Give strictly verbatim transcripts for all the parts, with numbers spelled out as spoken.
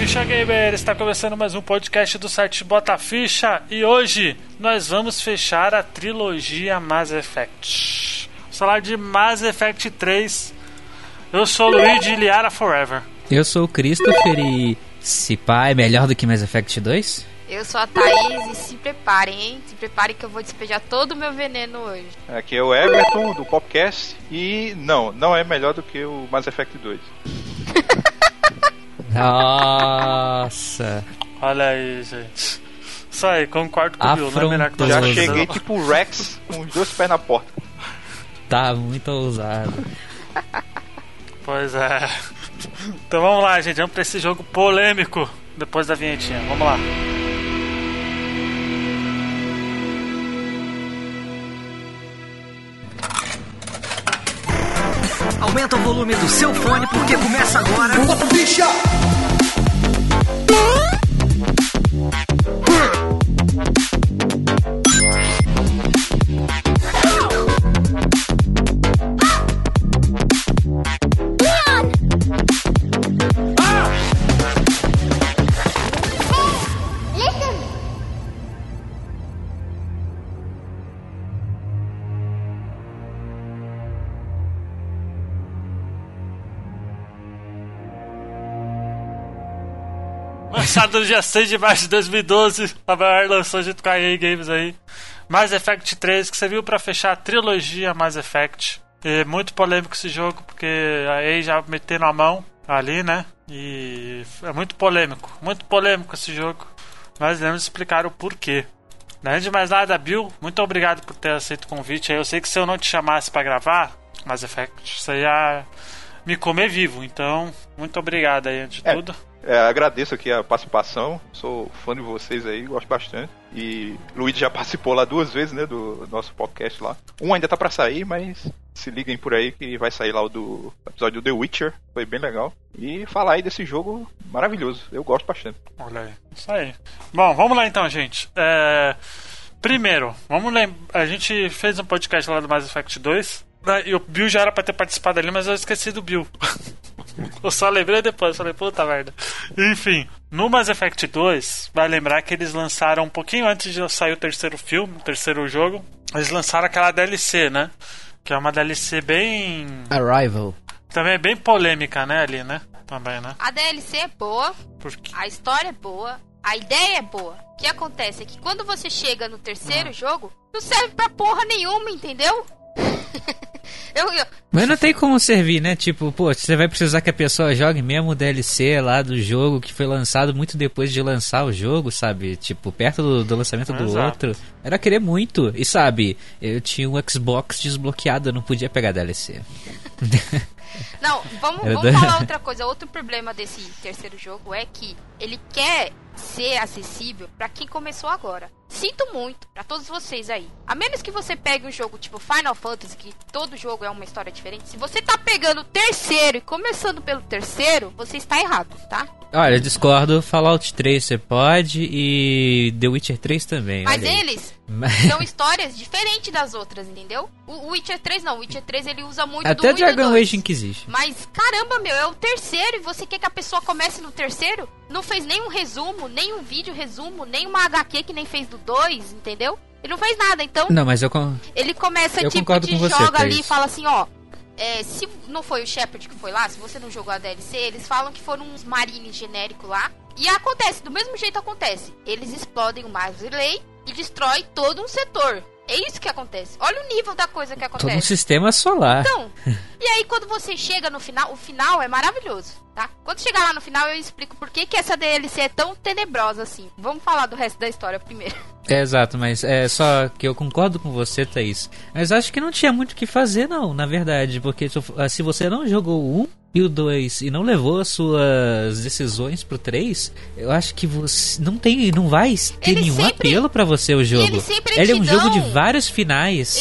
Ficha Gamer, está começando mais um podcast do site Bota Ficha e hoje nós vamos fechar a trilogia Mass Effect. Vamos falar de Mass Effect três. Eu sou o Luigi Liara Forever. Eu sou o Christopher e se pá é melhor do que Mass Effect dois? Eu sou a Thaís e se preparem, hein? Se preparem que eu vou despejar todo o meu veneno hoje. Aqui é o Everton do Popcast e não, não é melhor do que o Mass Effect dois. Nossa. Olha aí, gente. Isso aí, concordo com o Bill, não é melhor que Já dois. cheguei não. tipo o Rex com os dois pés na porta. Tá muito ousado. Pois é. Então vamos lá, gente, vamos pra esse jogo polêmico depois da vinhetinha. Vamos lá. Aumenta o volume do seu fone porque começa agora. Bota ficha! Lançado no dia seis de março de dois mil e doze, a Bioware lançou junto com a E A Games aí Mass Effect três, que serviu pra fechar a trilogia Mass Effect. E muito polêmico esse jogo, porque a E A já meteu a mão ali, né? E é muito polêmico, muito polêmico esse jogo. Mas devemos explicar o porquê. Além de mais nada, Bill, muito obrigado por ter aceito o convite. Eu sei que se eu não te chamasse pra gravar Mass Effect, você ia me comer vivo. Então, muito obrigado aí, antes de É. tudo. É, agradeço aqui a participação, sou fã de vocês aí, gosto bastante. E o Luigi já participou lá duas vezes, né, do nosso podcast lá. Um ainda tá pra sair, mas se liguem por aí que vai sair lá o do episódio do The Witcher, foi bem legal. E falar aí desse jogo maravilhoso, eu gosto bastante. Olha aí, isso aí. Bom, vamos lá então, gente. É... Primeiro, vamos lembrar. A gente fez um podcast lá do Mass Effect dois, né? E o Bill já era pra ter participado ali, mas eu esqueci do Bill. Eu só lembrei depois, falei, puta merda. Enfim, no Mass Effect dois, vai lembrar que eles lançaram um pouquinho antes de sair o terceiro filme, o terceiro jogo, eles lançaram aquela D L C, né? Que é uma D L C bem... Arrival. Também é bem polêmica, né, ali, né? Também, né? A D L C é boa, Porque... a história é boa, a ideia é boa. O que acontece é que quando você chega no terceiro Ah. jogo, não serve pra porra nenhuma, entendeu? eu, eu... Mas não tem como servir, né? Tipo, pô, você vai precisar que a pessoa jogue mesmo o D L C lá do jogo que foi lançado muito depois de lançar o jogo, sabe? Tipo, perto do, do lançamento do Exato. outro. Era querer muito. E sabe, eu tinha um Xbox desbloqueado, eu não podia pegar D L C. Não, vamos, Era vamos da- falar outra coisa. Outro problema desse terceiro jogo é que ele quer ser acessível pra quem começou agora. Sinto muito pra todos vocês aí. A menos que você pegue um jogo tipo Final Fantasy, que todo jogo é uma história diferente. Se você tá pegando o terceiro e começando pelo terceiro, você está errado, tá? Olha, eu discordo, Fallout três você pode e The Witcher três também. Mas olha aí. eles Mas- são histórias diferentes das outras, entendeu? O o Witcher três não, o Witcher três ele usa muito do Até um e do Dragon dois. Age Inquisition. Mas, caramba, meu, é o terceiro e você quer que a pessoa comece no terceiro? Não fez nenhum resumo, nem um vídeo resumo, nem uma H Q que nem fez do dois, entendeu? Ele não fez nada, então Não, mas eu... con- ele começa, eu tipo, concordo te com você, joga ali Thaís. e fala assim, ó... É, se não foi o Shepard que foi lá, se você não jogou a D L C, eles falam que foram uns marines genéricos lá. E acontece, do mesmo jeito acontece. Eles explodem o Mars Relay e destrói todo um setor. É isso que acontece. Olha o nível da coisa que acontece. Todo um sistema solar. Então, e aí quando você chega no final, o final é maravilhoso, tá? Quando chegar lá no final eu explico por que que essa D L C é tão tenebrosa assim. Vamos falar do resto da história primeiro. É, exato, mas é só que eu concordo com você, Thaís. Mas acho que não tinha muito o que fazer, não, na verdade. Porque se se você não jogou o um e o dois e não levou as suas decisões pro três, eu acho que você não tem, não vai ter Eles nenhum sempre- apelo pra você o jogo. eles sempre Ele é te um jogo dão- de vários finais. Eles sempre te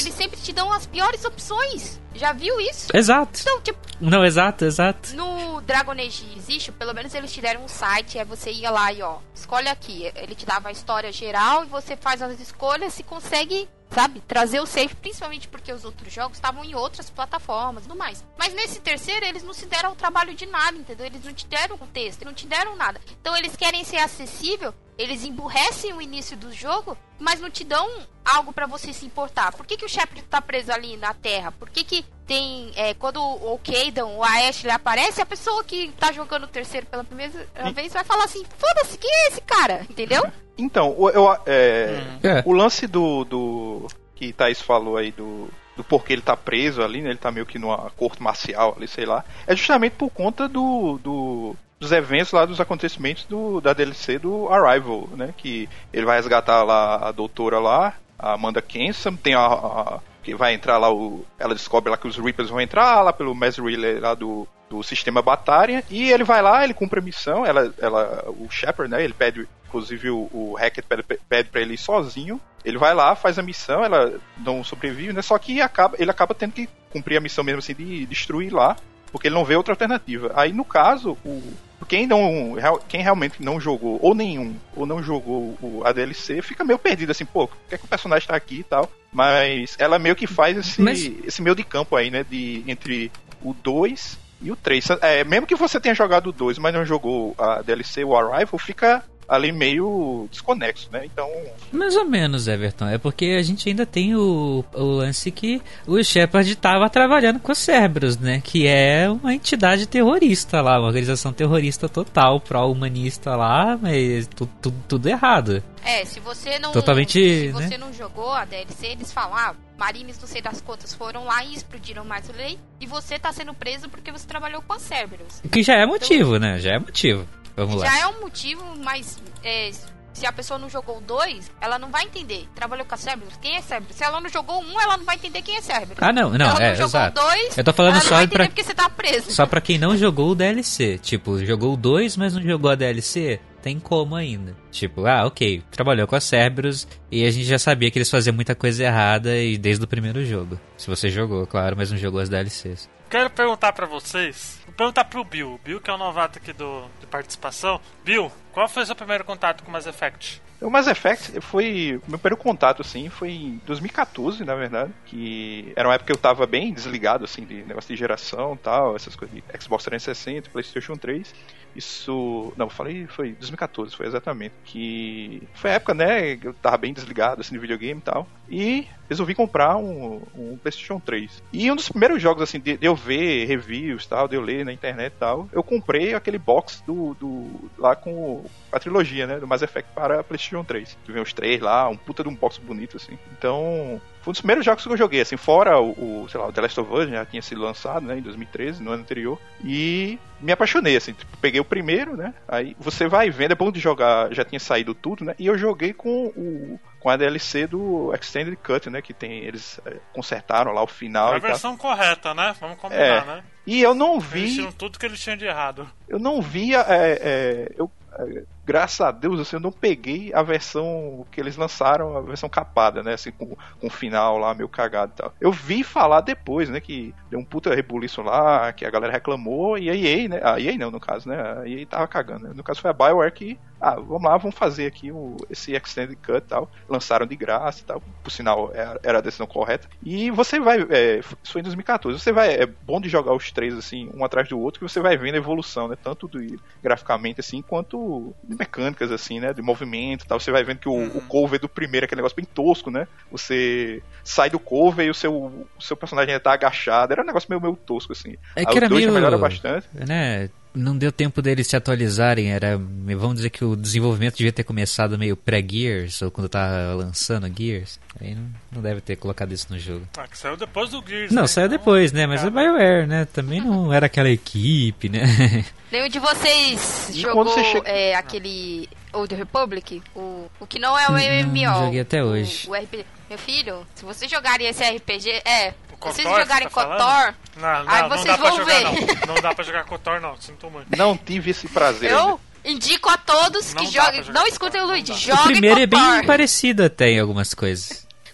te dão as piores opções. Já viu isso? Exato. Então, tipo, Não, exato, exato. no Dragon Age existe, pelo menos eles te deram um site, aí você ia lá e ó, escolhe aqui. Ele te dava a história geral e você faz as escolhas e consegue, sabe, trazer o save, principalmente porque os outros jogos estavam em outras plataformas e tudo mais. Mas nesse terceiro, eles não se deram o trabalho de nada, entendeu? Eles não te deram um texto, não te deram nada. Então eles querem ser acessível, eles emburrecem o início do jogo, mas não te dão algo pra você se importar. Por que que o Shepard tá preso ali na Terra? Por que que tem, é, quando o Kaidan, o Ashley aparece, a pessoa que tá jogando o terceiro pela primeira vez vai falar assim, foda-se, quem é esse cara? Entendeu? Então, o, eu, é, Hum. É. o lance do, do que Thaís falou aí do, do porquê ele tá preso ali, né? Ele tá meio que numa corte marcial ali, sei lá. É justamente por conta do, do dos eventos lá, dos acontecimentos do, da D L C do Arrival, né? Que ele vai resgatar lá a doutora lá, a Amanda Kensam, tem a, a que vai entrar lá, o, ela descobre lá que os Reapers vão entrar lá pelo Mass Relay lá do, do sistema Bataria, e ele vai lá, ele cumpre a missão, ela, ela, o Shepard, né? Ele pede, inclusive o, o Hackett pede, pede pra ele ir sozinho. Ele vai lá, faz a missão, ela não sobrevive, né? Só que acaba, ele acaba tendo que cumprir a missão mesmo assim de destruir lá, porque ele não vê outra alternativa. Aí no caso, o, quem, não, quem realmente não jogou, ou nenhum, ou não jogou o, a D L C, fica meio perdido assim, pô, por que, é que o personagem tá aqui e tal? Mas ela meio que faz esse, Mas... esse meio de campo aí, né? De, entre o dois e o três. É, mesmo que você tenha jogado o dois, mas não jogou a D L C, o Arrival, fica ali meio desconexo, né? Então... Mais ou menos, Everton. É porque a gente ainda tem o, o lance que o Shepard estava trabalhando com os Cerberus, né? Que é uma entidade terrorista lá, uma organização terrorista total, pró-humanista lá, mas tudo, tudo, tudo errado. É, se você não... Totalmente, se você né? não jogou a D L C, eles falam, ah, Marines, não sei das quantas, foram lá e explodiram mais o lei, e você tá sendo preso porque você trabalhou com a Cerberus. Que já é motivo, então, né? Já é motivo. Vamos já lá. é um motivo, mas é, se a pessoa não jogou o dois, ela não vai entender. Trabalhou com a Cerberus, quem é Cerberus? Se ela não jogou um, ela não vai entender quem é Cerberus. Ah, não, não, se ela é, não jogou exato. o dois, eu tô falando ela só não vai entender pra... porque você tá preso. Só pra quem não jogou o D L C. Tipo, jogou o dois, mas não jogou a D L C, tem como ainda. Tipo, ah, ok, trabalhou com a Cerberus e a gente já sabia que eles faziam muita coisa errada e desde o primeiro jogo. Se você jogou, claro, mas não jogou as D L Cs. Quero perguntar pra vocês, vou perguntar pro Bill, o Bill que é o novato aqui do, de participação. Bill, qual foi o seu primeiro contato com Mass Effect? O Mass Effect foi... Meu primeiro contato, assim, foi em dois mil e catorze, na verdade. Que era uma época que eu tava bem desligado, assim, de negócio de geração e tal, essas coisas de Xbox trezentos e sessenta, PlayStation três. Isso... Não, eu falei... Foi dois mil e catorze, foi exatamente. Que... Foi a época, né, que eu tava bem desligado, assim, de videogame e tal. E resolvi comprar um, um PlayStation três. E um dos primeiros jogos, assim, de, de eu ver reviews e tal, de eu ler na internet e tal, eu comprei aquele box do... do lá com a trilogia, né, do Mass Effect para PlayStation três. Que vem os três lá, um puta de um box bonito, assim. Então... Foi um dos primeiros jogos que eu joguei, assim, fora o, o, sei lá, o The Last of Us, já tinha sido lançado, né, em dois mil e treze, no ano anterior, e me apaixonei, assim, tipo, peguei o primeiro, né, aí você vai vendo, é bom de jogar, já tinha saído tudo, né, e eu joguei com o com a D L C do Extended Cut, né, que tem, eles é, consertaram lá o final. É a e versão tal. correta, né, vamos combinar, é. né. E eu não vi... Eles tinham tudo que eles tinham de errado. Eu não via, é, é, eu... É, graças a Deus, assim, eu não peguei a versão que eles lançaram, a versão capada, né, assim, com, com o final lá, meio cagado e tal. Eu vi falar depois, né, que deu um puta rebuliço lá, que a galera reclamou, e a E A, né, a E A não, no caso, né, a E A tava cagando, né? No caso foi a BioWare que, ah, vamos lá, vamos fazer aqui o, esse Extended Cut e tal, lançaram de graça e tal, por sinal, era, era a decisão correta, e você vai, é, isso foi em dois mil e catorze, você vai, é bom de jogar os três, assim, um atrás do outro, que você vai vendo a evolução, né, tanto do, graficamente, assim, quanto de mecânicas, assim, né, de movimento e tal, você vai vendo que o, uhum. o cover do primeiro é aquele negócio bem tosco, né, você sai do cover e o seu, o seu personagem ainda tá agachado, era um negócio meio, meio tosco, assim. É que era meio... melhora bastante. Né, não deu tempo deles se atualizarem, era, vamos dizer que o desenvolvimento devia ter começado meio pré-Gears, ou quando tava lançando Gears, aí não, não deve ter colocado isso no jogo. Ah, que saiu depois do Gears. Não, né? saiu depois, né, mas é BioWare, né, também não era aquela equipe, né. Nenhum de vocês E jogou você chega... é, aquele Old Republic? O, o que não é o M M O. Não, joguei até hoje. O, o R P G. Meu filho, se vocês jogarem esse R P G, é... KOTOR, se vocês jogarem tá KOTOR, não, não, aí não vocês dá pra vão jogar, ver. Não. não dá pra jogar KOTOR, não. Sinto muito. Não tive esse prazer. Eu indico a todos Não que dá joguem... pra jogar Não escutem o KOTOR, Luigi, não dá. joguem O primeiro é KOTOR. bem parecido até em algumas coisas.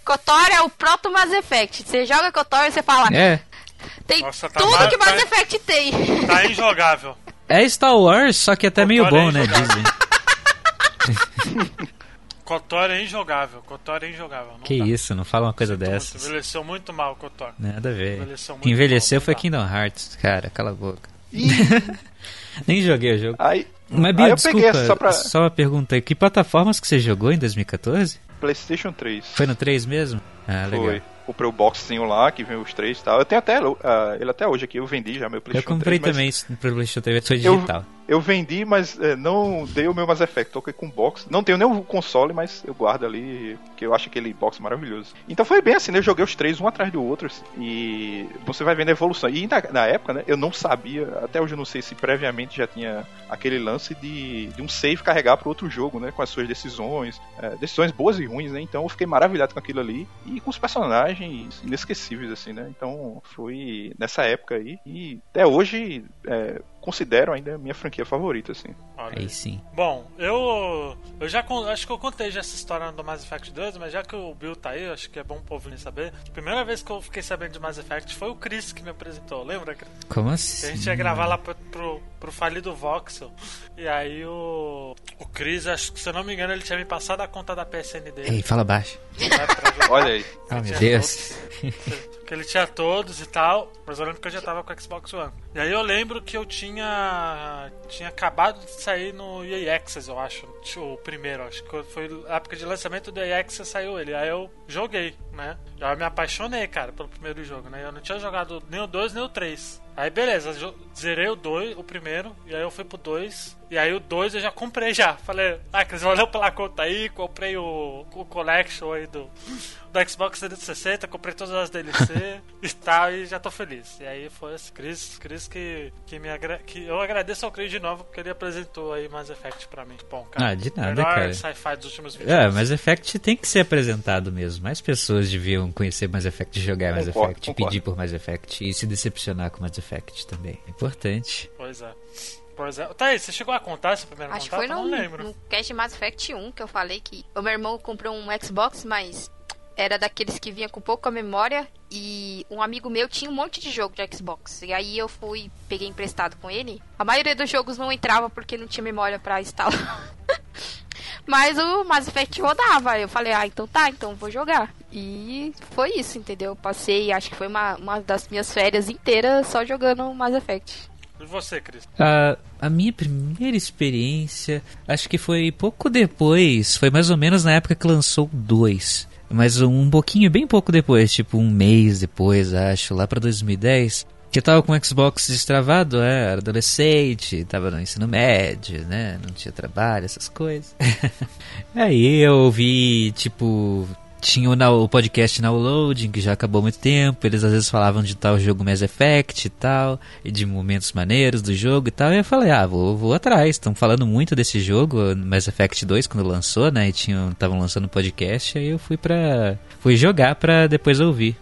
KOTOR é o proto Mass Effect. Você joga KOTOR e você fala... É. Tem Nossa, tá tudo ma- que Mass tá- Effect tem. Tá injogável. É Star Wars, só que até meio KOTOR é bom, né? injogável. Dizem. KOTOR é injogável. KOTOR é injogável. Não Que dá. isso, não fala uma coisa Sinto muito, dessas. Envelheceu muito mal o KOTOR. Nada a ver. Envelheceu muito Quem envelheceu mal, foi não dá. Kingdom Hearts. Cara, cala a boca. Nem joguei o jogo. Aí, Mas, aí Bia, eu desculpa, peguei essa só pra só uma pergunta aí. Que plataformas que você jogou em dois mil e quatorze? PlayStation três. Foi no três mesmo? Ah, legal. Foi. Comprei o boxzinho lá, que vem os três e tal. Eu tenho até uh, ele até hoje aqui, eu vendi já meu Eu PlayStation comprei três. também mas pro PlayStation três, foi Eu- digital. Eu vendi, mas é, não dei o meu Mass Effect. Toquei com box. Não tenho nem o console, mas eu guardo ali, que eu acho aquele box maravilhoso. Então foi bem assim, né? Eu joguei os três um atrás do outro e você vai vendo a evolução. E na, na época, né? Eu não sabia, até hoje eu não sei se previamente já tinha aquele lance de, de um save carregar pro outro jogo, né? Com as suas decisões. É, decisões boas e ruins, né? Então eu fiquei maravilhado com aquilo ali. E com os personagens inesquecíveis, assim, né? Então foi nessa época aí. E até hoje... É, considero ainda a minha franquia favorita, assim. Olha Aí aí. sim. Bom, eu eu já con- acho que eu contei já essa história do Mass Effect dois, mas já que o Bill tá aí, acho que é bom o povo nem saber. A primeira vez que eu fiquei sabendo de Mass Effect foi o Chris que me apresentou, lembra, Chris? Como Que assim? a gente ia gravar lá pro, pro, pro falido Voxel. E aí o o Chris, acho que se eu não me engano, ele tinha me passado a conta da P S N dele. Ei, fala baixo. Né, pra jogar. Olha aí. Ah, Ele meu tinha Deus. todos. Que ele tinha todos e tal, mas eu lembro que eu já tava com o Xbox One. E aí eu lembro que eu tinha tinha acabado de sair no E A Access, eu acho, o primeiro, acho que foi a época de lançamento do E A Access, saiu ele. Aí eu joguei, né? Já me apaixonei, cara, pelo primeiro jogo, né? Eu não tinha jogado nem o dois nem o três. Aí beleza, jo- zerei o dois, o primeiro, e aí eu fui pro dois. E aí o dois eu já comprei já. Falei, ah, Cris, valeu pela conta aí, comprei o, o Collection aí do, do Xbox trezentos e sessenta, comprei todas as D L C e tal, e já tô feliz. E aí foi esse Chris, Chris que, que me agra- que eu agradeço ao Chris de novo, porque ele apresentou aí Mass Effect pra mim. Bom, cara, Ah, de nada, melhor cara. sci-fi dos últimos vinte É, anos. Mass Effect tem que ser apresentado mesmo. Mais pessoas deviam conhecer Mass Effect, jogar Mass Concordo, Effect, concordo. pedir por Mass Effect e se decepcionar com Mass Effect também. Importante. Pois é. Pois é. Tá aí, você chegou a contar esse primeiro Acho que contato? foi Eu no, não lembro. no cast Mass Effect um que eu falei que o meu irmão comprou um Xbox, mas era daqueles que vinha com pouca memória. E um amigo meu tinha um monte de jogo de Xbox. E aí eu fui, peguei emprestado com ele. A maioria dos jogos não entrava porque não tinha memória pra instalar. Mas o Mass Effect rodava. Eu falei, ah, então tá, então vou jogar. E foi isso, entendeu? Eu passei, acho que foi uma, uma das minhas férias inteiras só jogando Mass Effect. E você, Cris? A, a minha primeira experiência, acho que foi pouco depois, foi mais ou menos na época que lançou o dois. Mas um pouquinho, bem pouco depois, tipo um mês depois, acho, lá pra dois mil e dez. Que eu tava com o Xbox destravado, é, era adolescente, tava no ensino médio, né, não tinha trabalho, essas coisas. Aí eu ouvi, tipo... Tinha o, now, o podcast Downloading, que já acabou há muito tempo. Eles às vezes falavam de tal jogo Mass Effect e tal, e de momentos maneiros do jogo e tal. E eu falei, ah, vou, vou atrás. Estão falando muito desse jogo, Mass Effect dois, quando lançou, né? E estavam lançando um podcast. Aí eu fui pra. Fui jogar pra depois ouvir.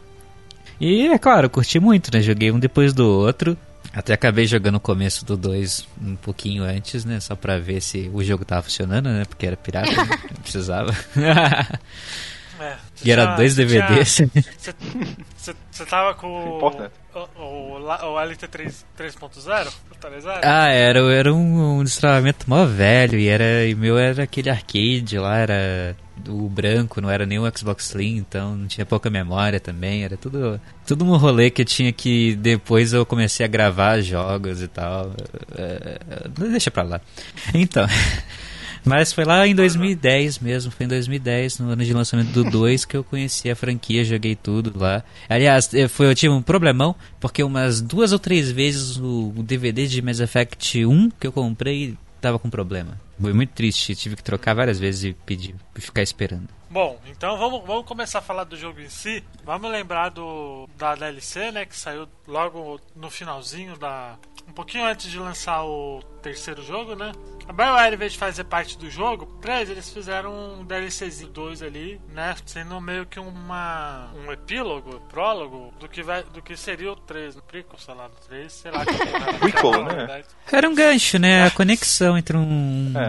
E é claro, eu curti muito, né? Joguei um depois do outro. Até acabei jogando o começo do dois um pouquinho antes, né? Só pra ver se o jogo tava funcionando, né? Porque era pirata, né? Não precisava. É, E era tinha- dois D V Ds. Você tava com Importante. o, o, o, o L T três ponto zero atualizado? Ah, era, era um, um destravamento mó velho. E era e meu era aquele arcade lá, era o branco, não era nem o Xbox Slim, então não tinha pouca memória também. Era tudo, tudo um rolê que eu tinha que. Depois eu comecei a gravar jogos e tal. É, deixa pra lá. Então. Mas foi lá em dois mil e dez mesmo, foi em dois mil e dez, no ano de lançamento do dois, que eu conheci a franquia, joguei tudo lá. Aliás, foi, eu tive um problemão, porque umas duas ou três vezes o, o D V D de Mass Effect um que eu comprei tava com problema. Foi muito triste, tive que trocar várias vezes e pedir pra ficar esperando. Bom, então vamos, vamos começar a falar do jogo em si. Vamos lembrar do da D L C, né, que saiu logo no finalzinho da... Um pouquinho antes de lançar o terceiro jogo, né? A BioWare, em vez de fazer parte do jogo, três, eles fizeram um DLCzinho dois ali, né? Sendo meio que uma um epílogo, prólogo do que, vai, do que seria o três, no prequel, sei lá, do três, sei lá. Que Prequel, na né? verdade. Era um gancho, né? A conexão entre um... É.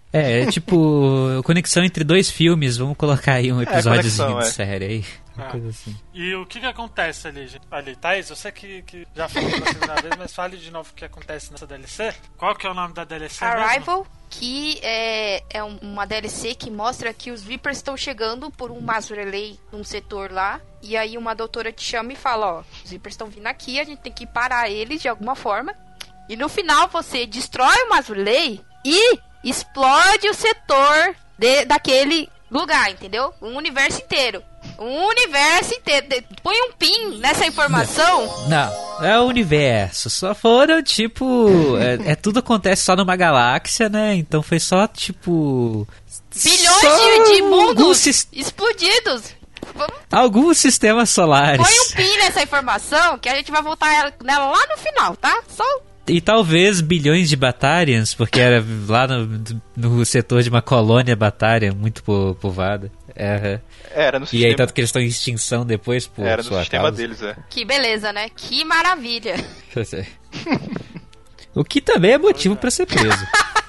É, é tipo conexão entre dois filmes, vamos colocar aí um episódiozinho conexão, de é. série aí. Uma Ah. coisa assim. E o que que acontece ali, gente? Ali, Thaís, você que, que já falou pela segunda vez, mas fale de novo o que acontece nessa D L C. Qual que é o nome da D L C mesmo? Arrival, que é, é um- uma D L C que mostra que os Reapers estão chegando por um mass relay num setor lá. E aí uma doutora te chama e fala, ó, os Reapers estão vindo aqui, a gente tem que parar eles de alguma forma. E no final você destrói o mass relay e explode o setor de- daquele lugar, entendeu? O universo inteiro. O universo inteiro. De- Põe um pin nessa informação. Não, é o universo. Só foram, tipo. É, é tudo acontece só numa galáxia, né? Então foi só, tipo. Bilhões só de, de alguns, mundos sis- explodidos. Vamos, alguns sistemas solares. põe um pin nessa informação que a gente vai voltar ela- nela lá no final, tá? Só E talvez bilhões de Batarians, porque era lá no, no setor de uma colônia Batarian muito po- povoada. É, Era no e sistema, aí, tanto que eles estão em extinção depois por era no sua sistema causa. deles, é. que beleza, né? Que maravilha. O que também é motivo pra ser preso.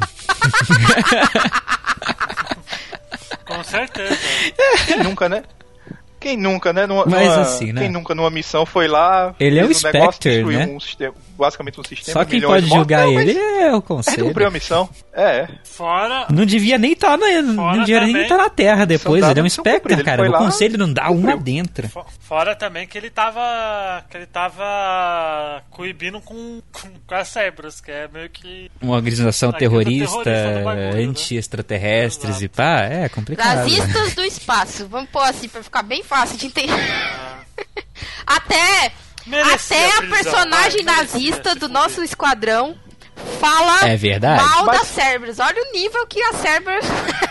Com certeza. Quem nunca, né? Quem nunca, né? Numa, Mas numa- assim, né? Quem nunca numa missão foi lá... Ele é fez o um negócio, Spectre, destruiu né? um sistema, basicamente um sistema... Só quem milhões pode de mortos. julgar Não, mas ele é o Ele conselho. cumpriu a missão. É, é. Fora. Não devia nem estar na, não Fora devia nem também- estar na Terra depois. Só Ele é um dava missão Spectre, cumprida, ele cara. foi O lá, conselho não dá uma cumpriu. dentro. fo- Fora também que ele tava. Que ele tava coibindo com, com, com a Cerberus, que é meio que. Uma organização Aquele terrorista, terrorista do bagulho, né? anti-extraterrestres Exato. e pá. É complicado. Nazistas do espaço. Vamos pôr assim pra ficar bem fácil de entender. Até, Merecia até a prisão, personagem vai, merecia, nazista se do fuder. nosso esquadrão fala É verdade. mal Mas- da Cerberus. Olha o nível que a Cerberus...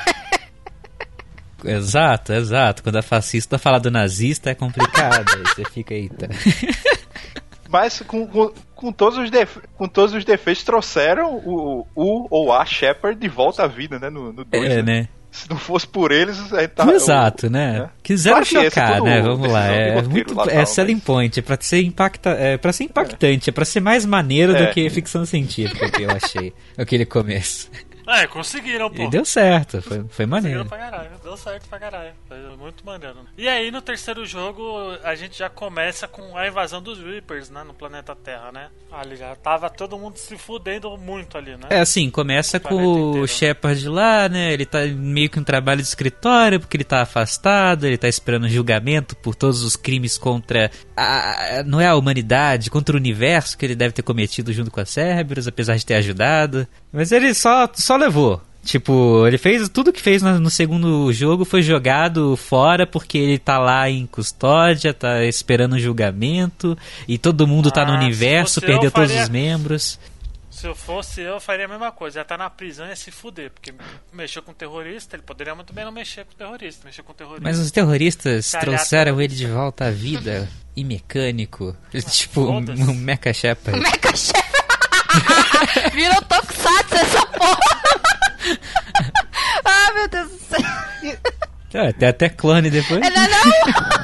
Exato, exato. Quando a fascista fala do nazista é complicado. Aí você fica, eita. Mas com, com, com, todos os def- com todos os defeitos trouxeram o, o ou a Shepard de volta à vida, né? No dois, É, né? Se não fosse por eles, aí tá. Exato, o- né? né? Quiseram Claro que esse é chocar, tudo né? Vamos lá. decisão de É roteiro muito lá, é tal, selling mas- point, é pra ser impacta, é para ser impactante, é pra ser mais maneiro É. do que ficção científica que eu achei aquele começo. É, conseguiram, pô. E deu certo, foi, foi Conseguiram maneiro. pra caralho, deu certo pra caralho. Foi muito maneiro. E aí, no terceiro jogo, a gente já começa com a invasão dos Reapers, né? No planeta Terra, né? Ali já tava todo mundo se fudendo muito ali, né? É assim, começa O com planeta o inteiro. Shepard lá, né? Ele tá meio que um trabalho de escritório, porque ele tá afastado, ele tá esperando julgamento por todos os crimes contra a, não é a humanidade, contra o universo que ele deve ter cometido junto com a Cerberus, apesar de ter ajudado. Mas ele só, só levou. Tipo, ele fez tudo que fez no, no segundo jogo foi jogado fora porque ele tá lá em custódia, tá esperando o julgamento e todo mundo tá no Ah, se universo, fosse eu, perdeu todos faria- os membros. Se eu fosse eu, eu faria a mesma coisa. Já tá na prisão e ia se fuder. Porque mexeu com terrorista, ele poderia muito bem não mexer com terrorista. Mexer com terrorista. Mas os terroristas Se aliar trouxeram com- ele de volta à vida e mecânico. Tipo, um, foda-se. um Mecha Shepard. Mecha Shepard. Virou Tokusatsu essa porra. Ah, meu Deus do céu. Ah, tem até clone depois. É, não, não.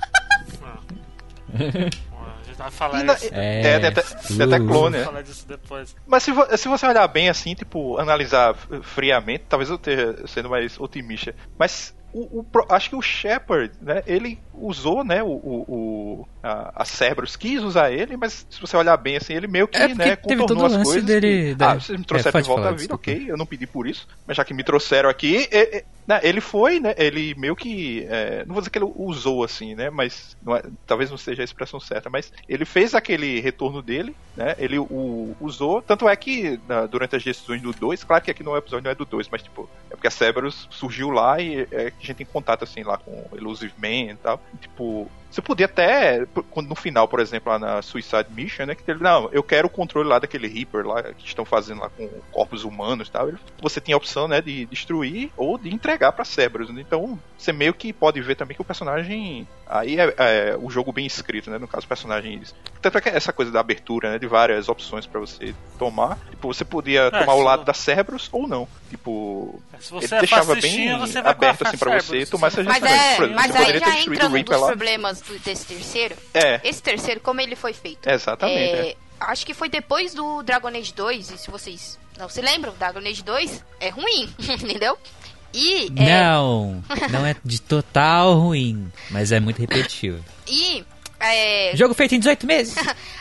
Pô, a gente vai falar E na- isso. É, É, tem até, tem até uh. clone, Vamos né? falar disso depois. Mas se, vo- se você olhar bem assim, tipo, analisar f- friamente, talvez eu esteja sendo mais otimista, mas o, o pro- acho que o Shepard, né, ele usou, né, o, o, o- a, a Cerberus quis usar ele, mas se você olhar bem assim, ele meio que, É porque né, teve contornou todo o as lance coisas. dele- e, da- ah, vocês me É, trouxeram pode de volta falar, à vida, desculpa. ok, eu não pedi por isso, mas já que me trouxeram aqui, é- é- né, ele foi, né, ele meio que, é, não vou dizer que ele usou assim, né, mas não é- talvez não seja a expressão certa, mas ele fez aquele retorno dele, né, ele o usou, tanto é que na- durante as decisões do dois, claro que aqui no episódio não é do dois, mas tipo, é porque a Cerberus surgiu lá e é, que a gente tem contato assim lá com o Elusive Man e tal, e, tipo, você podia até, quando no final, por exemplo, lá na Suicide Mission, né, que ele, não, eu quero o controle lá daquele Reaper lá, que estão fazendo lá com corpos humanos e tal, ele- você tinha a opção, né, de destruir ou de entregar pra Cerberus, né? Então você meio que pode ver também que o personagem, aí é, é o jogo bem escrito, né, no caso, personagens, tanto é que essa coisa da abertura, né, de várias opções pra você tomar, tipo, você podia tomar o se lado não- da Cerberus ou não, tipo, Se você ele é deixava fascistinha, bem você vai com a aberto assim pra você Cerberus. tomar Se essa você Mas, decisão. é, Por exemplo, mas você aí poderia ter já destruído entra o num Reaper dos lá. problemas do- desse terceiro. É, Esse terceiro, como ele foi feito? exatamente. É, é. acho que foi depois do Dragon Age dois, e se vocês não se lembram, Dragon Age dois é ruim, entendeu? E, não, é... não é de total ruim, mas é muito repetitivo. E... É... Jogo feito em dezoito meses.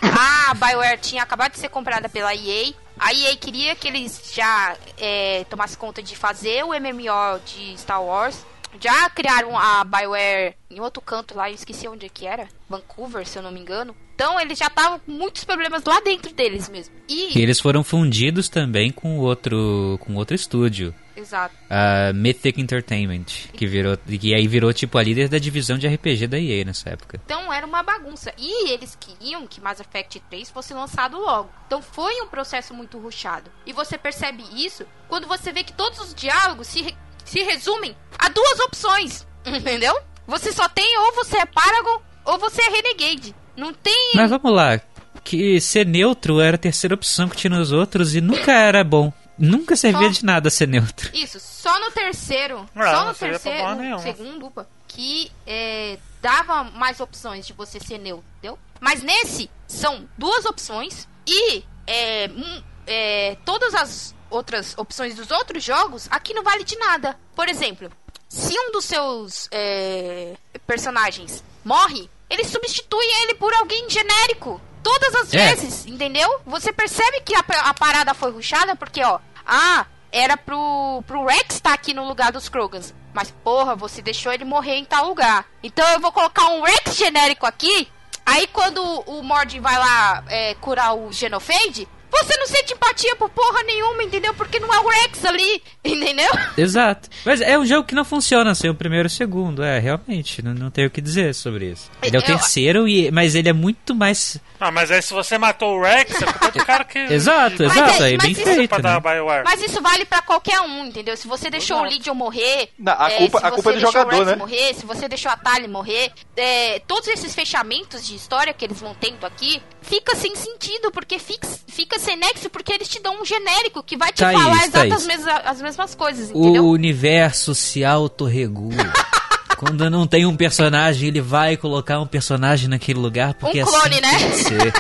A BioWare tinha acabado de ser comprada pela E A. A E A queria que eles já é, tomassem conta de fazer o M M O de Star Wars. Já criaram a BioWare em outro canto lá, eu esqueci onde é que era. Vancouver, se eu não me engano. Então eles já estavam com muitos problemas lá dentro deles mesmo. E, e eles foram fundidos também com outro, com outro estúdio. Exato. A Mythic Entertainment, que virou, que aí virou tipo a líder da divisão de R P G da E A nessa época. Então era uma bagunça. E eles queriam que Mass Effect três fosse lançado logo. Então foi um processo muito rushado. E você percebe isso quando você vê que todos os diálogos se, re- se resumem a duas opções. Entendeu? Você só tem ou você é Paragon ou você é Renegade. Não tem... Mas vamos lá, que ser neutro era a terceira opção que tinha nos outros e nunca era bom. Nunca servia só... de nada ser neutro. Isso, só no terceiro, não, só no não terceiro, no segundo, opa, que é, dava mais opções de você ser neutro, entendeu? Mas nesse, são duas opções e é, um, é, todas as outras opções dos outros jogos, aqui não vale de nada. Por exemplo, se um dos seus é, personagens morre, ele substitui ele por alguém genérico. Todas as é. vezes, entendeu? Você percebe que a, a parada foi rushada porque, ó, ah, era pro, pro Rex estar aqui no lugar dos Krogans. Mas, porra, você deixou ele morrer em tal lugar. Então eu vou colocar um Rex genérico aqui. Aí quando o Mordin vai lá é, curar o Genophage, você não sente empatia por porra nenhuma, entendeu? Porque não é o Rex ali, entendeu? Exato. Mas é um jogo que não funciona sem o primeiro e o segundo, é, realmente, não, não tenho o que dizer sobre isso. Ele é o eu... terceiro, e, mas ele é muito mais... Ah, mas aí se você matou o Rex, é culpa do cara que... Exato, exato, mas, aí bem isso, feito, né? Mas isso vale pra qualquer um, entendeu? Se você deixou Exato. o Legion morrer... Não, a culpa, é, a culpa é do jogador, né? Morrer, se você deixou a Tali morrer... É, todos esses fechamentos de história que eles vão tendo aqui... Fica sem sentido, porque fica, fica sem nexo, porque eles te dão um genérico que vai te tá falar isso, tá exatas isso. Mes, as mesmas coisas, entendeu? O universo se autorregula. Quando não tem um personagem, ele vai colocar um personagem naquele lugar, porque um clone, assim né? tem que ser.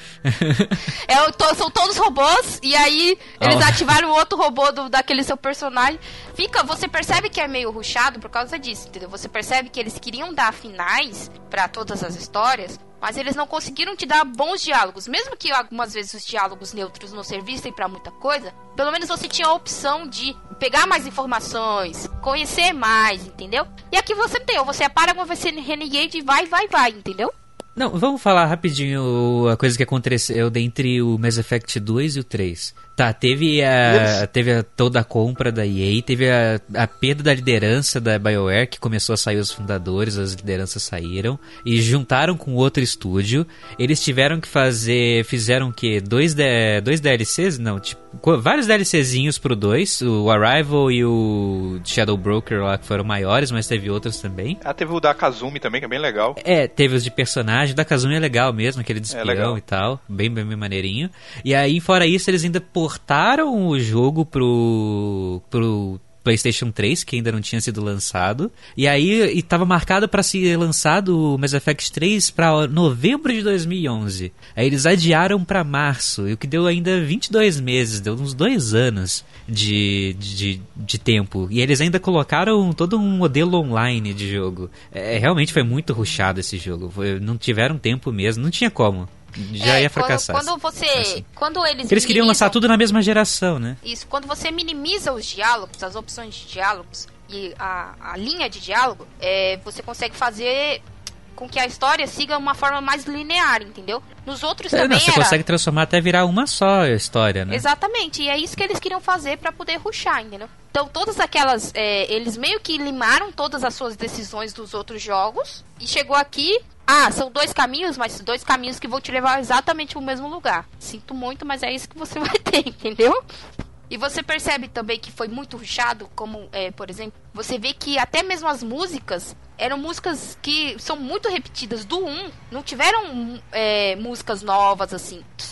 É, to, são todos robôs, e aí eles oh. ativaram o outro robô do, daquele seu personagem. Fica, você percebe que é meio rushado por causa disso, entendeu? Você percebe que eles queriam dar finais pra todas as histórias, mas eles não conseguiram te dar bons diálogos. Mesmo que algumas vezes os diálogos neutros não servissem pra muita coisa, pelo menos você tinha a opção de pegar mais informações, conhecer mais, entendeu? E aqui você tem, ou você é Paragon, vai ser Renegade, vai, vai, vai, entendeu? Não, vamos falar rapidinho a coisa que aconteceu entre o Mass Effect dois e o três. Tá, teve a, teve a, toda a compra da E A, teve a, a perda da liderança da BioWare, que começou a sair os fundadores, as lideranças saíram, e juntaram com outro estúdio. Eles tiveram que fazer, fizeram o quê? Dois, de, dois D L Cs? Não, tipo, vários DLCzinhos pro dois, o Arrival e o Shadow Broker lá, que foram maiores, mas teve outros também. Ah, teve o da Kazumi também, que é bem legal. É, teve os de personagem, o da Kazumi é legal mesmo, aquele de espião é e tal, bem, bem, bem maneirinho. E aí, fora isso, eles ainda portaram o jogo pro, pro PlayStation três, que ainda não tinha sido lançado. E aí estava marcado para ser lançado o Mass Effect três para novembro de dois mil e onze. Aí eles adiaram para março, o que deu ainda vinte e dois meses, deu uns dois anos de, de, de tempo. E eles ainda colocaram todo um modelo online de jogo. É, realmente foi muito rushado esse jogo. Foi, não tiveram tempo mesmo, não tinha como. Já é, ia fracassar. Quando, quando você. Assim. Quando eles. Eles queriam lançar tudo na mesma geração, né? Isso. Quando você minimiza os diálogos, as opções de diálogos e a, a linha de diálogo, é, você consegue fazer com que a história siga uma forma mais linear, entendeu? Nos outros é, também. Não, você era... consegue transformar até virar uma só história, né? Exatamente. E é isso que eles queriam fazer pra poder rushar, entendeu? Então, todas aquelas. É, eles meio que limaram todas as suas decisões dos outros jogos. E chegou aqui. Ah, são dois caminhos, mas dois caminhos que vão te levar exatamente ao mesmo lugar. Sinto muito, mas é isso que você vai ter, entendeu? E você percebe também que foi muito rushado, como, é, por exemplo, você vê que até mesmo as músicas eram músicas que são muito repetidas do um, não tiveram é, músicas novas, assim.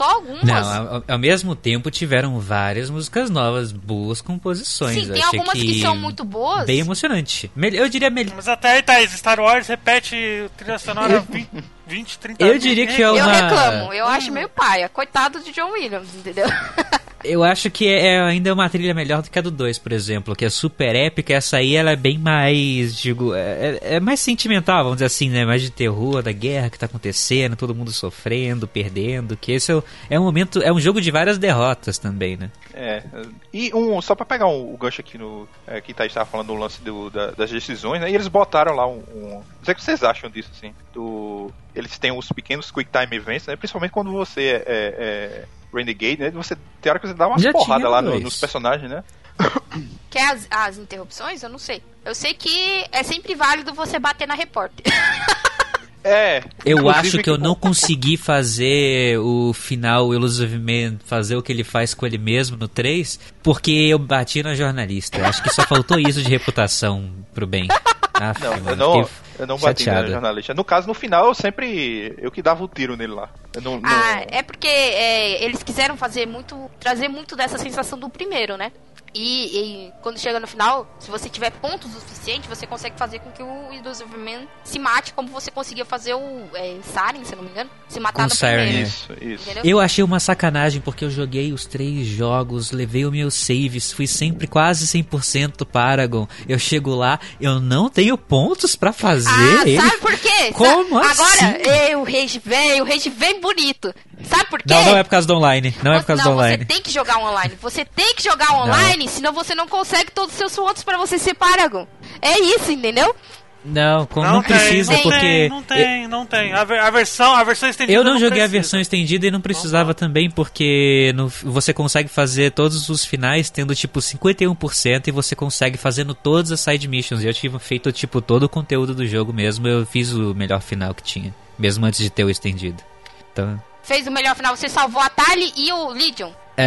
só algumas. Não, ao, ao mesmo tempo tiveram várias músicas novas, boas composições. Sim, Eu tem achei algumas que... que são muito boas. Bem emocionante. Mel- eu diria melhor. Mas até aí, Thaís, Star Wars repete trilha sonora vinte, vinte, trinta Eu diria que é Eu uma... reclamo, eu acho meio paia. Coitado de John Williams, entendeu? Eu acho que é, é ainda uma trilha melhor do que a do dois, por exemplo, que é super épica. Essa aí ela é bem mais, digo, é, é mais sentimental, vamos dizer assim, né? Mais de terror, da guerra que tá acontecendo, todo mundo sofrendo, perdendo. Que esse é, o, é um momento, é um jogo de várias derrotas também, né? É. E um, só pra pegar um, o gancho aqui no. É, que Thaís estava falando do lance do, da, das decisões, né? E eles botaram lá um. um não sei o que vocês acham disso, assim. Do, eles têm os pequenos Quick Time Events, né? Principalmente quando você é. é, é Renegade, né? Você tem hora que você dá umas porradas lá no, nos personagens, né? Quer as, as interrupções? Eu não sei. Eu sei que é sempre válido você bater na repórter. É. Eu acho que eu não consegui fazer o final, o Elusive Man, fazer o que ele faz com ele mesmo no três, porque eu bati na jornalista. Acho que só faltou isso de reputação pro bem. Aff, não, mano, eu não, fiquei eu não bati chateado. na jornalista. No caso, no final, eu sempre... Eu que dava o tiro nele lá. Eu não, não... Ah, é porque é, eles quiseram fazer muito... Trazer muito dessa sensação do primeiro, né? E, e quando chega no final, se você tiver pontos o suficiente, você consegue fazer com que o Elusive Man se mate, como você conseguia fazer o é, Siren, se eu não me engano, se matar Com no Siren, primeiro. Isso, isso. Entendeu? Eu achei uma sacanagem porque eu joguei os três jogos, levei o meu saves, fui sempre quase cem por cento Paragon. Eu chego lá, eu não tenho pontos pra fazer Ah, ele. sabe por quê? Como Sa- assim? Agora, ei, o Rage vem, o Rage vem bonito. Sabe por quê? Não, não é por causa do online. Não é por Você- causa não, do online. Você tem que jogar online. Você tem que jogar online, senão você não consegue todos os seus pontos pra você ser Paragon. É isso, entendeu? Não, como não, Não, tem, precisa, não porque... tem, não tem, não tem. A, ver- a versão, a versão estendida Eu não joguei a precisa. versão estendida e não precisava também, porque no, você consegue fazer todos os finais tendo tipo cinquenta e um por cento e você consegue fazendo todas as side missions. Eu tive feito tipo todo o conteúdo do jogo mesmo, eu fiz o melhor final que tinha, mesmo antes de ter o estendido. Então, Fez o melhor final, você salvou a Tali e o Legion.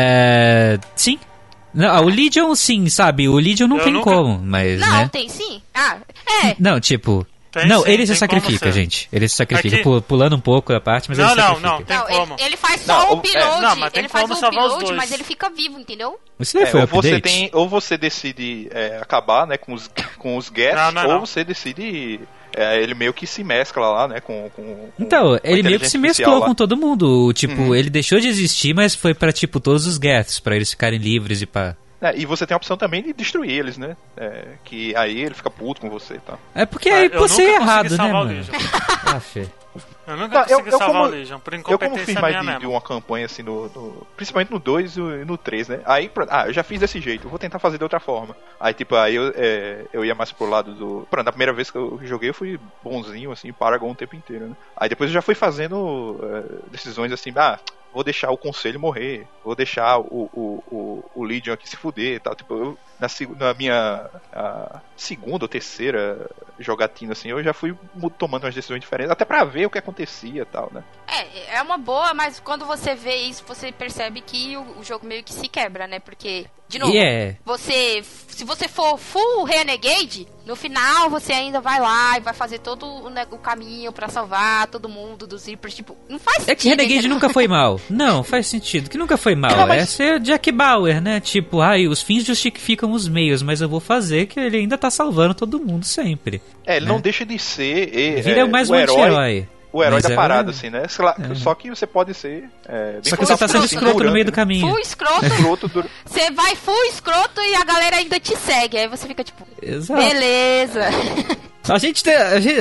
é... sim. Não, o Legion sim, sabe? O Legion não Eu tem nunca- como, mas Não, né? tem sim. Ah, é. Não, tipo... Tem não, sim, ele se tem como sacrifica, ser. gente. Ele se sacrifica, Aqui- pu- pulando um pouco a parte, mas Não, ele se não, sacrifica. não. Tem Não, como. ele, ele faz só Não, o é, upload, não, mas tem ele faz como o salvar os upload, dois. mas ele fica vivo, entendeu? Isso daí É, foi ou você update? tem, ou você decide é, acabar, né, com os com os guests, Não, não, ou não. você decide é, ele meio que se mescla lá, né, com, com com Então, a ele meio que inteligência se artificial mesclou lá. com todo mundo. Tipo, ele deixou de existir, mas foi pra, tipo, todos os Geths, pra eles ficarem livres e pá. É, e você tem a opção também de destruir eles, né? É, que aí ele fica puto com você, tá? É porque Ah, aí eu você nunca é consegui errado, né, salvar o mano? Legion. Ah, Fê. Eu nunca Não, eu- consegui eu salvar como- o Legion, por Eu como incompetência fiz mais minha de, mesmo. de uma campanha assim, no, no- principalmente no dois e no três, né? Aí, pronto, ah, eu já fiz desse jeito, eu vou tentar fazer de outra forma. Aí, tipo, aí eu, é, eu ia mais pro lado do... Pronto, na primeira vez que eu joguei eu fui bonzinho, assim, Paragon o tempo inteiro, né? Aí depois eu já fui fazendo é, decisões assim, ah... vou deixar o conselho morrer, vou deixar o, o, o, o Legion aqui se fuder e tal. Tipo, eu, na, seg- na minha a segunda ou terceira jogatina, assim, eu já fui mu- tomando umas decisões diferentes, até pra ver o que acontecia e tal, né? É, é uma boa, mas quando você vê isso, você percebe que o, o jogo meio que se quebra, né? Porque, de novo, E é... você, se você for full Renegade, no final você ainda vai lá e vai fazer todo o, ne- o caminho pra salvar todo mundo dos Reapers, tipo, não faz sentido. É que Renegade entendeu? nunca foi mal. Não, faz sentido. Que nunca foi mal. Não, mas- É ser Jack Bauer, né? Tipo, ai, os fins justificam os meios, mas eu vou fazer que ele ainda tá salvando todo mundo sempre. É, ele Né? não deixa de ser e, Vira é, mais o um herói, anti-herói. o herói Mas da é parada, o- assim, né? Sei lá, É. Só que você pode ser é, bem Só que você tá sendo assim, escroto no meio do durante, caminho. Full escroto, escroto dur- você vai full escroto e a galera ainda te segue. Aí você fica tipo, Exato. beleza. A gente tem... A gente...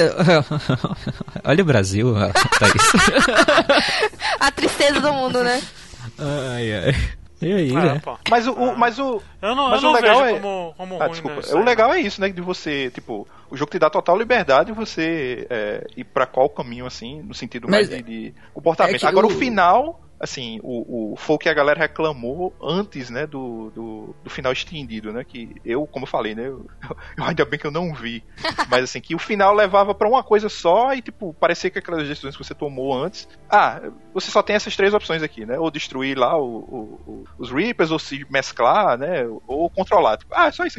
Olha o Brasil, Thaís. A tristeza do mundo, né? Ai, ai. E aí, Ah, né? pô. Mas o, o- mas o Eu não, Mas eu o não legal vejo é- como, como Ah, ruim. desculpa. nisso O aí, legal não. é isso, né? De você, tipo, o jogo te dá total liberdade de você é, ir pra qual caminho, assim, no sentido Mas mais de, de comportamento. é que Agora, o- o final, assim, o, o foi o que a galera reclamou antes, né, do, do, do final estendido, né? Que eu, como eu falei, né? Eu, eu ainda bem que eu não vi. Mas, assim, que o final levava pra uma coisa só e, tipo, parecia que aquelas decisões que você tomou antes. Ah, você só tem essas três opções aqui, né? Ou destruir lá o, o- o- os Reapers, ou se mesclar, né? Ou controlar. Tipo, ah, é só isso aqui.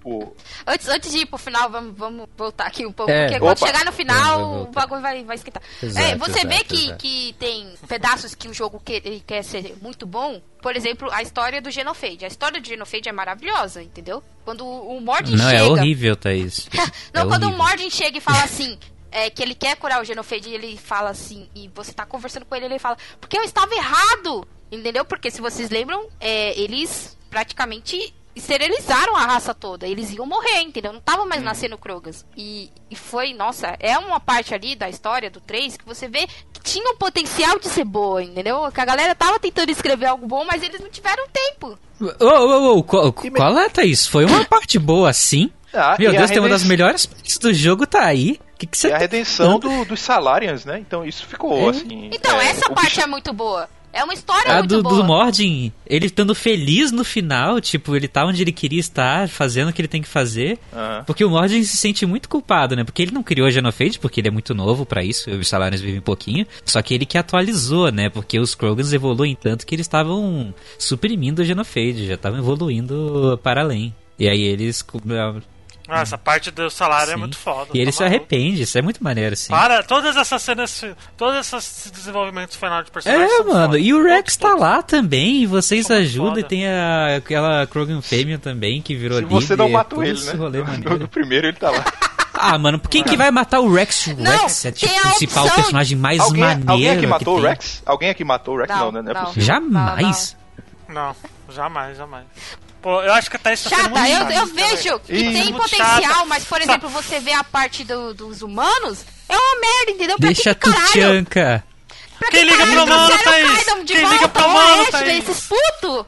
tipo... Antes, antes de ir pro final, vamos, vamos voltar aqui um pouco, É, porque quando opa. chegar no final, Vamos o voltar. bagulho vai, vai esquentar. Exato, é, você exato, vê que, exato. que tem pedaços que o jogo que, ele quer ser muito bom. Por exemplo, a história do Genofade. A história do Genofade é maravilhosa, entendeu? Quando o, o Mordin Não, chega... é horrível, Thaís. Não, É quando horrível. o Mordin chega e fala assim... É, que ele quer curar o Genofade e ele fala assim, e você tá conversando com ele, ele fala, porque eu estava errado, entendeu? Porque se vocês lembram, é, eles praticamente esterilizaram a raça toda, eles iam morrer, entendeu? Não tava mais nascendo Krogas. E, e foi, nossa, é uma parte ali da história do três que você vê que tinha um potencial de ser boa, entendeu? Que a galera tava tentando escrever algo bom, mas eles não tiveram tempo. Ô, ô, ô, qual, qual é, Thaís? Foi uma parte boa, assim? Ah, Meu e Deus, a tem uma das reden- melhores partes do jogo, tá aí. Que que você É a tá redenção falando? do, dos Salarians, né? Então isso ficou, É. assim... Então, é, essa o parte bicho- é muito boa. É uma história A muito do, boa. do Mordin, ele estando feliz no final, tipo, ele tá onde ele queria estar, fazendo o que ele tem que fazer. Aham. Porque o Mordin se sente muito culpado, né? Porque ele não criou a Genofade, porque ele é muito novo pra isso, os Salarians vivem pouquinho. Só que ele que atualizou, né? Porque os Krogans evoluem tanto que eles estavam suprimindo a Genofade, já estavam evoluindo para além. E aí eles... Ah, essa parte do salário é Sim. muito foda. E ele tá se maluco. arrepende, isso é muito maneiro, assim. Para, todas essas cenas, todos esses desenvolvimentos final de personagem É, são mano, foda. e o Rex Todos, tá todos. lá também, e vocês São muito ajudam, foda. e tem a, aquela Krogan Fêmea também, que virou Se líder. você não matou todo ele, esse né? rolê No, maneiro. no primeiro ele tá lá. Ah, mano, quem que vai matar o Rex? O Não, Rex é tipo tem o a principal opção- personagem mais Alguém, maneiro alguém aqui que matou o tem. Rex? Alguém aqui matou o Rex? Não, Não, né? Não é não. possível. Jamais. Não, jamais, jamais. Pô, eu acho que a Thaís tá sendo Chata, muito eu, chata eu também. vejo que Ih, tem muito potencial, chata. mas, por exemplo, você vê a parte do- dos humanos, é uma merda, entendeu? Pra Deixa que caralho? Tuchanka. Pra Quem que liga caralho pro humano, trouxeram o Thaís? Kaidan de Quem volta, liga pro o humano, Oeste, Thaís? Esses putos.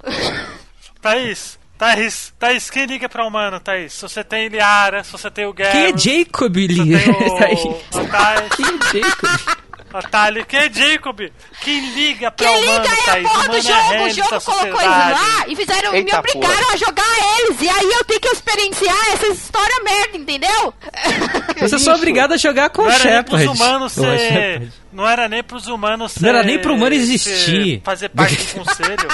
Thaís, Thaís, Thaís, quem liga pra humano, Thaís? Se você tem Liara, se você tem o Gary, Quem é Jacob, se Lee? você tem o Atali, Quem é Jacob? Atali, quem é Jacob? Quem liga pra Quem humano, liga é a Thaís? porra do Humano é jogo. rei O jogo dessa colocou eles sociedade. lá e fizeram, me Eita, obrigaram porra. a jogar eles. E aí eu tenho que experienciar essa história merda, entendeu? Você é só obrigado a jogar com Não o era nem pros Shepard. humanos Ou a ser... Shepard. Não era nem pros humanos ser... Não era nem pro humano ser- existir. Fazer parte do conselho.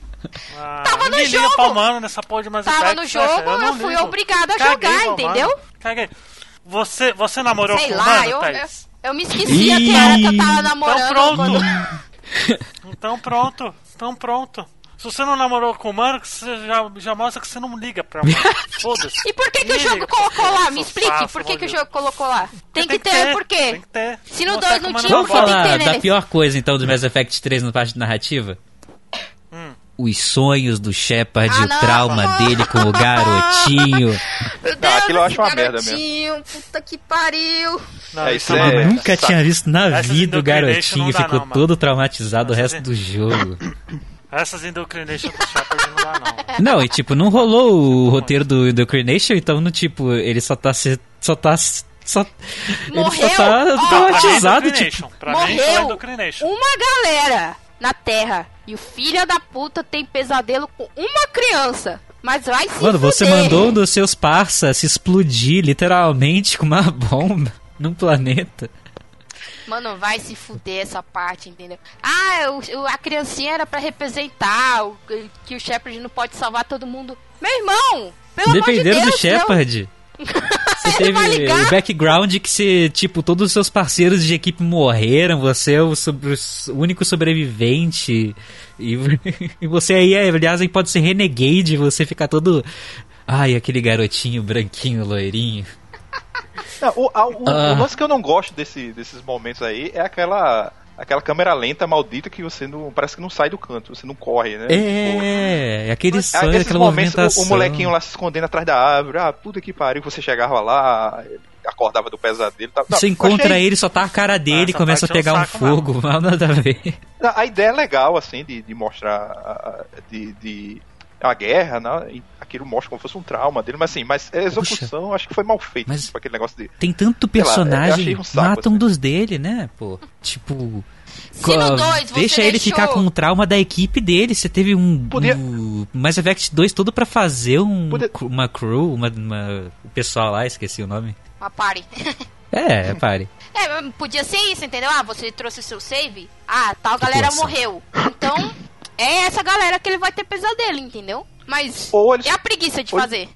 Ah, Tava no ninguém liga jogo. pra humano nessa porra de Mass Tava Effect, no você acha? jogo, não eu fui ligo. obrigado a Caguei jogar, pro entendeu? humano. Caguei. Você, você namorou Sei com o lá, humano, eu, eu, Thaís? eu me esquecia que era que eu tava namorando. Então pronto. quando- Então pronto. Então pronto. Se você não namorou com o humano, você já, já mostra que você não liga pra humano. Foda-se. E por que, que o Ninguém jogo liga pra colocou lá? humano. Me Sou explique, safo, por que, que o Rodrigo. jogo colocou lá? Tem, Tem que ter, por quê? Tem que ter. Se no Mostrar dois que não o humano tinha, é Vamos não tem bom. que falar ter, da né? pior coisa, então, do Mass Effect três na parte narrativa? Hum. Os sonhos do Shepard e Ah, o não. trauma dele com o garotinho. Meu Não, aquilo eu acho uma esse merda mesmo. garotinho, puta que pariu. Não, É, isso isso é uma é- merda. Nunca tinha visto na Essas vida o indoctrination garotinho não e dá ficou não, mano. todo traumatizado o Essas resto do jogo. Essas indoctrination do Shepard não dá, não. velho. Não, e tipo, não rolou o roteiro do Indoctrination, então, no tipo, ele só tá se, só tá só ele Morreu. só tá Ó, traumatizado, Pra mim é tipo, indoctrination. Pra mim isso é Morreu indoctrination. uma galera na Terra e o filho da puta tem pesadelo com uma criança. Mas vai se mano, você fuder. mandou um dos seus parça se explodir literalmente com uma bomba num planeta. Mano, vai se fuder essa parte, entendeu? Ah, o, o- a criancinha era pra representar o, que o Shepard não pode salvar todo mundo. Meu irmão, pelo amor de Dependendo Deus, do Shepard. Você Ele vai teve ligar? o background que você, tipo, todos os seus parceiros de equipe morreram, você é o, sobre- o único sobrevivente. E, e você aí, aliás, aí pode ser renegade, você ficar todo. Ai, aquele garotinho branquinho, loirinho. Não, o, a- o, Ah. o lance que eu não gosto desse, desses momentos aí é aquela, aquela câmera lenta maldita que você não. Parece que não sai do canto, você não corre, né? É, aquele Ah, sonho, esses aquela momentos, movimentação. o, o molequinho lá se escondendo atrás da árvore, ah, puta que pariu, você chegava lá, acordava do pesadelo. Tá, Você não, encontra achei- ele, só tá a cara dele e essa começa a parte é um pegar um saco fogo, mal nada a ver. Não, a ideia é legal, assim, de, de mostrar a, a- de, de a guerra, né? E aquilo mostra como se fosse um trauma dele, mas assim, mas a execução acho que foi mal feita, Mas- tipo, aquele negócio de. Tem tanto Sei lá, eu personagem, achei um saco, mata um assim. dos dele, né, pô? Tipo... Se no dois você deixa ele deixou- ficar com o trauma da equipe dele. Você teve um, Podia- um Mass Effect dois todo pra fazer um, Podia- cr- uma crew, uma, uma- o pessoal lá, esqueci o nome. Uma party. É, pare. É, podia ser isso, entendeu? Ah, você trouxe o seu save. Ah, tal Que galera poça. morreu. Então, é essa galera que ele vai ter pesadelo, entendeu? Mas Ou eles- é a preguiça de ou- fazer.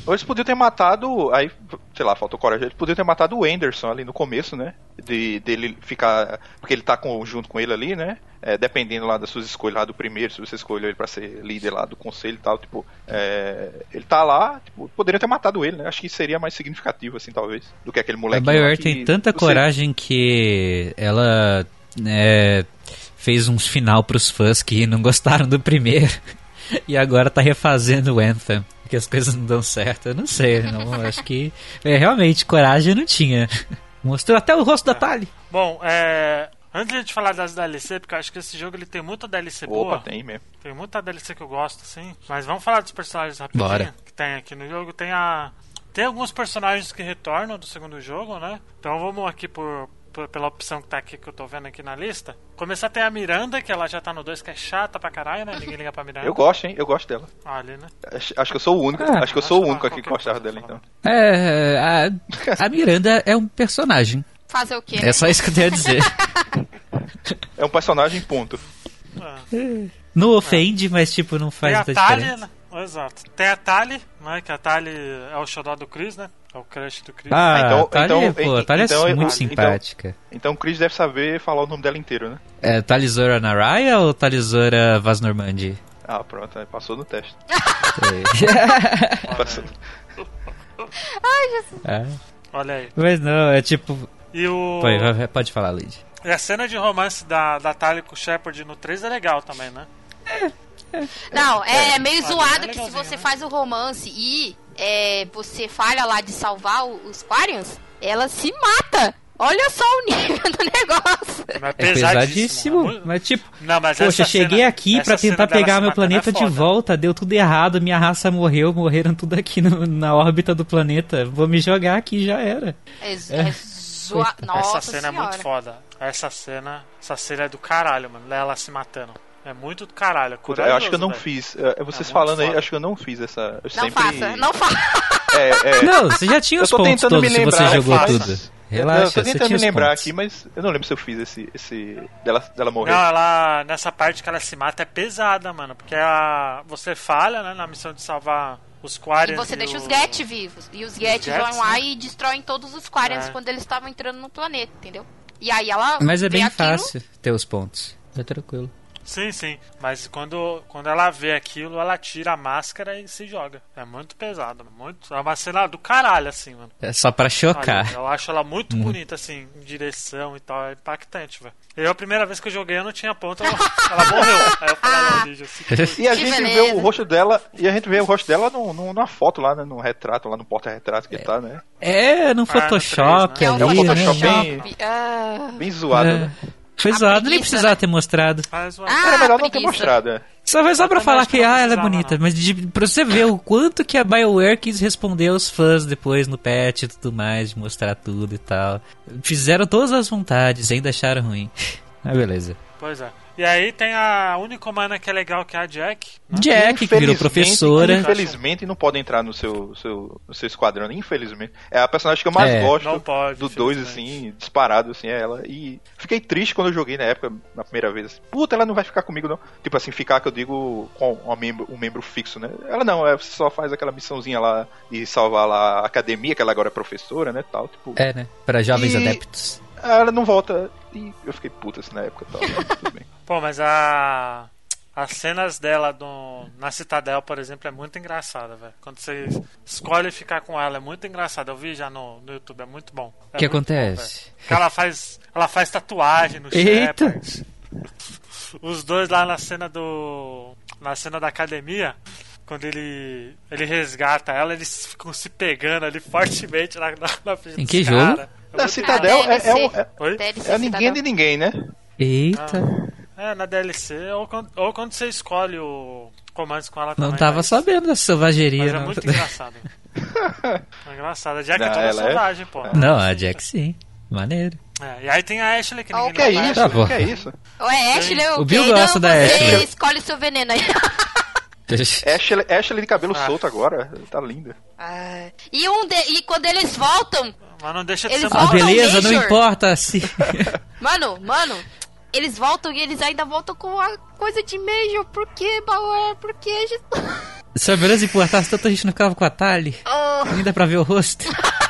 Ou eles podiam ter matado, aí, sei lá, faltou coragem, eles podiam ter matado o Anderson ali no começo, né? De, dele ficar, porque ele tá com, junto com ele ali, né? É, dependendo lá das suas escolhas lá do primeiro, se você escolheu ele pra ser líder lá do conselho e tal, tipo, é, ele tá lá, tipo, poderia ter matado ele, né? Acho que seria mais significativo, assim, talvez, do que aquele moleque. A BioWare tem tanta você... coragem que ela é, fez uns final pros fãs que não gostaram do primeiro e agora tá refazendo o Anthem. Que as coisas não dão certo, eu não sei, não, acho que é, realmente coragem não tinha. Mostrou até o rosto da Tali. Bom, é, antes de a gente falar das D L C, porque eu acho que esse jogo ele tem muita D L C Opa, boa. tem mesmo. Tem muita D L C que eu gosto, assim. Mas vamos falar dos personagens rapidinho. Bora. Que tem aqui no jogo. Tem a tem alguns personagens que retornam do segundo jogo, né? Então vamos aqui por, por pela opção que tá aqui, que eu tô vendo aqui na lista. Começar tem a Miranda, que ela já tá no dois, que é chata pra caralho, né? Ninguém liga pra Miranda. Eu gosto, hein? Eu gosto dela. Ah, ali, né? Acho, acho que eu sou o único, Ah, acho que eu sou o acho único que aqui que qualquer gostava coisa dela, pra então. É, a, a Miranda é um personagem. Fazer o quê? Né? É só isso que eu tenho a dizer. É um personagem, ponto. É. Não ofende, mas tipo, não faz Tem muita a Tali, diferença. né? Exato. Tem a Tali, né? Que a Tali é o xodó do Chris, né? É o crush do Chris. Ah, Então- a Tali, então- pô, a Tali então- é muito então- simpática. Então o Chris deve saber falar o nome dela inteiro, né? É Talizora Naraya ou Talizora Vaznormandi? Ah, pronto, aí passou no teste. É. Passou. É. Olha aí. Mas não, é tipo... E o... Pode, pode falar, Lid. E a cena de romance da, da Tali com o Shepard no três é legal também, né? Não, é, é meio Olha, zoado é que se legalzinho, você né? faz o romance e é, você falha lá de salvar o- os Quarians, ela se mata. Olha só o nível do negócio. Mas É pesadíssimo, né? mas tipo... Não, mas Poxa, essa cheguei cena- aqui essa pra cena tentar dela pegar se meu matando planeta é de foda. volta, deu tudo errado, minha raça morreu, morreram tudo aqui no- na órbita do planeta. Vou me jogar aqui, já era. É, é zoa... Nossa Essa cena senhora. é muito foda. Essa cena, essa cena é do caralho, mano. Ela se matando. É muito do caralho. Puta, eu acho que eu não velho. fiz. É, vocês É muito falando aí, foda. acho que eu não fiz essa. Eu Não sempre... faça, não faça. É, é. Não, você já tinha Eu os tô pontos tentando todos me se você lembrar, jogou é fácil. tudo. eu Relaxa, tô você tentando tinha me os lembrar pontos. aqui, mas eu não lembro se eu fiz esse. esse dela, dela morrer. Não, ela. Nessa parte que ela se mata é pesada, mano. Porque a, você falha, né, na missão de salvar os E Quarians. você deixa o... os Get vivos. E os Get Gets, vão lá né? e destroem todos os Quarians É. quando eles estavam entrando no planeta, entendeu? E aí ela. Mas é vê bem aquilo, fácil ter os pontos. É tranquilo. Sim, sim. Mas quando, quando ela vê aquilo, ela tira a máscara e se joga. É muito pesado. Muito, é uma cena do caralho, assim, mano. É só pra chocar. Olha, eu acho ela muito Muito. bonita, assim, em direção e tal. É impactante, velho. Eu, a primeira vez que eu joguei, eu não tinha ponto, ela, ela morreu. Aí eu falei, ah, Lígia, assim, que E a Que gente beleza. vê o rosto dela, e a gente vê o rosto dela no, no, numa foto lá, né, no retrato, lá no porta-retrato que tá, né? É, no Photoshop três, É né? um ali, um né? Photoshop Photoshop. Ah, Bem zoado, É. né? Foi A zoado, nem preguiça, precisava né? ter mostrado. faz uma... Ah, Era melhor não ter preguiça. mostrado, é. Só foi só Eu pra também falar acho que que, não ah, ela é precisava, bonita, não. mas de, pra você ver o quanto que a BioWare quis responder aos fãs depois no patch e tudo mais, de mostrar tudo e tal. Fizeram todas as vontades, ainda acharam ruim. Ah, beleza. Pois é. E aí tem a única humana que é legal, que é a Jack. Né? Jack, que virou Infelizmente- professora. Infelizmente não pode entrar no seu, seu, no seu esquadrão, infelizmente. É a personagem que eu mais É. gosto Não pode, do dois, infelizmente. assim, disparado, assim, é ela. E fiquei triste quando eu joguei na época, na primeira vez. Assim, puta, ela não vai ficar comigo, não. Tipo assim, ficar, que eu digo, com uma membro, um membro fixo, né? Ela não, ela só faz aquela missãozinha lá de salvar lá a academia, que ela agora é professora, né, tal, tipo... É, né? Para jovens E- adeptos. Ela não volta. E eu fiquei puta assim na época e tal, né? Tudo bem. Pô, mas a... As cenas dela do... na Citadel, por exemplo, é muito engraçada, velho. Quando você escolhe ficar com ela, é muito engraçado. Eu vi já no, no YouTube, é muito bom. É O que muito acontece? bom, velho. Porque ela faz, ela faz tatuagem no Eita! Shepard. Os dois lá na cena do... na cena da academia, quando ele ele resgata ela, eles ficam se pegando ali fortemente na, na, na frente Em dos que cara. jogo? É Na muito Citadel é, é, um- é, Oi? D L C é ninguém Cidadão. de ninguém, né? Eita, É, na D L C, ou quando, ou quando você escolhe o comandos com ela não também. tava mas, sabendo dessa selvageria. Mas é não. muito engraçado. É engraçado. A Jack é Não, toda ela é- selvagem, pô. Não, a Jack sim. Maneiro. É, e aí tem a Ashley, que Ah, ninguém o Que é não isso? Tá bom. Que é isso? Ou é Ashley ou O Bill Kaden, gosta da você Ashley. escolhe seu veneno aí. Ashley, Ashley de cabelo Ah. solto agora. Tá linda. Ah, e, um de- e quando eles voltam, Mas não deixa de Eles ser A voltam muito... beleza não Major. importa se. mano, mano, eles voltam e eles ainda voltam com a coisa de Major. Por que, Bauer? Por que, Jesus? Se a beleza importasse, tanta gente não ficava com a Tali. Oh. Nem dá pra ver o rosto.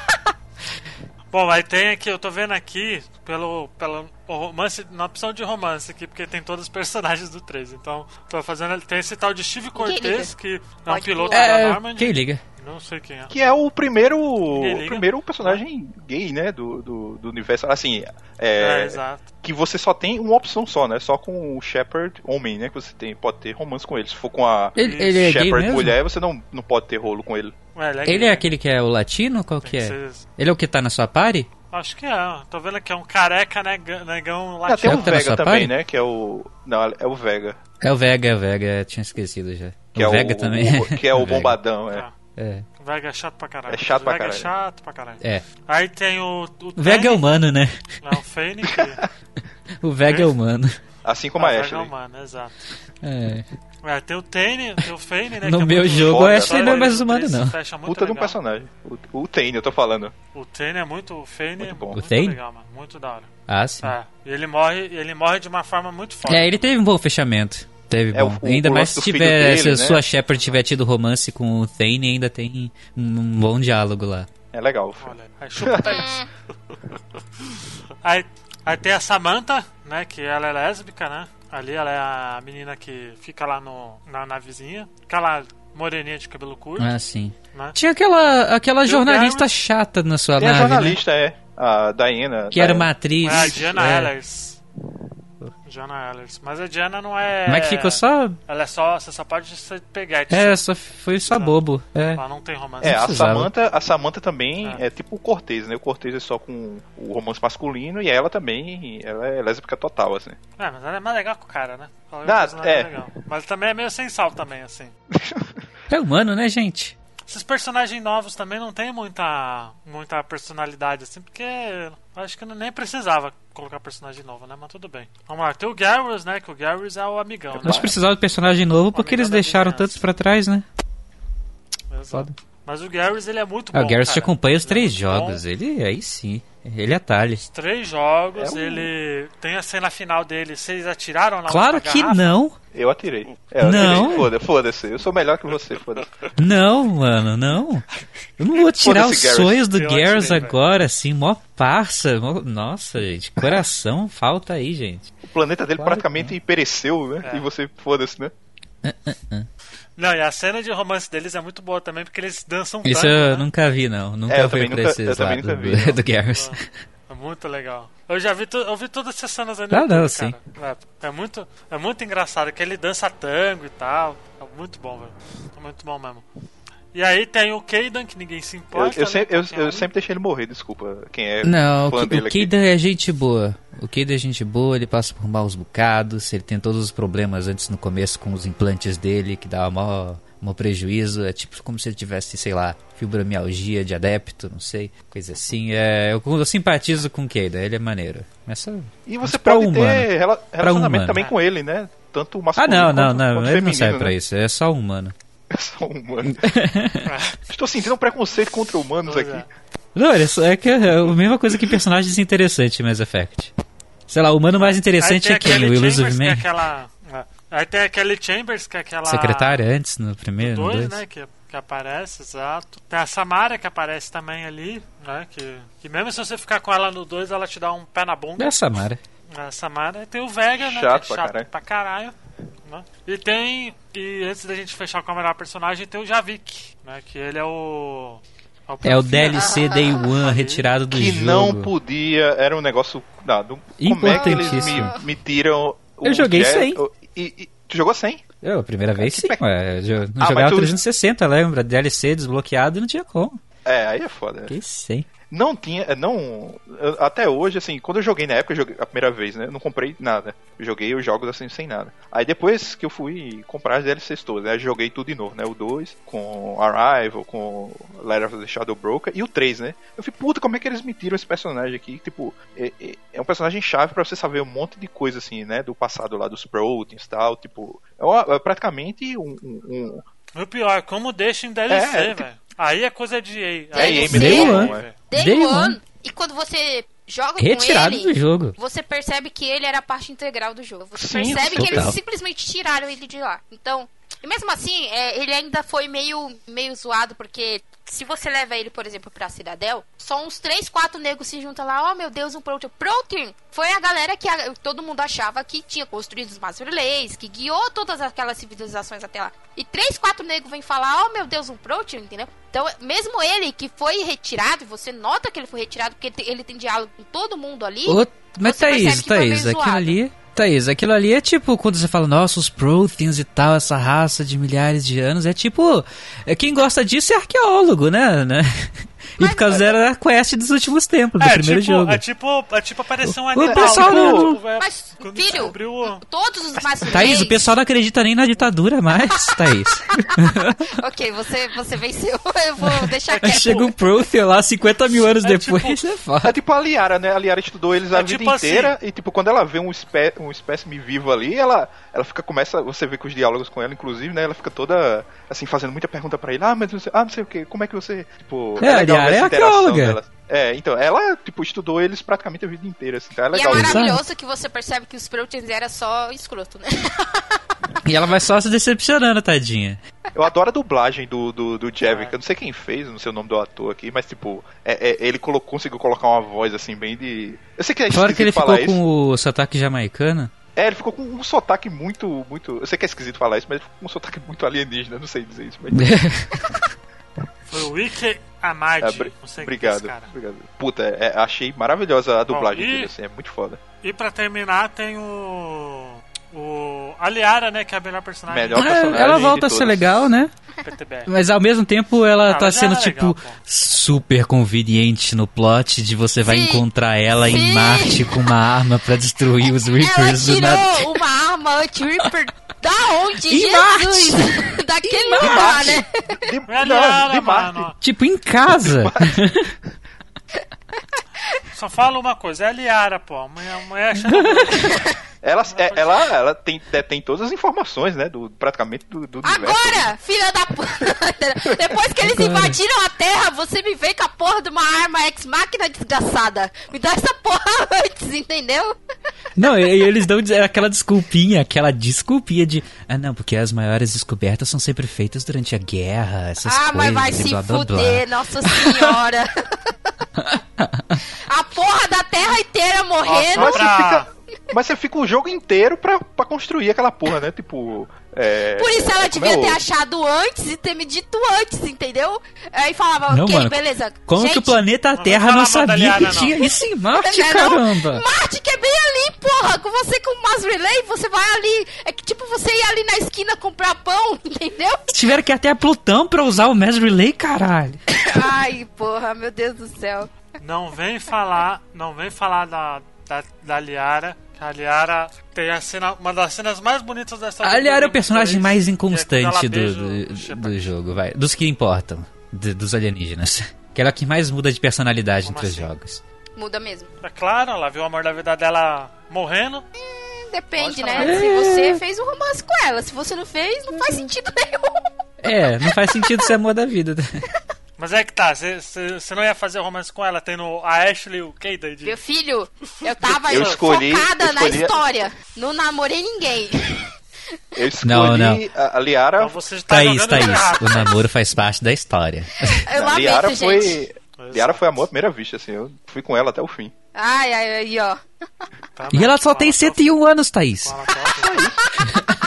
Bom, aí tem aqui, eu tô vendo aqui, pelo, pelo romance, na opção de romance aqui, porque tem todos os personagens do três. Então, tô fazendo. Tem esse tal de Steve Cortez, que é um Pode piloto pular. da É, Normandy. quem liga? Não sei quem é. Que é o primeiro Ninguém o liga. primeiro personagem gay, né, do, do, do universo. Assim, É, é, exato. que você só tem uma opção só, né? Só com o Shepard homem, né? Que você tem, pode ter romance com ele. Se for com a Ele, ele é gay Shepard mesmo? mulher, você não, não pode ter rolo com ele. Ué, ele é, Ele gay, é né? aquele que é o latino? Qual Tem que é? ser- Ele é o que tá na sua party? Acho que é. Tô vendo aqui, é um careca nega- negão Ah, tem latino. o o que tá na Vega sua também, party? né? Que é o... Não, é o Vega. É o Vega, o Vega, tinha esquecido já. Que o é Vega o, também. o- Que é o Vega. bombadão, é. Tá. É. O Vega é chato pra caralho. É chato o pra Vega caralho. é chato pra caralho. É. Aí tem o. O, O Vega é Tane, humano, né? É o Fane, que. O Vega é humano. Assim como Ah, a o Vega é Ashley. humano, exato. É. É, tem o Tane, tem o Fane, né? No que é meu muito jogo, foda. a Ashley não é mais humano, Três, não. fecha muito Puta de um legal. personagem. O, o Tane, eu tô falando. O Tane é muito. O Fane Muito é bom. muito O Thane? legal, mano. Muito da hora. Ah, sim. É. E ele morre, ele morre de uma forma muito forte. É, ele teve um bom fechamento. Teve É, bom. o- o- ainda o mais lance se do filho tiver, dele, se a né? sua Shepard tiver tido romance com o Thane, ainda tem um, um bom diálogo lá. É legal. Olha, aí chupa Thaís. aí, aí tem a Samantha, né? Que ela é lésbica, né? Ali ela é a menina que fica lá no, na navezinha. Aquela moreninha de cabelo curto, Ah, sim. né? Tinha aquela, aquela o jornalista Garrett. chata na sua Tem a nave, né? jornalista, é. A Diana. Que era Diana. uma atriz. É a Diana é. Ellers. Diana Ellers. Mas a Diana não é... Mas que ficou só... Ela é só... Você só pode se pegar. É, só foi só bobo. É. Ela não tem romance. É, a precisava. Samantha, a Samantha também É. é tipo o Cortez, né? O Cortez é só com o romance masculino e ela também, ela é lésbica total, assim. É, mas ela é mais legal que o cara, né? Ela Ah, um personagem é. legal. Mas também é meio sem sal também, assim. É humano, né, gente? Esses personagens novos também não tem muita, muita personalidade, assim, porque eu acho que eu nem precisava colocar personagem novo, né? Mas tudo bem. Vamos lá, tem o Garrus, né? Que o Garrus é o amigão, né? Nós precisávamos de personagem novo porque Amigão eles da deixaram vizinhança. tantos pra trás, né? Exato. Foda. Mas o Garrus, ele é muito Ah, bom, o Garrus te cara. acompanha os Ele é três muito jogos. bom. Ele, aí sim. Ele atalha. Os três jogos, É um- ele... Tem a cena final dele. Vocês atiraram na Claro última que garrafa? não. Eu atirei. É, eu Não. atirei. Foda, foda-se. Eu sou melhor que você, foda-se. Não, mano, não. Eu não vou tirar os Foda-se, Garrus. sonhos do Eu Garrus atirei, velho. agora, assim, mó parça. mó- Nossa, gente, coração falta aí, gente. O planeta dele Claro praticamente pereceu, né? É. E você, foda-se, né? Não, e a cena de romance deles é muito boa também, porque eles dançam Isso tango, eu né? nunca vi, não. Nunca É, eu fui também pra nunca- esses eu também lados nunca do, vi, não. do Garrus. É muito legal. Eu já vi, tu, eu vi todas essas cenas aí no Ah, YouTube, não, cara. sim. É, é muito, é muito engraçado, que ele dança tango e tal. É muito bom, velho. É muito bom mesmo. E aí tem o Kaidan, que ninguém se Eu, importa. eu, né, sempre, eu, com quem eu ali. sempre deixei ele morrer, desculpa. Quem é Não, fã o, dele o aqui. Kaidan é gente boa. O Kaidan é gente boa, ele passa por maus bocados, ele tem todos os problemas antes no começo com os implantes dele, que dá mó, mó prejuízo. É tipo como se ele tivesse, sei lá, fibromialgia de adepto, não sei, coisa assim. É, eu, eu simpatizo com o Kaidan, ele é maneiro. Mas só... E você pra pode humano. ter rela- relacionamento humano. também com ele, né? Tanto Ah, masculino não, não, quanto, não, quanto ele não feminino, serve pra né? isso, é só humano. É só humano. Estou sentindo um preconceito contra humanos Pois aqui. é. Não, é, só, é, que é a mesma coisa que personagens interessantes em Mass Effect. Sei lá, o humano mais interessante Aí é tem quem? O aquele Illusive Chambers, que é Man? aquela... é. Aí tem aquele Chambers, que é aquela... Secretária antes, no primeiro, no dois, dois. né, que, que aparece, exato. Tem a Samara, que aparece também ali, né, que, que mesmo se você ficar com ela no dois, ela te dá um pé na bunda. É a Samara. A Samara. Tem o Vega, né, Chato que é pra chato caralho. pra caralho. Né? E tem, e antes da gente fechar com o melhor personagem, tem o Javik, né, que ele é o... É o profil- D L C Day One retirado do Que jogo. não podia, era um negócio. Não, do- como é que eles Importantíssimo. me, me tiram. o Eu joguei Jet- sem. o- E, e- tu jogou sem? Eu, a primeira vez sim, ué. Eu não Ah, jogava mas tu- trezentos e sessenta, lembra? D L C desbloqueado e não tinha como. É, aí é foda. Que sem. Não tinha, é, não. eu- Até hoje, assim, quando eu joguei na época, eu joguei a primeira vez, né? Eu não comprei nada. Eu joguei os jogos assim sem nada. Aí depois que eu fui comprar as D L Cs todas, né? Eu joguei tudo de novo, né? O dois, com Arrival, com Letter of the Shadow Broker e o três, né? Eu falei, puta, como é que eles me tiram esse personagem aqui? Tipo, é, é- é um personagem chave pra você saber um monte de coisa, assim, né? Do passado lá, dos Proteins e tal. Tipo, é, uma- é praticamente um. um, um E o pior, como deixa em D L C, É, velho. Aí é coisa de E A. É, Aí E A você- Day mesmo, One. é. Day, Day One. One. E quando você joga Retirado com ele, do jogo. você percebe que ele era parte integral do jogo. Você Sim, percebe que total. eles simplesmente tiraram ele de lá. Então, E mesmo assim, é, ele ainda foi meio, meio zoado, porque se você leva ele, por exemplo, pra Cidadel, só uns três, quatro negros se juntam lá, oh meu Deus, um Protean. Protean foi a galera que a, todo mundo achava que tinha construído os Master Relays, que guiou todas aquelas civilizações até lá. E três, quatro negros vêm falar, oh meu Deus, um Protean, entendeu? Então, mesmo ele que foi retirado, você nota que ele foi retirado, porque ele tem diálogo com todo mundo ali. Ô, mas Thaís, Thaís, aquilo ali... Thaís, aquilo ali é tipo quando você fala, nossa, os Protheans e tal, essa raça de milhares de anos, é tipo, é, quem gosta disso é arqueólogo, né? né? E Mas, por causa dela era a quest dos últimos tempos, do É primeiro tipo, jogo. é tipo, é tipo aparecer um O animal. pessoal tipo, não- é, Mas, quando filho, descobriu- todos os Master Thaís, Relays... o pessoal não acredita nem na ditadura mais, Thaís. Ok, você, você venceu, eu vou deixar Aí quieto. chega um Prothean lá cinquenta mil anos É depois, tipo- é foda. É tipo a Liara, né? A Liara estudou eles a É vida tipo assim. inteira e, tipo, quando ela vê um, espé um espécime vivo ali, ela, ela fica, começa, você vê com os diálogos com ela, inclusive, né? Ela fica toda, assim, fazendo muita pergunta pra ele. Ah, mas você, ah, não sei o que, como é que você, tipo... É, a legal Liara ver essa é interação arqueóloga. dela. É, então, ela, tipo, estudou eles praticamente a vida inteira, assim, tá? É E é legal. isso. maravilhoso que você percebe que os Proteans era só escroto, né? E ela vai só se decepcionando, tadinha. Eu adoro a dublagem do, do, do Javik. Eu não sei quem fez, não sei o nome do ator aqui, mas, tipo, é, é, ele colocou, conseguiu colocar uma voz, assim, bem de... Eu sei que é Fora que ele esquisito ficou falar isso. com o sotaque jamaicano. É, ele ficou com um sotaque muito, muito... Eu sei que é esquisito falar isso, mas ele ficou com um sotaque muito alienígena, não sei dizer isso, mas... Foi o Wiki Amadi. É, bri- não sei quem é obrigado, esse cara. obrigado. Puta, é, achei maravilhosa a dublagem Bom, e- dele, assim, é muito foda. E pra terminar tem o... O... A Liara, né? Que é a melhor personagem Melhor do É, personagem ela de volta a ser todas. legal, né? P T B R. Mas ao mesmo tempo ela Ah, tá mas sendo, era tipo, legal, pô. super conveniente no plot de você vai Sim. encontrar ela em Sim. Marte com uma arma pra destruir os Ela Reapers do tirou nada. uma arma anti-Reaper da onde? Em Jesus! Daquele lugar, né? De, É a não, Liara, de Marte. mano. Tipo, em casa. Só fala uma coisa, é a Liara, pô. Amanhã, amanhã achando... Ela, é, ela, ela tem, detém todas as informações, né, do, praticamente do, do universo. Agora, filha da puta! Depois que eles Agora. invadiram a Terra, você me vem com a porra de uma arma ex-máquina desgraçada. Me dá essa porra antes, entendeu? Não, e, e eles dão aquela desculpinha, aquela desculpinha de... Ah, não, porque as maiores descobertas são sempre feitas durante a guerra, essas Ah, coisas mas vai e se blá, blá, blá. fuder, nossa senhora. A porra da Terra inteira morrendo. Mas, Pra- você fica, mas você fica o jogo inteiro pra, pra construir aquela porra, né, tipo... É, Por isso ela como devia é o- ter achado antes e ter me dito antes, entendeu? Aí falava, Não, ok, mano, beleza. Como gente, que o planeta Não Terra vai não falar mal da sabia Liara, que não. tinha isso em Marte, Não, caramba? Marte, que é bem ali, porra. Com você com o Mass Relay, você vai ali. É que tipo você ir ali na esquina comprar pão, entendeu? Tiveram que ir até a Plutão pra usar o Mass Relay, caralho. Ai, porra, meu Deus do céu. Não vem falar, não vem falar da, da, da Liara. Que a Liara tem a cena, uma das cenas mais bonitas dessa A Liara é o personagem mais que é inconstante quando ela do, beija o do, Shepard. do jogo, vai. Dos que importam, de- dos alienígenas. Que ela é a que mais muda de personalidade Como entre assim? os jogos. Muda mesmo. É claro, ela viu o amor da vida dela morrendo. Depende, Pode né? falar. Se você fez um romance com ela. Se você não fez, não faz sentido nenhum. É, não faz sentido ser amor da vida. Mas é que tá, você não ia fazer romance com ela, tendo a Ashley e o Kayden de... Meu filho, eu tava Eu escolhi- focada eu escolhi- na história. Não namorei ninguém. Eu escolhi Não, não. a, a Liara... Então você tá Thaís, jogando Thaís, errado. o namoro faz parte da história. Eu a Liara lamento, foi... gente. Liara foi amor à primeira vista, assim, eu fui com ela até o fim. Ai, ai, ai, ó. Tá, E ela mas só fala tem só- cento e um anos, Thaís. fala só-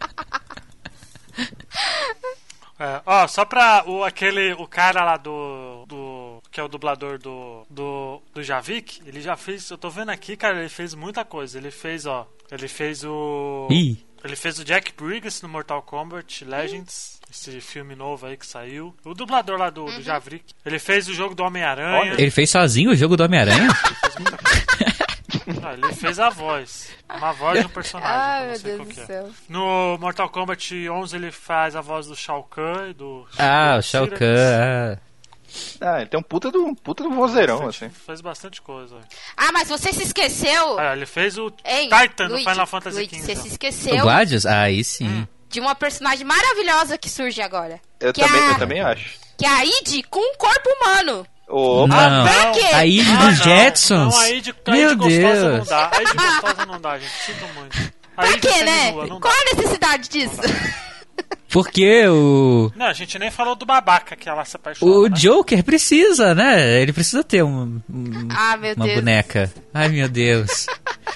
É, ó, só pra o, aquele, o cara lá do, do, que é o dublador do, do, do Javik, ele já fez, eu tô vendo aqui, cara, ele fez muita coisa, ele fez, ó, ele fez o, Ih, ele fez o Jack Briggs no Mortal Kombat Legends, esse filme novo aí que saiu, o dublador lá do, do Javik, ele fez o jogo do Homem-Aranha, ele fez sozinho o jogo do Homem-Aranha? ah, ele fez a voz, uma voz do personagem, Ai, eu não meu sei Deus qual do que é. céu. No Mortal Kombat onze ele faz a voz do Shao Kahn e do... Ah, do o Shao Cyrax. Kahn. ah. Ah, ele tem um puta do, um puta do vozeirão, Fez- assim. Fez bastante coisa. Ah, mas você se esqueceu. Ah, ele fez o Hein, Titan do Luigi, Final Fantasy Luigi, quinze. você se O esqueceu Gladius? Ah, aí sim. de uma personagem maravilhosa que surge agora. Eu que também, é a, eu também acho. Que é a Id com um corpo humano. Opa, Não, pra quê? a Id Ah, dos não, Jetsons. Não, a Id, a Meu Id gostosa Deus. não dá. A Id gostosa não dá, gente. Sinto muito. A Pra Id quê, né? seminua, não Qual dá. a necessidade disso? Porque o... Não, a gente nem falou do babaca que ela se apaixonou. O né? Joker precisa, né? Ele precisa ter um, um, Ah, meu uma Deus. boneca. Ai, meu Deus.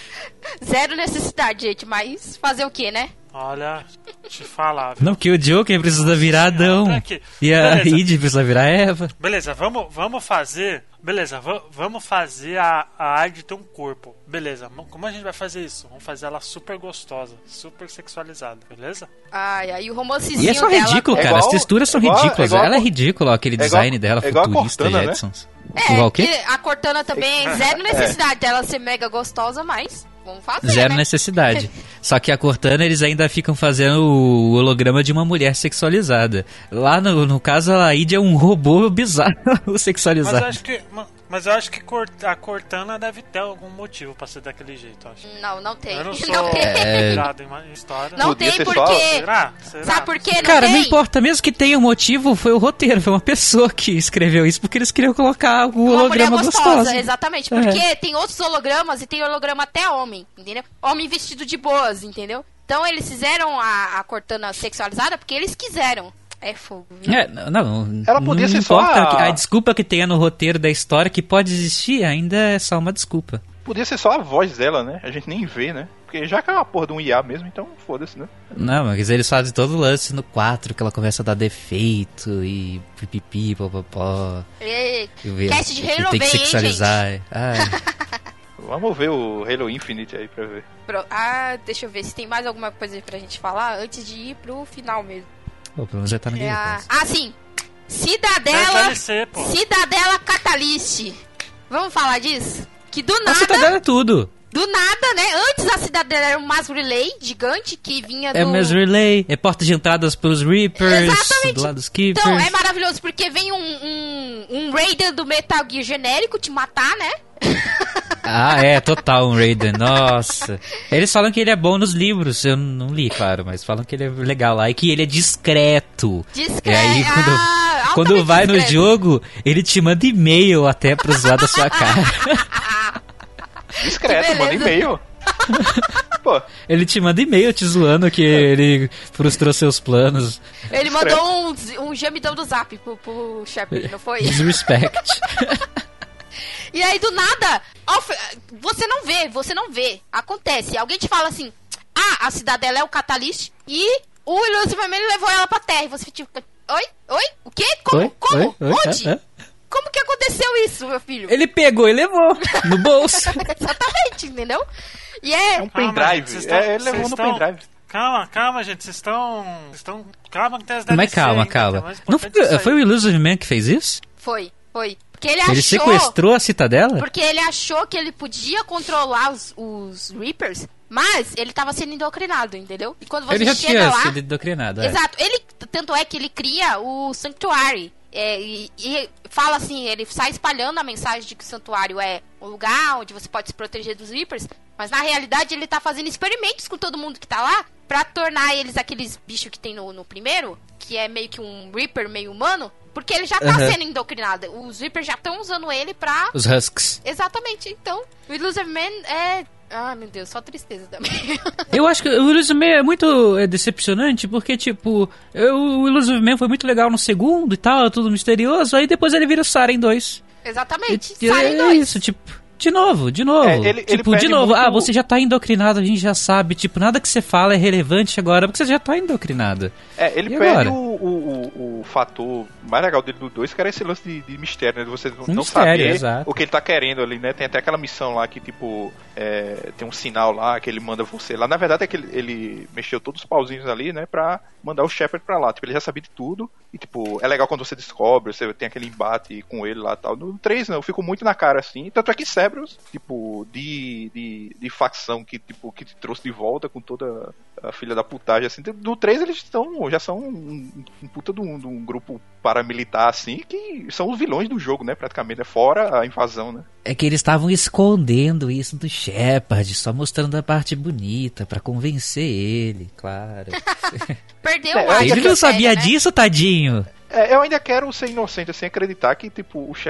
Zero necessidade, gente, mas fazer o quê, né? Olha, te falar. viu? Não, porque o Joker precisa virar Adão. Senhora, aqui. E a Beleza. Id precisa virar Eva. Beleza, vamos, vamos fazer. Beleza, va- vamos fazer a, a Id ter um corpo. Beleza, mo- como a gente vai fazer isso? Vamos fazer ela super gostosa, super sexualizada, beleza? Ai, aí o romancezinho E é só dela... ridículo, É cara. igual- As texturas são é igual- ridículas. é igual- Ela é ridícula, ó, aquele é igual- design dela é igual a futurista, Cortana, né? Jetsons. É, Igual o quê? que a Cortana também é zero necessidade dela ser mega gostosa, mas vamos fazer, Zero né? necessidade. Só que a Cortana, eles ainda ficam fazendo o holograma de uma mulher sexualizada. Lá no, no caso, a Id é um robô bizarro Mas eu sexualizado. acho que. ma- Mas eu acho que Cort- a Cortana deve ter algum motivo pra ser daquele jeito, eu acho. Não, não tem. Eu não sou Não tem. É. ligado em uma história. Não Podia tem ser só- porque... Será? Será? Sabe por quê? Não Cara, tem? não importa, mesmo que tenha um motivo, foi o roteiro, foi uma pessoa que escreveu isso, porque eles queriam colocar o Uma mulher holograma gostosa, gostoso. exatamente. É. Porque tem outros hologramas e tem holograma até homem, entendeu? Homem vestido de boas, entendeu? Então eles fizeram a, a Cortana sexualizada porque eles quiseram. É fogo, viu? É, não, não, Ela podia não ser só importa. a- que- a desculpa que tenha no roteiro da história, que pode existir, ainda é só uma desculpa. Podia ser só a voz dela, né? A gente nem vê, né? Porque já que é uma porra de um I A mesmo, então foda-se, né? Não, mas eles fazem todo o lance no quatro, que ela começa a dar defeito e pipipi, popopó. E... e ver- Cast de que Halo tem que vem, hein, sexualizar. Ai, Vamos ver o Halo Infinite aí pra ver. Pro- Ah, deixa eu ver se tem mais alguma coisa pra gente falar antes de ir pro final mesmo. pô, pelo menos já tá no É Game a... Pass. Ah, sim! É Cidadela... D L C, pô. Cidadela Catalyst. Vamos falar disso? Que do A nada... Cidadela é tudo. Do nada, né? Antes a Cidadela era um mass relay gigante que vinha do... É Mass Relay, é porta de entradas pros Reapers, Exatamente. do lado dos Keepers. Então, é maravilhoso, porque vem um, um, um Raider do Metal Gear genérico te matar, né? Ah, é, total um Raiden, nossa. Eles falam que ele é bom nos livros, eu não li, claro, mas falam que ele é legal lá e que ele é discreto. Discreto. E aí, quando, Ah, quando altamente vai no discreto. jogo, ele te manda e-mail até pra zoar da sua cara. Discreto, Que manda beleza. e-mail. Pô, Ele te manda e-mail te zoando que ele frustrou seus planos. Ele mandou um, um gemidão do zap pro, pro Shepard, não foi? Disrespect. E aí, do nada, ó, você não vê, você não vê. Acontece, alguém te fala assim, ah, a Cidadela é o Catalyst e o Illusive Man levou ela pra Terra. E você fica, oi? Oi? O quê? Como? Oi? Como? Oi? Oi? Onde? Hã? Hã? Como que aconteceu isso, meu filho? Ele pegou e levou no bolso. Exatamente, entendeu? E é... é um Calma, pendrive. gente, vocês tão- É, ele levou vocês no tão- pendrive. Calma, calma, gente. Vocês estão. Vocês estão. Calma que tem as D L C Mas calma, ainda, que é calma. mais Não importante foi, isso aí. foi o Illusive Man que fez isso? Foi, foi. Porque ele, Ele achou... sequestrou a Citadela? Porque ele achou que ele podia controlar os, os Reapers, mas ele tava sendo endocrinado, entendeu? E quando você Ele já chega tinha lá... sido doutrinado. é. Exato. Ele, tanto é que ele cria o Sanctuary. É, e, e fala assim, ele sai espalhando a mensagem de que o Santuário é o lugar onde você pode se proteger dos Reapers, mas na realidade ele tá fazendo experimentos com todo mundo que tá lá pra tornar eles aqueles bichos que tem no, no primeiro, que é meio que um Reaper meio humano, porque ele já tá Uhum. sendo indocrinado. Os Reapers já estão usando ele pra... Os Husks. Exatamente, então, o Illusive Man é... Ah, meu Deus, só tristeza também. Eu acho que o Illusive Man é muito é, decepcionante, porque, tipo, eu, o Illusive Man foi muito legal no segundo e tal, tudo misterioso, aí depois ele vira o Saren dois. Exatamente, E- Siren é dois. isso, tipo, de novo, de novo. É, ele- ele tipo, de perde novo, muito- ah, você já tá indocrinado, a gente já sabe, tipo, nada que você fala é relevante agora, porque você já tá indocrinado. É, ele E perde agora? o, o, o, o fator mais legal dele do dois, que era esse lance de, de mistério, né? De você não, Um não mistério, saber exato. o que ele tá querendo ali, né? Tem até aquela missão lá que, tipo, é, tem um sinal lá que ele manda você lá. Na verdade é que ele, ele mexeu todos os pauzinhos ali, né? Pra mandar o Shepard pra lá. Tipo, ele já sabia de tudo. E, tipo, é legal quando você descobre, você tem aquele embate com ele lá e tal. No três, não, eu fico muito na cara, assim. Tanto é que Cerberus, tipo, de, de, de facção que, tipo, que te trouxe de volta com toda a filha da putagem, assim. Do três eles estão, já são um, um puta de um, de um grupo paramilitar, assim, que são os vilões do jogo, né? Praticamente, é fora a invasão, né? É que eles estavam escondendo isso do Shepard, só mostrando a parte bonita, pra convencer ele, claro. Perdeu É, o ar de Ele não mistério, sabia né? disso, tadinho. É, eu ainda quero ser inocente, assim, acreditar que, tipo, o Shepard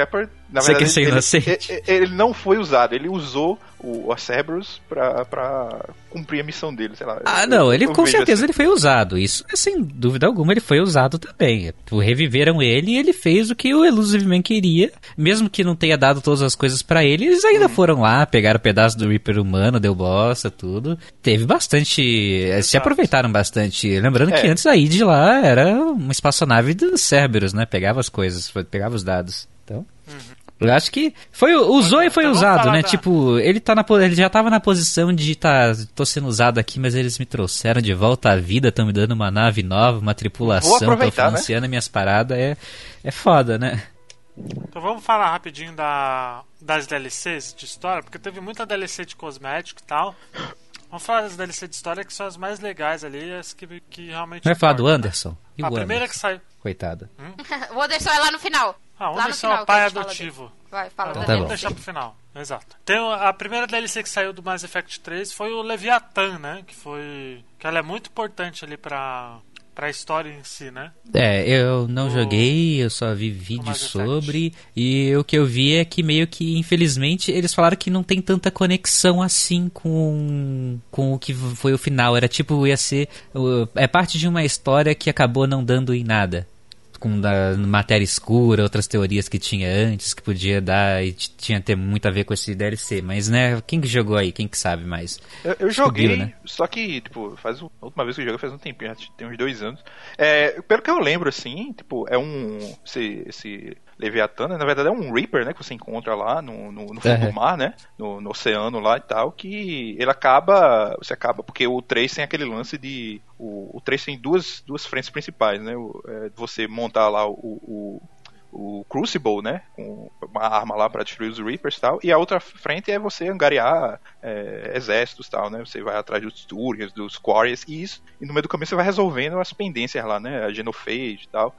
Na Você verdade, quer ser ele, inocente? ele, ele não foi usado, ele usou o Cerberus pra, pra cumprir a missão dele, sei lá. Ah, eu, não, eu, ele eu com vejo certeza assim. ele foi usado. Isso, sem dúvida alguma, ele foi usado também. Reviveram ele e ele fez o que o Elusive Man queria. Mesmo que não tenha dado todas as coisas pra ele, eles ainda Uhum. foram lá, pegaram um pedaço do Reaper humano, deu bosta, tudo. Teve bastante... eh, Se aproveitaram bastante. Lembrando É. que antes a I D lá era uma espaçonave do Cerberus, né? Pegava as coisas, pegava os dados. Então... Eu acho que foi, usou e foi Então vamos usado, falar né? da- Tipo, ele, tá na, po- ele já tava na posição de tá, tô sendo usado aqui, mas eles me trouxeram de volta à vida, estão me dando uma nave nova, uma tripulação, estão aproveitar, né? financiando minhas paradas, é, é foda, né? Então vamos falar rapidinho da, das D L Cs de história, porque teve muita D L C de cosmético e tal. Vamos falar das D L C de história que são as mais legais ali, as que, que realmente. Vai falar do importam, né? Anderson? E A o primeira Anderson? que saiu. Coitado. O Anderson é lá no final. Ah, o Lá no Anderson é final o pai que a gente fala adotivo. dele. Vai, fala Então da tá vamos bom. D L C. deixar pro final. Exato. Tem o- a primeira D L C que saiu do Mass Effect três foi o Leviathan, né? Que foi. Que ela é muito importante ali pra, pra história em si, né? É, eu não O- joguei, eu só vi vídeos Mass Effect. sobre, e o que eu vi é que meio que, infelizmente, eles falaram que não tem tanta conexão assim com, com o que foi o final. Era tipo, ia ser. uh, É parte de uma história que acabou não dando em nada. Com da matéria escura, outras teorias que tinha antes, que podia dar e t- tinha ter muito a ver com esse D L C. Mas, né, quem que jogou aí? Quem que sabe mais? Eu, eu joguei, Descobriu, né? só que, tipo, faz o- a última vez que eu joguei faz um tempinho, acho que tem uns dois anos. É, pelo que eu lembro, assim, tipo, é um. Esse, esse Leviathan, né, na verdade é um Reaper, né, que você encontra lá no, no, no fundo Uhum. do mar, né? No, no oceano lá e tal, que ele acaba. Você acaba, porque o três tem aquele lance de. O, o três tem duas, duas frentes principais, né? O, é, você montar lá o. o o Crucible, né, com uma arma lá para destruir os Reapers e tal, e a outra frente é você angariar é, exércitos e tal, né, você vai atrás dos Turians, dos Quarries, e isso, e no meio do caminho você vai resolvendo as pendências lá, né, a Genophage e tal,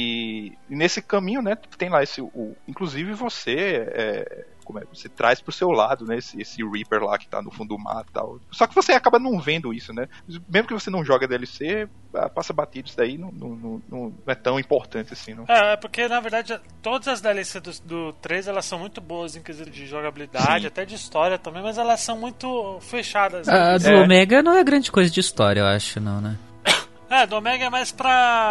e, e nesse caminho, né, tem lá esse, o, inclusive você, é, como é, você traz pro seu lado, né, esse, esse Reaper lá que tá no fundo do mar e tal, só que você acaba não vendo isso, né, mesmo que você não joga D L C, passa batido isso daí, não, não, não, não é tão importante assim, não. É, é porque na verdade todas as D L C do, do três elas são muito boas em quesito de jogabilidade, Sim. até de história também, mas elas são muito fechadas. né? A do É. Omega não é grande coisa de história, eu acho, não, né? É, do Omega é mais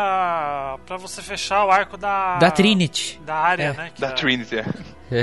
pra. pra você fechar o arco da. Da Trinity. Da área, É. né? que Da é- Trinity, é.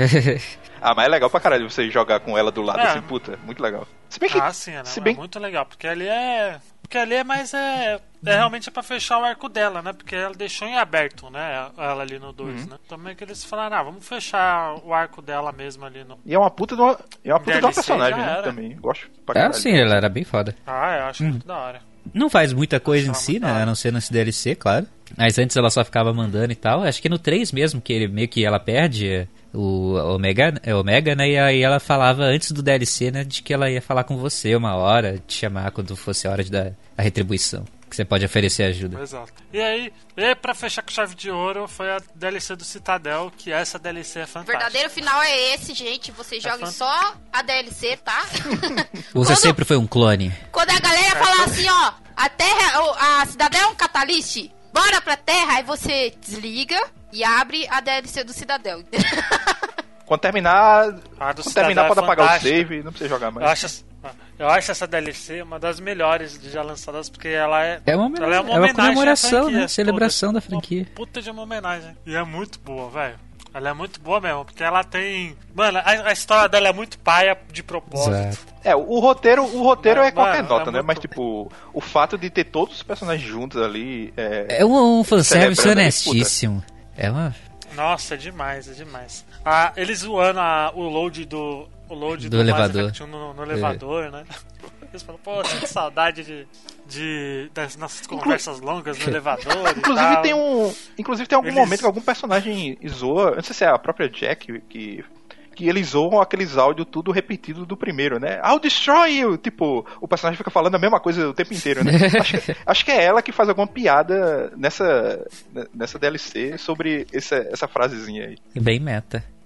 Ah, mas é legal pra caralho você jogar com ela do lado, É. assim, puta, muito legal. Se bem que, Ah, sim, é, se é bem, muito legal, porque ali é. Porque ali é mais. É, é realmente é pra fechar o arco dela, né? Porque ela deixou em aberto, né? Ela ali no dois, Uhum. né? Também que eles falaram, ah, vamos fechar o arco dela mesmo ali no. e é uma puta de uma, é uma puta de uma D L C personagem, já né, era. também, gosto pra Ah, caralho. sim, ela era bem foda. Ah, eu Hum. acho muito da hora. Não faz muita coisa em Acho si, muito né? da hora. A não ser nesse D L C, claro. Mas antes ela só ficava mandando e tal. Acho que no três mesmo, que ele, meio que ela perde o Omega, é Omega, né? E aí ela falava antes do D L C, né? De que ela ia falar com você uma hora, te chamar quando fosse a hora de dar a retribuição. Que você pode oferecer ajuda. Exato. E aí, e pra fechar com chave de ouro, foi a D L C do Citadel, que essa D L C é O fantástica. verdadeiro final é esse, gente. Vocês joguem fan- só a D L C, tá? Você Quando- sempre foi um clone. Quando a galera falar assim, ó, a Terra, o- a Cidadel é um catalyst, bora pra Terra, aí você desliga e abre a D L C do Cidadel. Quando terminar, A do quando Cidadel terminar é pode apagar o fantástica. save, não precisa jogar mais. Eu acho, essa- eu acho essa D L C uma das melhores já lançadas, porque ela é. É uma, ela é uma uma homenagem à comemoração, franquia né? Celebração toda. da franquia. Uma puta de uma homenagem. E é muito boa, velho. Ela é muito boa mesmo, porque ela tem. Mano, a, a história dela é muito paia de propósito. Exato. É, o roteiro, o roteiro Mano, é qualquer é nota, né? muito- Mas, tipo, o fato de ter todos os personagens juntos ali. É, É um, um fanservice Celebrando aí, honestíssimo. É uma... Nossa, é demais, é demais. Ah, eles zoando a, o load do. O load Do do, elevador. Mass Effect um no, no elevador, né? Eles falam, pô, sinto saudade de, de, das nossas conversas longas no elevador. e Inclusive tal. tem um. Inclusive tem algum Eles- momento que algum personagem zoa. Eu não sei se é a própria Jack que. Que eles zoam aqueles áudios tudo repetido do primeiro, né? I'll destroy you! Tipo, o personagem fica falando a mesma coisa o tempo inteiro, né? acho, que, acho que é ela que faz alguma piada nessa, nessa D L C sobre essa, essa frasezinha aí. Bem meta.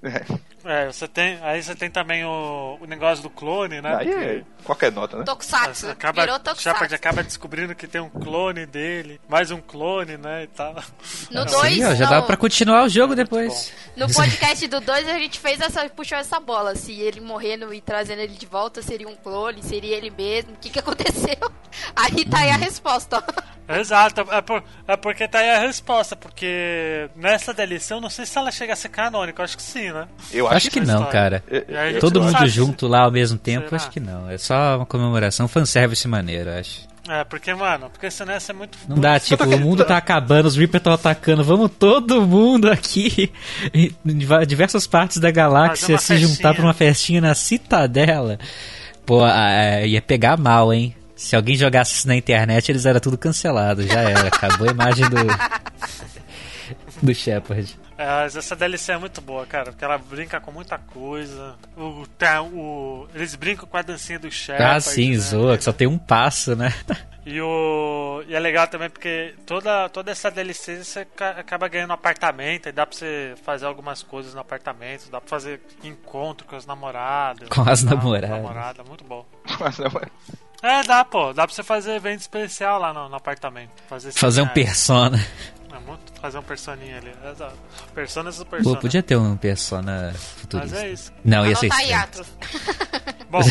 É, você tem, aí você tem também o, o negócio do clone, né? Aí é qualquer nota, né? Tokusatsu. Acaba, Virou Tokusatsu. Shepard acaba descobrindo que tem um clone dele, mais um clone, né, e tal. No dois, Sim, ó, já não, dá pra continuar o jogo depois. no podcast do dois a gente fez essa, puxou essa bola. Se ele morrendo e trazendo ele de volta, seria um clone, seria ele mesmo. O que que aconteceu? Aí tá aí a resposta, ó. Exato, é, por, é porque tá aí a resposta, porque nessa D L C eu não sei se ela chega a ser canônica, eu acho que sim, né? Eu Acho que não, cara. Eu- E aí a gente Todo não mundo sabe junto lá ao mesmo tempo, Será? acho que não. É só uma comemoração, fanservice maneiro, acho. É, porque, mano, porque senão ia ser muito... Não dá, tipo, o mundo tá acabando, os Reaper estão atacando, vamos todo mundo aqui em diversas partes da galáxia se Fazer uma juntar festinha. pra uma festinha na Citadela. Pô, é, ia pegar mal, hein? Se alguém jogasse isso na internet, eles eram tudo cancelado, já era. Acabou a imagem do. do Shepard. É, mas essa D L C é muito boa, cara, porque ela brinca com muita coisa. O, tem o, eles brincam com a dancinha do Shepard. Ah, sim, né? zoa, que só tem um passo, né? E, o, e é legal também porque toda, toda essa D L C você ca- acaba ganhando um apartamento, e dá pra você fazer algumas coisas no apartamento, dá pra fazer encontro com as namoradas. Com as tal, namoradas. namorada, muito bom. Mas não é- É, dá, pô, dá pra você fazer evento especial lá no, no apartamento. Fazer, Fazer um cenário. persona. É muito fazer um personinha ali. Exato. Personas do Pô, persona. podia ter um persona Mas futurista. é isso. Não, ia ser Anota aí, estranho. Atlas. Bom,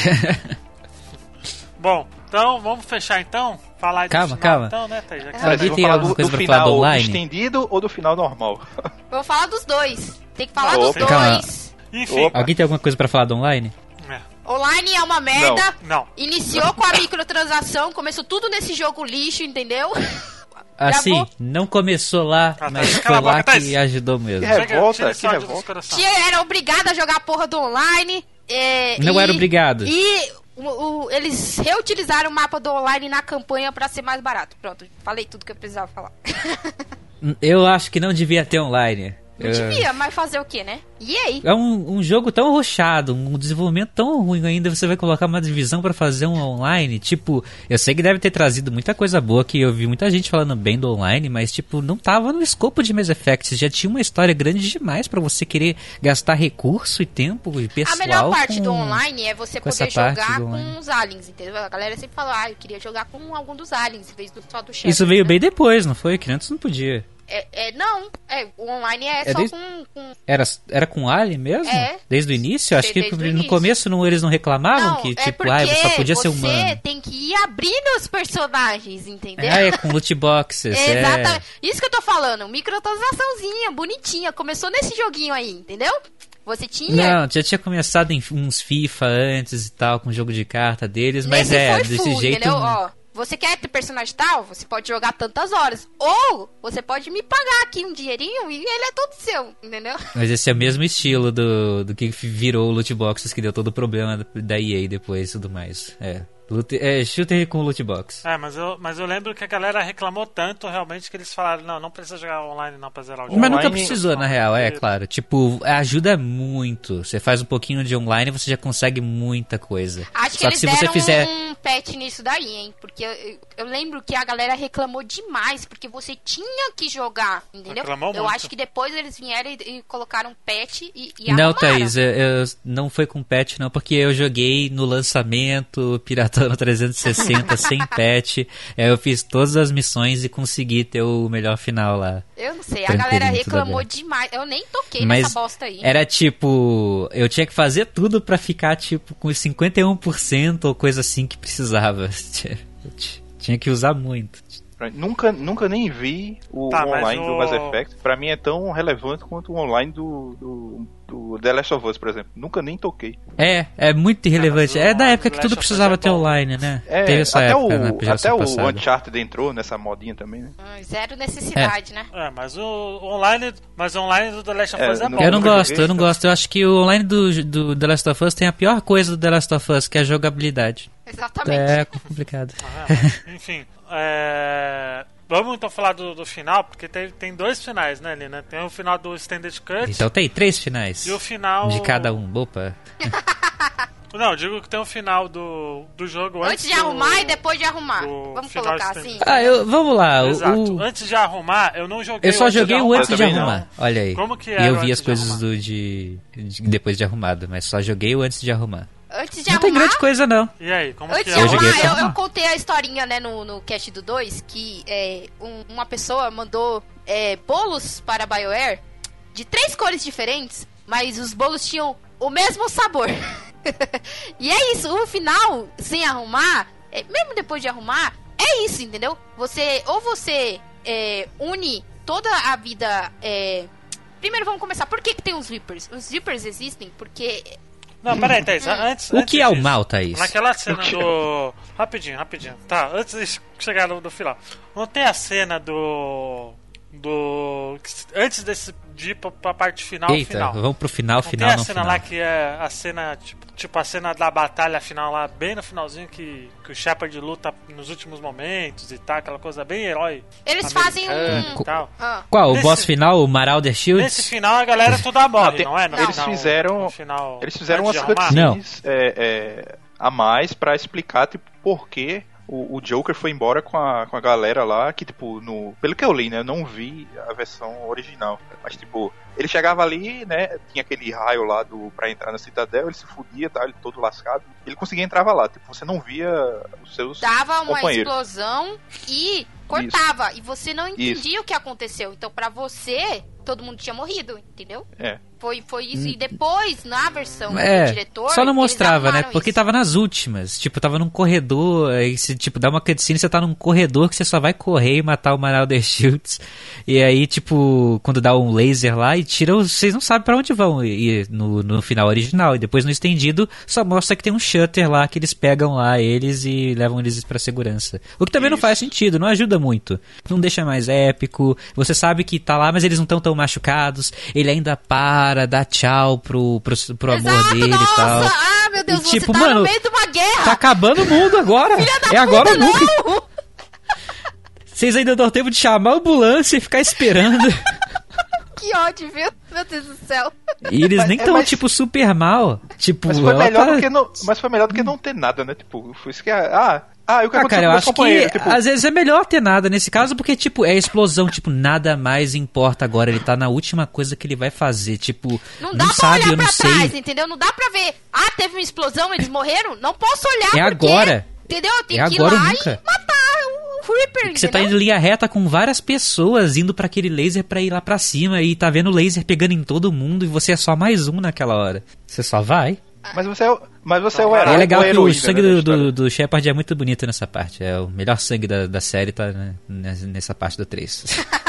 bom, então vamos fechar então? Falar de Calma, final, calma. então, né, Thaís? Já que Alguém você- Vamos tem falar alguma do, coisa do pra falar final do online? estendido ou do final normal? Vamos falar dos dois. Tem que falar Ah, dos opa. dois. Enfim, Opa. Alguém tem alguma coisa pra falar do online? é, Online é uma merda. não. Iniciou com a microtransação, começou tudo nesse jogo lixo, entendeu? Assim, Gravou? não começou lá, Ah, tá. mas Cala a foi lá boca, Thaís. que ajudou mesmo. É. Chega, Revolta, tira esse que ódio dos revolta. coração. Tinha, era obrigado a jogar a porra do online. é, Não e- era obrigado. E o- o- eles reutilizaram o mapa do online na campanha pra ser mais barato. Pronto, falei tudo que eu precisava falar. Eu acho que não devia ter online. Não Eu- devia, mas fazer o que, né? E aí? É um, um jogo tão rushado, um desenvolvimento tão ruim ainda, você vai colocar uma divisão pra fazer um online, tipo, eu sei que deve ter trazido muita coisa boa, que eu vi muita gente falando bem do online, mas tipo, não tava no escopo de Mass Effect, já tinha uma história grande demais pra você querer gastar recurso e tempo e pessoal. A melhor parte com- do online é você com poder essa parte jogar do com online. os aliens, entendeu? A galera sempre fala, ah, eu queria jogar com algum dos aliens, em vez do, só do chefe. Isso veio né? bem depois, não foi? Que antes não podia. É, é, não, é, o online é, É só desde- com, com... Era, era com Alien mesmo? É. Desde o início? Acho que Desde o no início. começo não, eles não reclamavam Não, que, é tipo, porque ah, só podia ser você humano. tem que ir abrindo os personagens, entendeu? Ah, é com loot boxes. é. Exatamente. Isso que eu tô falando, microtransaçãozinha, bonitinha. Começou nesse joguinho aí, entendeu? Você tinha. Não, já tinha começado em uns FIFA antes e tal, com jogo de carta deles, mas Nesse é, foi desse full, jeito. entendeu? Ó, você quer ter personagem tal? Você pode jogar tantas horas. Ou você pode me pagar aqui um dinheirinho e ele é todo seu, entendeu? Mas esse é o mesmo estilo do, do que virou o loot boxes, que deu todo o problema da E A depois e tudo mais. É. Loot, é, shooter com loot box. É, mas eu, mas eu lembro que a galera reclamou tanto realmente que eles falaram, não, não precisa jogar online não pra zerar o jogo. Mas nunca Online- precisou, na real, é claro. Tipo, ajuda muito. Você faz um pouquinho de online e você já consegue muita coisa. Acho que Só eles que se você deram fizer. um patch nisso daí, hein? Porque eu, eu- eu lembro que a galera reclamou demais, porque você tinha que jogar, entendeu? Reclamou eu muito. acho que depois eles vieram e, e colocaram um patch e, e Não, arrumaram. Thaís, eu, eu- não foi com patch não, porque eu joguei no lançamento, piratando trezentos e sessenta, sem patch. É, eu fiz todas as missões e consegui ter o melhor final lá. Eu não sei, a Tranquilinho, galera tudo reclamou bem. demais. Eu nem toquei Mas nessa bosta aí. era tipo, eu tinha que fazer tudo pra ficar tipo com os cinquenta e um por cento ou coisa assim que precisava. Eu t- Tinha que usar muito. Nunca, nunca nem vi o Tá, mas online o- do Mass Effect. Pra mim é tão relevante quanto o online do, do, do The Last of Us, por exemplo. Nunca nem toquei. É, é muito irrelevante. mas o É da época que Last tudo of Us precisava é ter bom. online, né? É, Teve essa até época o, na até geração o passada. Uncharted entrou nessa modinha também, né? Ah, Zero necessidade, né? É, mas o online, mas o online do The Last of É, Us é, não- bom. Eu não nunca gosto, joguei, eu não então. gosto. Eu acho que o online do, do The Last of Us tem a pior coisa do The Last of Us, que é a jogabilidade. Exatamente. É complicado. Ah, mas, enfim, é... vamos então falar do, do final, porque tem, tem dois finais, né, ali, né? Tem o final do Extended Cut Então tem três finais. e o final... De cada um. Opa. Não, digo que tem um final do, do jogo antes, Antes de do, arrumar e depois de arrumar. do Vamos final colocar stream. assim. Ah, eu, vamos lá. o- Exato. o- Antes de arrumar, eu não joguei Eu só antes de joguei o arrumar. antes de também não. arrumar. Olha aí. Como que E era eu o vi antes as de coisas arrumar? do de, de- depois de arrumado, mas só joguei o antes de arrumar. Antes de Não tem arrumar... grande coisa não. E aí, como Antes que de é? Eu joguei arrumar, até eu, eu arrumar. contei a historinha, né, no, no cast do dois, que é, um- uma pessoa mandou é, bolos para a BioWare de três cores diferentes, mas os bolos tinham o mesmo sabor. E é isso, o final, sem arrumar, é, mesmo depois de arrumar, é isso, entendeu? Você, ou você é, une toda a vida... é, Primeiro vamos começar, por que que tem os Reapers? Os Reapers existem porque... Não, peraí, Thaís, antes... O antes que é o disso, mal, Thaís? Naquela cena do... Rapidinho, rapidinho. Tá, antes de chegar no, no final. Não tem a cena do... Do... Antes desse... De ir pra, pra parte final, Eita, final. vamos pro final, Não final, tem a não cena final. lá que é a cena, tipo, tipo a cena da batalha final lá, bem no finalzinho, que, que o Shepard luta nos últimos momentos e tal, aquela coisa bem herói. Eles fazem americano um... e tal. Ah. Qual? O Nesse- boss final, o Marauder Shields? Nesse final a galera toda morre, Não, tem- não é? No eles final- fizeram- no final, Eles fizeram antes umas de arrumar. Não. cutscenes é, é, a mais pra explicar, tipo, por que o, o Joker foi embora com a, com a galera lá, que, tipo, no, pelo que eu li, né, eu não vi a versão original, mas, tipo, ele chegava ali, né, tinha aquele raio lá do, pra entrar na Citadel, ele se fudia, tá, ele todo lascado, ele conseguia entrar lá, tipo, você não via os seus Dava uma companheiros. explosão e cortava. E você não entendia o que aconteceu. Então, pra você, todo mundo tinha morrido, entendeu? É. Foi, foi isso. E depois, na versão É, do diretor... só não eles mostrava, né? arrumaram Porque isso. tava nas últimas. Tipo, tava num corredor. Aí você, tipo, dá uma cutscene, você tá num corredor que você só vai correr e matar o Marauder Shields. E aí, tipo, quando dá um laser lá e tira, os- vocês não sabem pra onde vão. E, e no, no final original. E depois no estendido, só mostra que tem um shutter lá que eles pegam lá eles e levam eles pra segurança. O que também não Isso. faz sentido, não ajuda muito. Não deixa mais épico. Você sabe que tá lá, mas eles não estão tão machucados. Ele ainda para, dá tchau pro, pro, pro amor Exato, dele nossa! e tal. Ah, meu Deus, E, você tipo, tá mano, no meio de uma guerra! Tá acabando o mundo agora. É agora ou nunca. Não! Vocês ainda dão tempo de chamar a ambulância e ficar esperando. Que ódio, viu? Meu Deus do céu. E eles Mas- nem é, tão, mas- tipo, super mal. Tipo, Mas foi, ela melhor tá- do que não, mas foi melhor do que não ter nada, né? Tipo, foi isso que... Ah, ah, e o que Ah, aconteceu cara, eu com meus acho que companheiros? Tipo, às vezes é melhor ter nada nesse caso, porque, tipo, é explosão, tipo, nada mais importa agora. Ele tá na última coisa que ele vai fazer, tipo, Não não, dá pra sabe, olhar eu não pra sei. trás, entendeu? Não dá pra ver. Ah, teve uma explosão, eles morreram? Não posso olhar É porque... agora. Entendeu? Eu tenho É que ir agora ou lá nunca. e matar o Reaper, Que você tá entendeu? indo em linha reta com várias pessoas indo pra aquele laser pra ir lá pra cima e tá vendo o laser pegando em todo mundo e você é só mais um naquela hora. Você só vai. mas você é, o- mas você é o Não, herói. É legal ou a que o heroína, sangue né, da do, história. do, do Shepard é muito bonito nessa parte. É o melhor sangue da, da série tá né, nessa- nessa parte do três.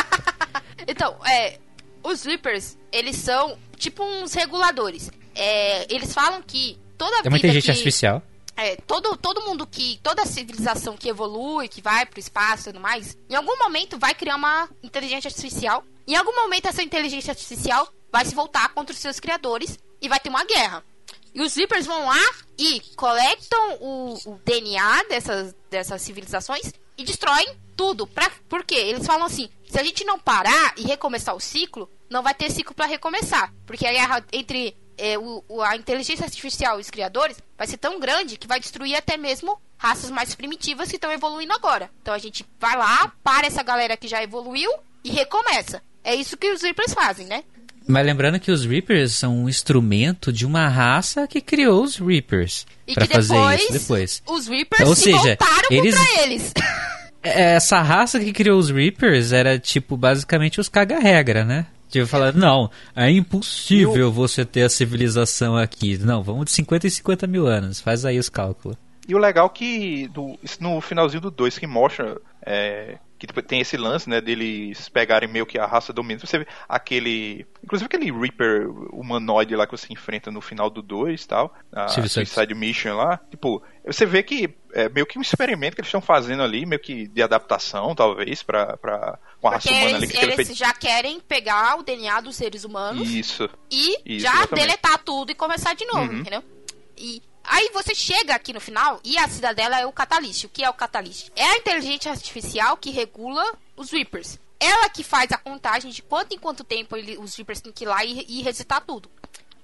Então, é, os Reapers, eles são tipo uns reguladores. É, eles falam que toda É uma vida inteligência que... artificial. É, todo, todo mundo que... Toda civilização que evolui, que vai pro espaço e tudo mais, em algum momento vai criar uma inteligência artificial. Em algum momento essa inteligência artificial vai se voltar contra os seus criadores e vai ter uma guerra. E os Reapers vão lá e coletam o, o D N A dessas, dessas civilizações e destroem tudo. Pra, por quê? Eles falam assim, se a gente não parar e recomeçar o ciclo, não vai ter ciclo pra recomeçar. Porque a guerra entre é, o, o- a inteligência artificial e os criadores vai ser tão grande que vai destruir até mesmo raças mais primitivas que estão evoluindo agora. Então a gente vai lá, para essa galera que já evoluiu e recomeça. É isso que os Reapers fazem, né? Mas lembrando que os Reapers são um instrumento de uma raça que criou os Reapers E pra que fazer depois, isso depois. os Reapers Ou se seja, voltaram eles- contra eles. Essa raça que criou os Reapers era tipo basicamente os caga-regra, né? Tipo, falando, não, é impossível você ter a civilização aqui. Não, vamos de cinquenta e cinquenta mil anos. Faz aí os cálculos. E o legal que do, isso no finalzinho do dois que mostra é, que tipo, tem esse lance, né, deles pegarem meio que a raça dominante. Você vê aquele, inclusive aquele Reaper humanoide lá que você enfrenta no final do dois e tal, a Suicide. Suicide Mission lá, tipo, você vê que é meio que um experimento que eles estão fazendo ali, meio que de adaptação, talvez, pra, pra com a raça Porque humana ali. eles, Que ele eles fez... já querem pegar o D N A dos seres humanos Isso. e Isso, já exatamente. deletar tudo e começar de novo, Uhum. entendeu? E aí você chega aqui no final e a cidadela é o Catalyst. O que é o Catalyst? É a inteligência artificial que regula os Reapers. Ela que faz a contagem de quanto em quanto tempo ele, os Reapers têm que ir lá e, e resetar tudo. Que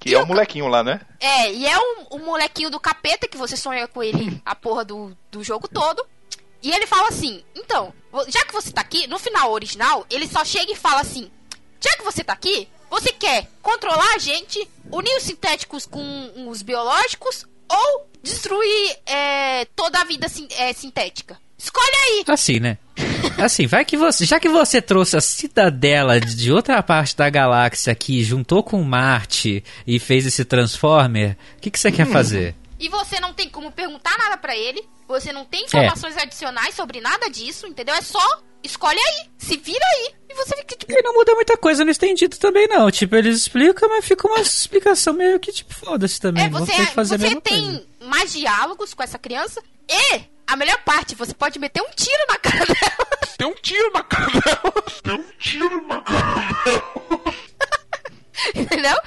Que é o molequinho lá, né? É, e é um, um molequinho do capeta que você sonha com ele a porra do, do jogo todo. E ele fala assim, então, já que você tá aqui, no final original, ele só chega e fala assim, já que você tá aqui, você quer controlar a gente, unir os sintéticos com os biológicos ou destruir é, toda a vida sin- é, sintética? Escolhe aí. Assim, né? Assim, vai que você, já que você trouxe a cidadela de outra parte da galáxia aqui, juntou com Marte e fez esse Transformer, o que, que você hum. quer fazer? E você não tem como perguntar nada pra ele, você não tem informações é. adicionais sobre nada disso, entendeu? É só escolhe aí, se vira aí, e você fica tipo... E não muda muita coisa no estendido também não, tipo, eles explicam, mas fica uma explicação meio que tipo, foda-se também, é, você, vão ter que fazer você a mesma tem coisa. Mais diálogos com essa criança, e a melhor parte, você pode meter um tiro na cara dela. Tem um tiro na cara dela. Tem um tiro na cara dela. Entendeu?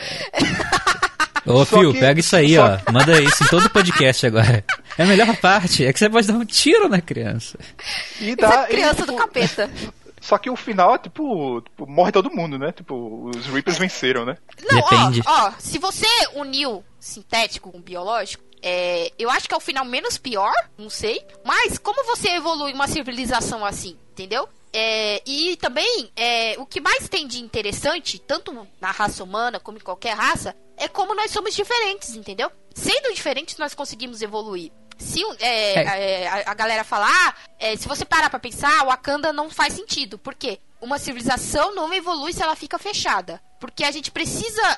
Ô, Só Fio, que- pega isso aí, só- ó. Manda isso em todo o podcast agora. É a melhor parte, é que você pode dar um tiro na criança. E Essa dá, criança e, do tipo, capeta. Só que o final é tipo, tipo, morre todo mundo, né? Tipo, os Reapers venceram, né? Não, Depende. ó, ó, se você uniu sintético com biológico, é, eu acho que é o final menos pior, não sei. Mas como você evolui uma civilização assim, entendeu? É, e também, é, o que mais tem de interessante, tanto na raça humana como em qualquer raça, é como nós somos diferentes, entendeu? Sendo diferentes, nós conseguimos evoluir. Se é, é. A, a galera falar, ah, é, se você parar pra pensar, o Wakanda não faz sentido. Por quê? Uma civilização não evolui se ela fica fechada. Porque a gente precisa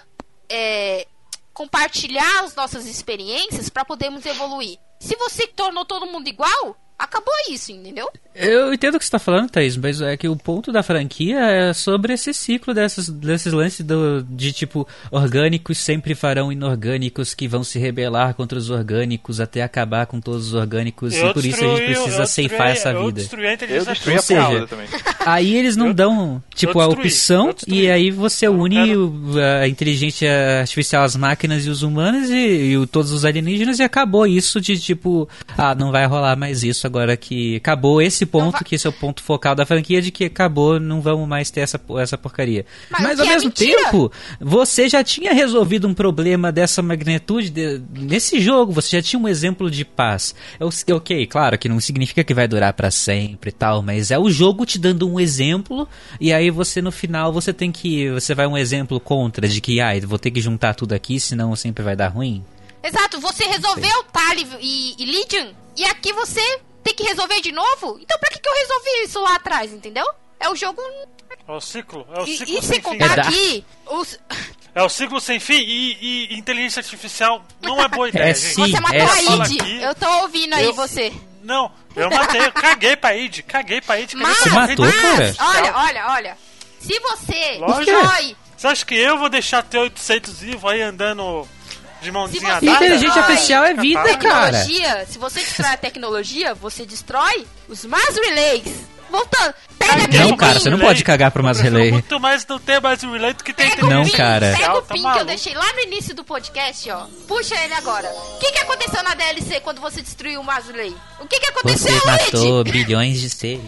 é, compartilhar as nossas experiências pra podermos evoluir. Se você tornou todo mundo igual, acabou isso, entendeu? Eu entendo o que você tá falando, Thaís, mas é que o ponto da franquia é sobre esse ciclo dessas, desses lances do, de tipo, orgânicos sempre farão inorgânicos que vão se rebelar contra os orgânicos até acabar com todos os orgânicos Eu e por isso a gente destruí- precisa eu ceifar destruí- essa Eu vida. destruí a Eu inteligência destruí a artificial. seja, porrada também. Aí eles não Eu- dão, tipo, eu a destruí, opção eu destruí. e aí você Eu une quero- o- a inteligência artificial, as máquinas e os humanos e, e o- todos os alienígenas e acabou isso de tipo, ah, não vai rolar mais isso agora que acabou esse ponto, vai- que esse é o ponto focal da franquia de que acabou, não vamos mais ter essa, essa porcaria. Mas Mas, o ao que é mesmo mentira. tempo, você já tinha resolvido um problema dessa magnitude de- nesse jogo, você já tinha um exemplo de paz. Eu, ok, claro que não significa que vai durar pra sempre e tal, mas é o jogo te dando um exemplo e aí você no final você tem que, você vai um exemplo contra de que, ah, eu vou ter que juntar tudo aqui, senão sempre vai dar ruim. Exato, você resolveu Tali e, e Lydian, e aqui você tem que resolver de novo? Então pra que, que eu resolvi isso lá atrás, entendeu? É o jogo... É o ciclo. É o E, ciclo e sem sem fim. contar É dark. aqui... Os... É o ciclo sem fim e, e inteligência artificial não é boa ideia, É gente. sim. Você matou é a sim. Id. Aqui, Eu tô ouvindo aí eu- você. Não, eu matei, eu caguei pra Id, caguei pra Id. caguei Mas, Você pra matou, Id. mas, cara? olha, olha, olha. Se você Lógico. destrói... Você acha que eu vou deixar T oitocentos vivo aí andando de mãozinha Se você- dada? Inteligência Ai, artificial é vida, capaz. cara. Tecnologia, se você destrói a tecnologia, você destrói os mais relays. Voltando, pega Caguei aquele Não, pro cara, pin, você não relay. pode cagar pro mais Eu prefiro relay. muito mais não ter mais um relay do que tem pega o Não, pin, cara. pega o Tá pin que eu maluco. deixei lá no início do podcast, ó. Puxa ele agora. O que que aconteceu na D L C quando você destruiu o Masley? O que que aconteceu, Você matou Luigi? bilhões de seres.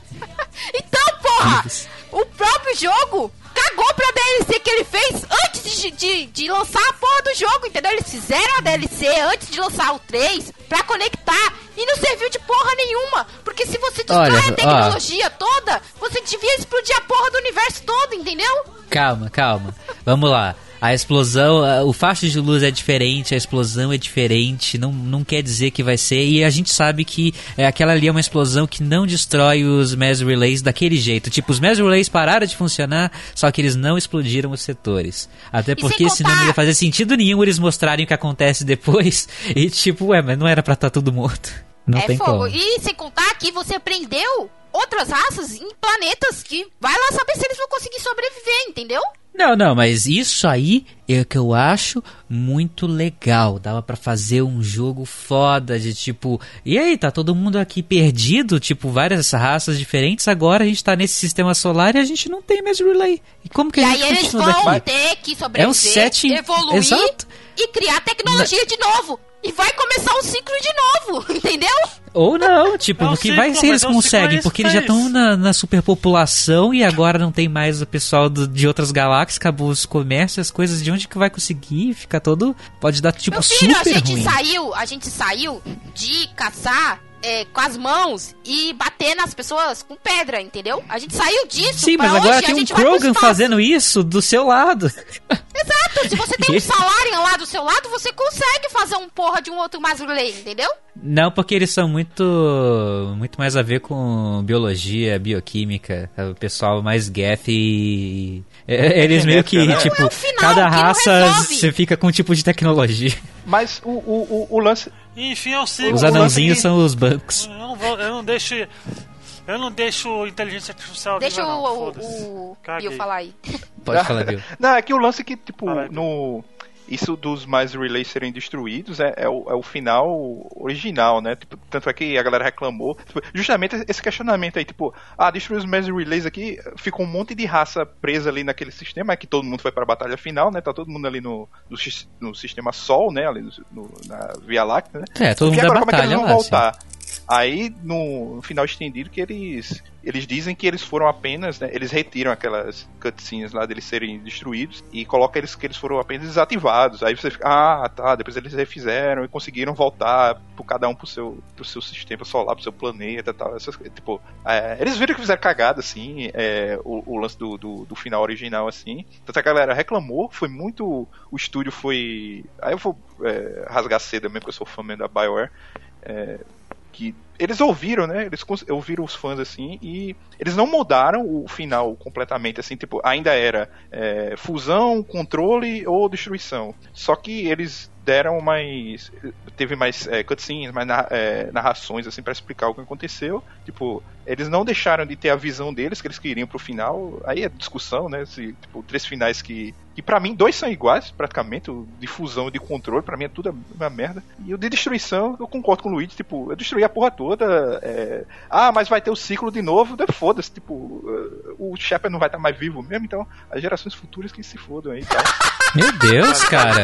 Então, porra, Vivos. o próprio jogo cagou pra D L C que ele fez antes de, de, de lançar a porra do jogo, entendeu? Eles fizeram a D L C antes de lançar o três pra conectar e não serviu de porra nenhuma. Porque se você destrói Olha, a tecnologia toda, você devia explodir a porra do universo todo, entendeu? Calma, calma. Vamos lá. A explosão, a- o faixa de luz é diferente, a explosão é diferente, não, não quer dizer que vai ser, e a gente sabe que é, aquela ali é uma explosão que não destrói os mass relays daquele jeito. Tipo, os mass relays pararam de funcionar, só que eles não explodiram os setores. Até porque sem senão contar- não ia fazer sentido nenhum eles mostrarem o que acontece depois, e tipo, ué, mas não era pra estar tudo morto. Não é tem fogo. como. E sem contar que você prendeu outras raças em planetas que vai lá saber se eles vão conseguir sobreviver, entendeu? Não, não, mas isso aí é o que eu acho muito legal. Dava pra fazer um jogo foda de tipo, e aí, tá todo mundo aqui perdido, tipo, várias raças diferentes, agora a gente tá nesse sistema solar e a gente não tem mais relay. E como que E a aí gente eles continua vão daqui? ter que sobreviver, É um setting- evoluir exato. e criar tecnologia de novo. e vai começar o ciclo de novo, entendeu? Ou não, tipo, É um porque ciclo, vai ser mas eles é um conseguem, ciclo porque eles já fez. estão na, na superpopulação e agora não tem mais o pessoal do- de outras galáxias, acabou os comércios, as coisas, de onde que vai conseguir ficar todo... Pode dar, tipo, Meu filho, a super gente ruim. saiu, a gente saiu de caçar é, com as mãos e bater nas pessoas com pedra, entendeu? A gente saiu disso. Sim, pra mas agora hoje, tem a um gente vai pro Krogan espaço. fazendo isso do seu lado. Exato, se você tem um Salarian lá do seu lado, você consegue fazer um porra de um outro mais relay, entendeu? Não, porque eles são muito muito mais a ver com biologia, bioquímica, o pessoal mais Geth e... é, eles meio que, Não, é o tipo, final cada que não raça resolve. você fica com um tipo de tecnologia. Mas o, o, o, o lance... Enfim, é um ciclo. Os O anãozinhos lance são os bancos. que- Eu não, vou, eu não deixo... Eu não deixo inteligência artificial Deixa viva, não, o, foda-se. o, o Caguei. Bill falar aí. Pode falar, viu? Não, é que o lance que, tipo, Fala aí. no... Isso dos mais relays serem destruídos é, é, o, é o final original, né? Tipo, tanto é que a galera reclamou. Tipo, justamente esse questionamento aí, tipo, ah, destruir os mais relays aqui, ficou um monte de raça presa ali naquele sistema, é que todo mundo foi pra batalha final, né? Tá todo mundo ali no, no, sis- no sistema Sol, né? Ali no, no- na Via Láctea, né? É, todo E mundo da agora, como é que eles batalha vão lá, voltar? Aí, no, no final estendido, que eles eles dizem que eles foram apenas, né, eles retiram aquelas cutscenes lá deles serem destruídos e colocam eles que eles foram apenas desativados. Aí você fica, ah, tá, depois eles refizeram e conseguiram voltar por cada um pro seu, pro seu sistema solar, pro seu planeta e tal. Essas, tipo, é, eles viram que fizeram cagada, assim, é, o, o lance do, do, do final original, assim. Tanto a galera reclamou, foi muito... O estúdio foi... Aí eu vou é, rasgar seda mesmo, porque eu sou fã mesmo da BioWare. É, que eles ouviram, né? Eles cons- ouviram os fãs assim e eles não mudaram o final completamente, assim, tipo, ainda era é, fusão, controle ou destruição. Só que eles deram mais. Teve mais é, cutscenes, mais narra- é, narrações assim pra explicar o que aconteceu. Tipo, eles não deixaram de ter a visão deles que eles queriam pro final. Aí é discussão, né? Se, tipo, três finais que. E pra mim, dois são iguais, praticamente. O de fusão e de controle, pra mim é tudo uma merda. E o de destruição, eu concordo com o Luigi, tipo, eu destruí a porra toda. É... Ah, mas vai ter o ciclo de novo, daí foda-se, tipo, uh, o Shepard não vai estar mais vivo mesmo, então as gerações futuras que se fodam aí, tá? Meu Deus, cara.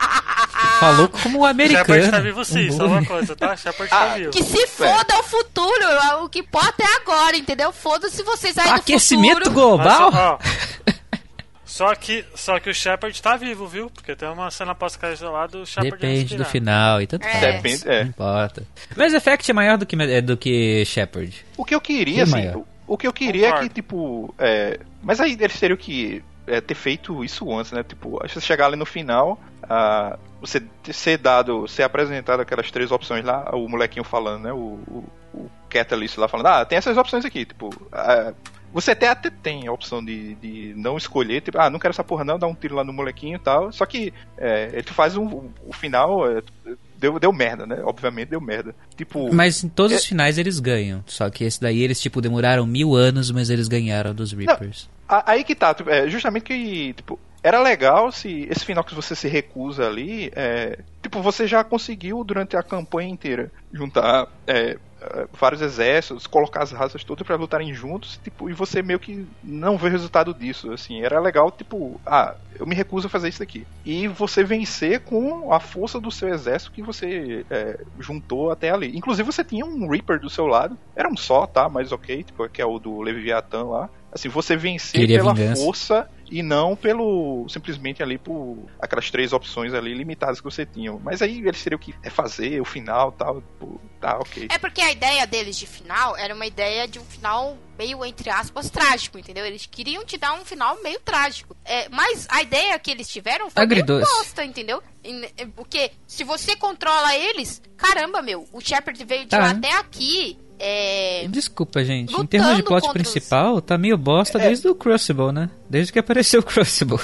Falou como um americano. Shepard tá vivo sim, Um só burro. uma coisa, tá? Shepard tá Ah, vivo. Que se foda o futuro, o que importa é agora, entendeu? Foda-se vocês aí Aquecimento do futuro. Mas global? só, ó, só que, só que o Shepard tá vivo, viu? Porque tem uma cena pós-crédito lá do Shepard Depende do respirar. final e tanto É. faz. Depende, é. Não importa. Mas Effect é maior do que, é, do que Shepard. O que eu queria, Bem assim, maior. o, o que eu queria é Concordo. que, tipo, é, mas aí eles teriam que é, ter feito isso antes, né? Tipo, acho que você chegar ali no final, ah, você ser dado, ser apresentado aquelas três opções lá, o molequinho falando, né? O, o, o Catalyst lá falando, ah, tem essas opções aqui, tipo, ah, você até, até tem a opção de, de não escolher, tipo, ah, não quero essa porra não, dá um tiro lá no molequinho e tal, só que é, ele faz um, o final, é, deu, deu merda, né? Obviamente deu merda. Tipo, Mas em todos é- os finais eles ganham. Só que esse daí eles, tipo, demoraram mil anos, mas eles ganharam dos Reapers. A- Aí que tá, tipo, é, justamente que, tipo, era legal se esse final que você se recusa ali, é, tipo, você já conseguiu durante a campanha inteira juntar é, é, vários exércitos, colocar as raças todas pra lutarem juntos, tipo, e você meio que não vê o resultado disso, assim, era legal, tipo, ah, eu me recuso a fazer isso aqui. E você vencer com a força do seu exército que você é, juntou até ali. Inclusive você tinha um Reaper do seu lado, era um só, tá, mas ok, tipo, que é o do Leviathan lá. Assim, você vencer Queria pela vingança. força e não pelo simplesmente ali por aquelas três opções ali limitadas que você tinha. Mas aí eles teriam que refazer o final e tal. Tipo, tá, ok. É porque a ideia deles de final era uma ideia de um final meio, entre aspas, trágico, entendeu? Eles queriam te dar um final meio trágico. É, mas a ideia que eles tiveram foi meio Agridoce. bosta, entendeu? Em- é, Porque se você controla eles, caramba, meu, o Shepard veio de Tá. lá até aqui. É... Desculpa, gente. Em Lutando termos de plot contra os- principal, tá meio bosta desde o Crucible, né? Desde que apareceu o Crucible.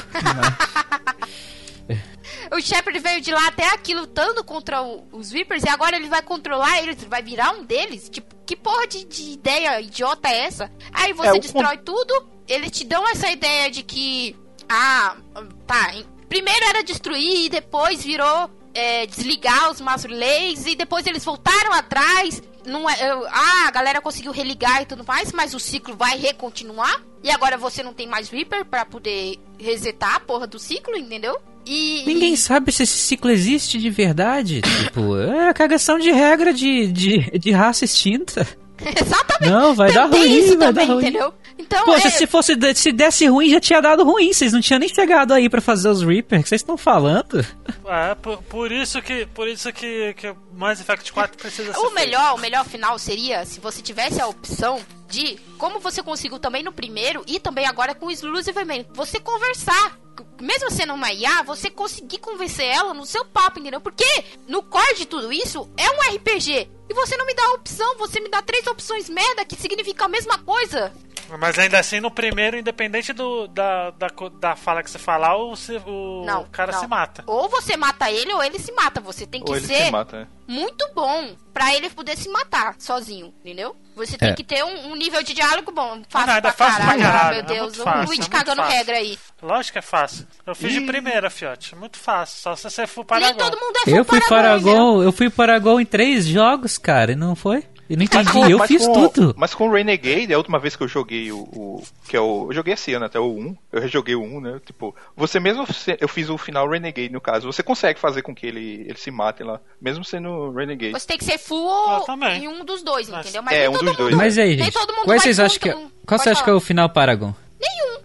O Shepard veio de lá até aqui lutando contra o- os Reapers e agora ele vai controlar eles, vai virar um deles? Tipo, que porra de, de ideia idiota é essa? Aí você É, o destrói tudo, eles te dão essa ideia de que, ah, tá, em- primeiro era destruir e depois virou é, desligar os Master Relays e depois eles voltaram atrás. Não é, eu- ah, a galera conseguiu religar e tudo mais, mas o ciclo vai recontinuar e agora você não tem mais Reaper pra poder resetar a porra do ciclo, entendeu? E, Ninguém e... sabe se esse ciclo existe de verdade. Tipo, é cagação de regra de, de, de raça extinta. Exatamente. Não, vai Tem dar ruim, isso vai também, dar ruim. entendeu? Então, Poxa, é... se fosse se desse ruim, já tinha dado ruim. Vocês não tinham nem chegado aí pra fazer os Reaper. O que vocês estão falando? É, por, por isso que por isso que, que Mass Effect quatro precisa ser O feito. melhor, o melhor final seria se você tivesse a opção de, como você conseguiu também no primeiro e também agora com o Exclusivamente, você conversar. Mesmo sendo uma I A, você conseguir convencer ela no seu papo, entendeu? Porque no core de tudo isso é um R P G. E você não me dá a opção, você me dá três opções merda que significam a mesma coisa. Mas ainda assim, no primeiro, independente do, da, da, da fala que você falar, o, o Não, cara não. se mata. Ou você mata ele ou ele se mata. Você tem que Ou ele ser se mata, né? muito bom pra ele poder se matar sozinho, entendeu? Você tem É. que ter um, um nível de diálogo bom. Fácil não, ainda pra é fácil pra caralho, caralho, meu é Deus. muito o fácil, Luigi é muito cagando fácil. regra aí. Lógico que é fácil. Eu fiz de Ih. primeira, fiote. Muito fácil. Só se você for Nem Paragon. todo mundo é Eu fui Paragon, né? Paragon, eu fui Paragon em três jogos, cara, e não foi? Eu não Mas entendi, com- eu mas fiz com- tudo. Mas com o Renegade, a última vez que eu joguei o, o- que é o, eu joguei esse ano até o um, eu rejoguei o um, né? Tipo, você mesmo, se- eu fiz o final Renegade no caso, você consegue fazer com que ele, ele se mate lá, mesmo sendo Renegade. Você tem que ser full Eu também. em um dos dois, Mas- entendeu? Mas É, nem um todo dos dois. mundo- Mas aí, nem gente, todo mundo quais vai vocês acham junto, que é, não- qual pode você acha que é falar. o final Paragon? Nenhum.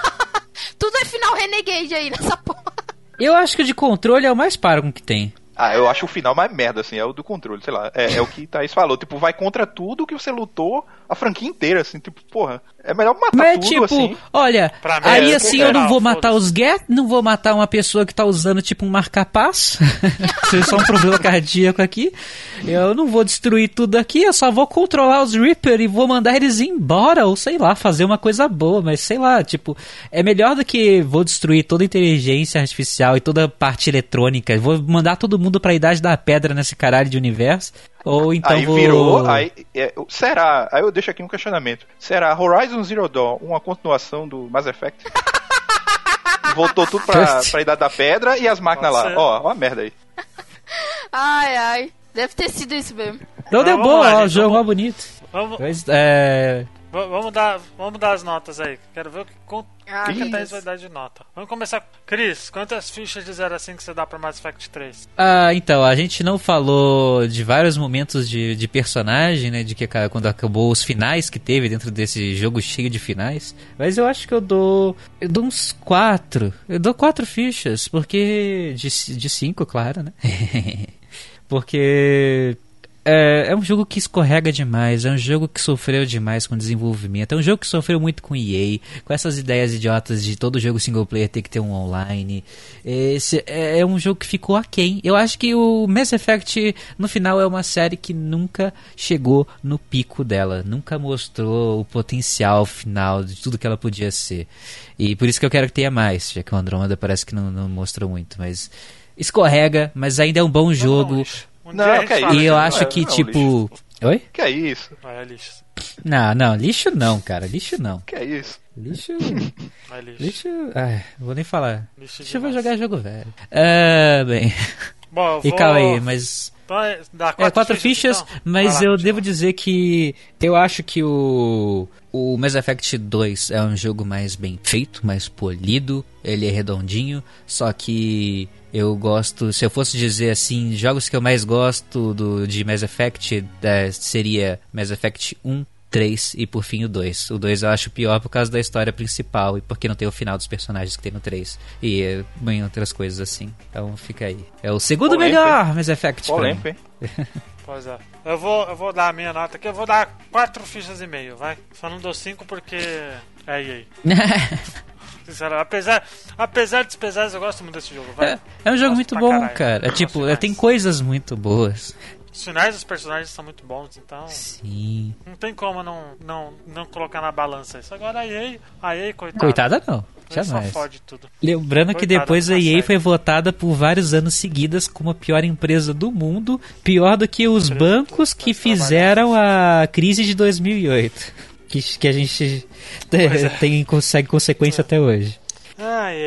Tudo é final Renegade aí nessa porra. Eu acho que o de controle é o mais Paragon que tem. Ah, eu acho o final mais merda, assim, é o do controle, sei lá. É, é o que Thaís falou, tipo, vai contra tudo que você lutou a franquia inteira, assim, tipo, porra, é melhor matar Mas tudo, tipo, assim. olha, Pra mim aí é assim geral, eu não vou matar foda-se. os Get, não vou matar uma pessoa que tá usando tipo um marca-passo. Se é só um problema cardíaco aqui. Eu não vou destruir tudo aqui, eu só vou controlar os Reaper e vou mandar eles embora, ou sei lá, fazer uma coisa boa, mas sei lá, tipo, é melhor do que vou destruir toda a inteligência artificial e toda a parte eletrônica, vou mandar todo mundo pra idade da pedra nesse caralho de universo. Ou então Aí vou... virou, aí, é, será, aí eu deixo aqui um questionamento, será Horizon Zero Dawn uma continuação do Mass Effect? Voltou tudo pra, pra Idade da Pedra e as máquinas Pode lá, ser. ó, ó a merda aí. Ai, ai. Deve ter sido isso mesmo. Não deu Vamos bom, lá, ó, o gente, jogo vamos- é bonito. Vamos, Mas, é... v- vamos, dar, vamos dar as notas aí. Quero ver o que, com, Ah, o que meu a Thaís Deus. vai dar de nota. Vamos começar. Cris, quantas fichas de zero a cinco você dá pra Mass Effect três? Ah, então, a gente não falou de vários momentos de, de personagem, né, de que ca- quando acabou os finais que teve dentro desse jogo cheio de finais, mas eu acho que eu dou, eu dou uns quatro, eu dou quatro fichas, porque, de, c- de cinco, claro, né, porque... É, é um jogo que escorrega demais, é um jogo que sofreu demais com desenvolvimento, é um jogo que sofreu muito com E A, com essas ideias idiotas de todo jogo single player ter que ter um online. Esse é, é um jogo que ficou aquém. Eu acho que o Mass Effect, no final, é uma série que nunca chegou no pico dela, nunca mostrou o potencial final de tudo que ela podia ser. E por isso que eu quero que tenha mais, já que o Andromeda parece que não, não mostrou muito, mas escorrega, mas ainda é um bom jogo. Um Não, dia a gente que é fala isso. E eu de- acho não é- que, não é um tipo... Oi? Que é isso? Ah, é lixo. Não, não, lixo não, cara. Lixo não. Que é isso? Lixo. É lixo. Lixo. Ai, não vou nem falar. Lixo Lixo eu vou demais. jogar jogo velho. Ah, bem. Bom, eu E vou... calma aí, mas. Então, é, dá É, quatro fichas, fichas, então? mas Vai lá, eu continua. devo dizer que eu acho que o, o Mass Effect dois é um jogo mais bem feito, mais polido, ele é redondinho, só que eu gosto, se eu fosse dizer assim, jogos que eu mais gosto do, de Mass Effect é, seria Mass Effect um, três e por fim o dois. O dois eu acho pior por causa da história principal e porque não tem o final dos personagens que tem no três. E é, bem outras coisas assim. Então fica aí. É o segundo Polêmico, melhor Mass Effect pra mim. Polêmico, hein? Pois é. Eu vou, eu vou dar a minha nota aqui, eu vou dar quatro fichas e meio, vai. Só não dou cinco porque é E A. Sinceramente, apesar, apesar dos pesares, eu gosto muito desse jogo, vai. É, é um jogo Gosto muito pra bom, caralho. cara. É Gosto tipo, demais. tem coisas muito boas. Os finais dos personagens são muito bons, então Sim. não tem como não, não, não colocar na balança isso. Agora a E A, a E A, coitada. Coitada não. Ele só Jamais. fode tudo. Lembrando que Coitada, depois a tá E A certo. foi votada por vários anos seguidas como a pior empresa do mundo, pior do que os Empresa bancos do- que das fizeram a crise de dois mil e oito. Que, que a gente Pois é. tem consegue consequência até hoje. Ah, E A.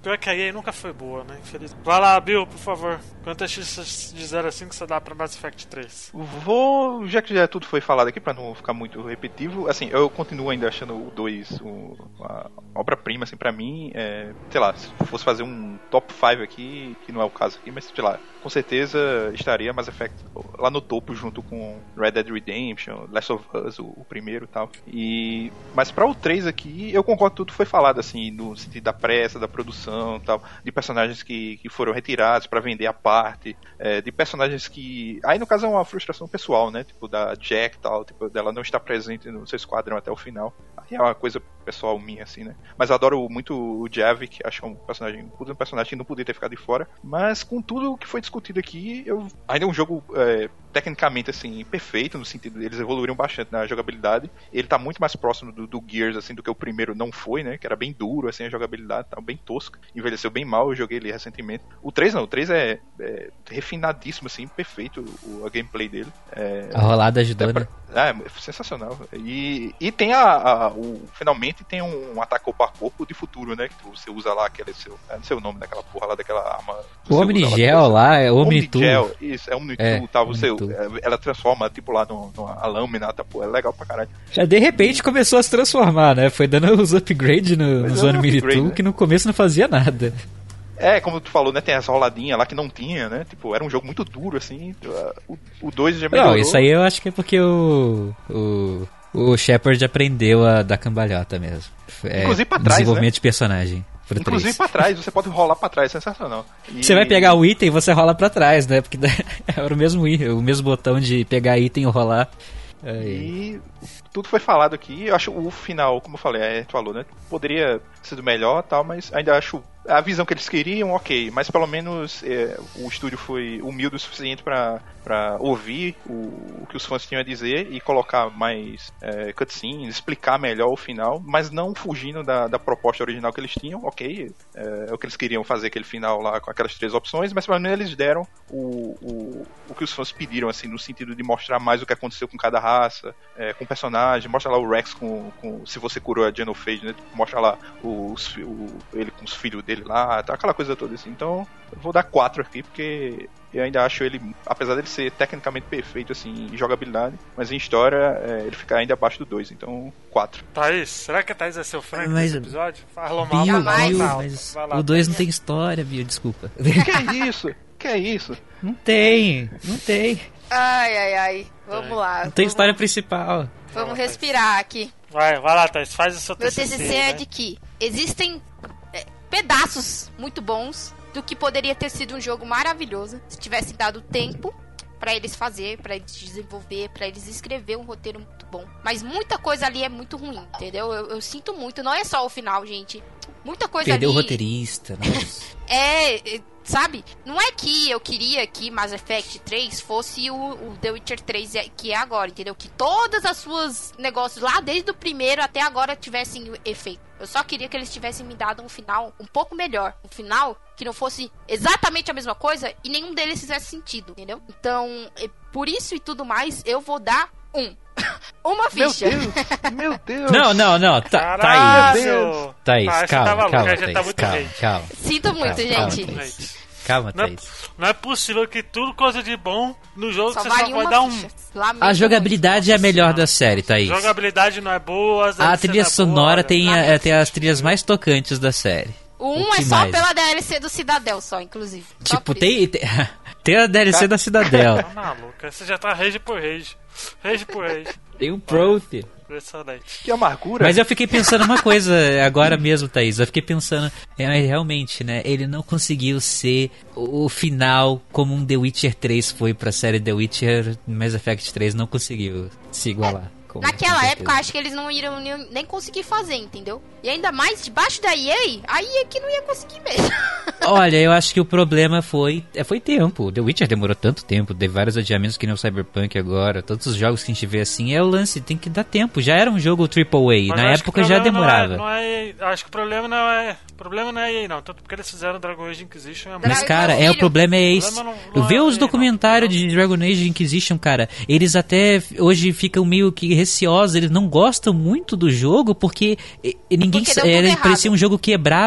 Pior que a E A nunca foi boa, né? Infelizmente. Vai lá, Bill, por favor. Quantas chances de zero a cinco você dá pra Mass Effect três? Vou, já que já tudo foi falado aqui, pra não ficar muito repetitivo, assim, eu continuo ainda achando o dois o, a obra-prima, assim, pra mim, é, sei lá, se fosse fazer um top cinco aqui, que não é o caso aqui, mas, sei lá, com certeza estaria Mass Effect lá no topo, junto com Red Dead Redemption, Last of Us, o, o primeiro e tal. E, mas pra o três aqui, eu concordo com tudo que foi falado, assim, no sentido da pressa, da produção e tal, de personagens que, que foram retirados pra vender a parte, é, de personagens que... Aí, no caso, é uma frustração pessoal, né? Tipo, da Jack e tal, tipo, dela não estar presente no seu esquadrão até o final. Aí é uma coisa pessoal minha, assim, né? Mas eu adoro muito o Javik, acho um personagem, um personagem que não podia ter ficado de fora. Mas com tudo que foi discutido aqui, eu... ainda é um jogo é, tecnicamente, assim, perfeito, no sentido de eles evoluíram bastante na jogabilidade. Ele tá muito mais próximo do, do Gears, assim, do que o primeiro não foi, né? Que era bem duro, assim, a jogabilidade, tá bem tosca. Envelheceu bem mal, eu joguei ele recentemente. O três não, o três é, é refinadíssimo, assim, perfeito o, a gameplay dele. É, a rolada ajudou, pra, né? É, sensacional. E, e tem a, a o, finalmente tem um, um ataque corpo a corpo de futuro, né? Que você usa lá, aquele seu, não sei o nome daquela porra lá, daquela arma. O Omnigel lá, lá é Omnitul. Omnigel, isso, é Omnitul, é, tá? Você, Omnitul. ela transforma, tipo, lá no, no, a lâmina, tá? Pô, é legal pra caralho. Já de repente começou a se transformar, né? Foi dando os upgrades no, nos é, Omnitul, né? Que no começo não fazia nada. É, como tu falou, né? Tem essa roladinha lá que não tinha, né? Tipo, era um jogo muito duro, assim. O dois já melhorou. Não, isso aí eu acho que é porque o... o... O Shepard aprendeu a dar cambalhota mesmo. É, inclusive pra trás, desenvolvimento né? de personagem. Inclusive pra trás, você pode rolar pra trás, sensacional. E... Você vai pegar o item e você rola pra trás, né? Porque era o mesmo, o mesmo botão de pegar item e rolar. Aí. E tudo foi falado aqui. Eu acho o final, como eu falei, é, tu falou, né? Poderia ser do melhor e tal, mas ainda acho a visão que eles queriam, ok. Mas pelo menos é, o estúdio foi humilde o suficiente pra, pra ouvir o, o que os fãs tinham a dizer e colocar mais é, cutscenes, explicar melhor o final, mas não fugindo da, da proposta original que eles tinham, ok. É, é o que eles queriam fazer aquele final lá com aquelas três opções, mas pelo menos eles deram o, o, o que os fãs pediram, assim, no sentido de mostrar mais o que aconteceu com cada raça, é, com o personagem, mostra lá o Rex com, com se você curou a Genophage, né? Mostra lá os, o, ele com os filhos dele lá, tá, aquela coisa toda assim. Então, eu vou dar quatro aqui, porque eu ainda acho ele, apesar dele ser tecnicamente perfeito, assim, em jogabilidade, mas em história, é, ele fica ainda abaixo do dois, então, quatro. Thaís, será que a Thaís é seu frango mas, nesse episódio? Falou mal, Bill, mal, Bill, mal. mas Vai lá, o dois Thaís. não tem história, Bill, desculpa. Que é isso? Que é isso? Não tem, não tem. Ai, ai, ai. Vamos lá. Não tem vamos, história principal. Vamos respirar aqui. Vai, vai lá, Thaís, faz o seu Meu T C C. T C C né? é de que existem é, pedaços muito bons do que poderia ter sido um jogo maravilhoso se tivessem dado tempo pra eles fazer, pra eles desenvolver, pra eles escrever um roteiro muito bom. Mas muita coisa ali é muito ruim, entendeu? Eu, eu sinto muito. Não é só o final, gente. Muita coisa Perdeu ali... o roteirista, nossa. É, é, sabe? Não é que eu queria que Mass Effect três fosse o, o The Witcher três que é agora, entendeu? Que todas as suas negócios lá, desde o primeiro até agora, tivessem efeito. Eu só queria que eles tivessem me dado um final um pouco melhor. Um final que não fosse exatamente a mesma coisa e nenhum deles fizesse sentido, entendeu? Então, por isso e tudo mais, eu vou dar um. Uma ficha. Meu Deus, meu Deus. Não, não, não, tá, Caralho! Thaís. Thaís, Ah, você calma, tava calma, louco, já tá Thaís, muito calma, gente. calma. Sinto muito, Calma, gente. calma, Thaís. Gente, Calma, não, é, Thaís. não é possível que tudo coisa de bom no jogo Só você vale só vai uma dar um. ficha. Lamento A jogabilidade é a Nossa melhor senhora. da série, Thaís. Jogabilidade não é boa, as A D L C trilha não é sonora boa, tem, olha. a- tem as trilhas mais tocantes da série. O um O é que só mais? pela D L C do Cidadel, só, inclusive. Só Tipo, por isso. tem, tem, tem a D L C da Cidadel. Tá maluca, você já tá rage por rage. Rage por rage. Tem um Pro, filho. Impressionante. Que amargura. Mas eu fiquei pensando uma coisa agora mesmo, Thaís. Eu fiquei pensando, é, mas realmente, né? Ele não conseguiu ser o, o final como um The Witcher três foi pra série The Witcher. Mass Effect três não conseguiu se igualar. com- Naquela com época, certeza. acho que eles não iriam nem nem conseguir fazer, entendeu? E ainda mais debaixo da E A, aí é que não ia conseguir mesmo. Olha, eu acho que o problema foi é, foi tempo. The Witcher demorou tanto tempo, teve vários adiamentos que nem o Cyberpunk agora. Todos os jogos que a gente vê assim, é o lance, tem que dar tempo. Já era um jogo triple A, Mas na eu acho época que o já problema demorava. Não é, não é, E A. Acho que o problema não é. O problema não é E A, não. Tanto porque eles fizeram Dragon Age Inquisition. É Mas, Dragon cara, Age é, o Filho. problema é esse. problema não- não Vê é os aí, documentários não. de Dragon Age Inquisition, cara. Eles até hoje ficam meio que receosos. Eles não gostam muito do jogo porque e, e ninguém Porque sa- deu tudo ele errado. parecia um jogo quebrado.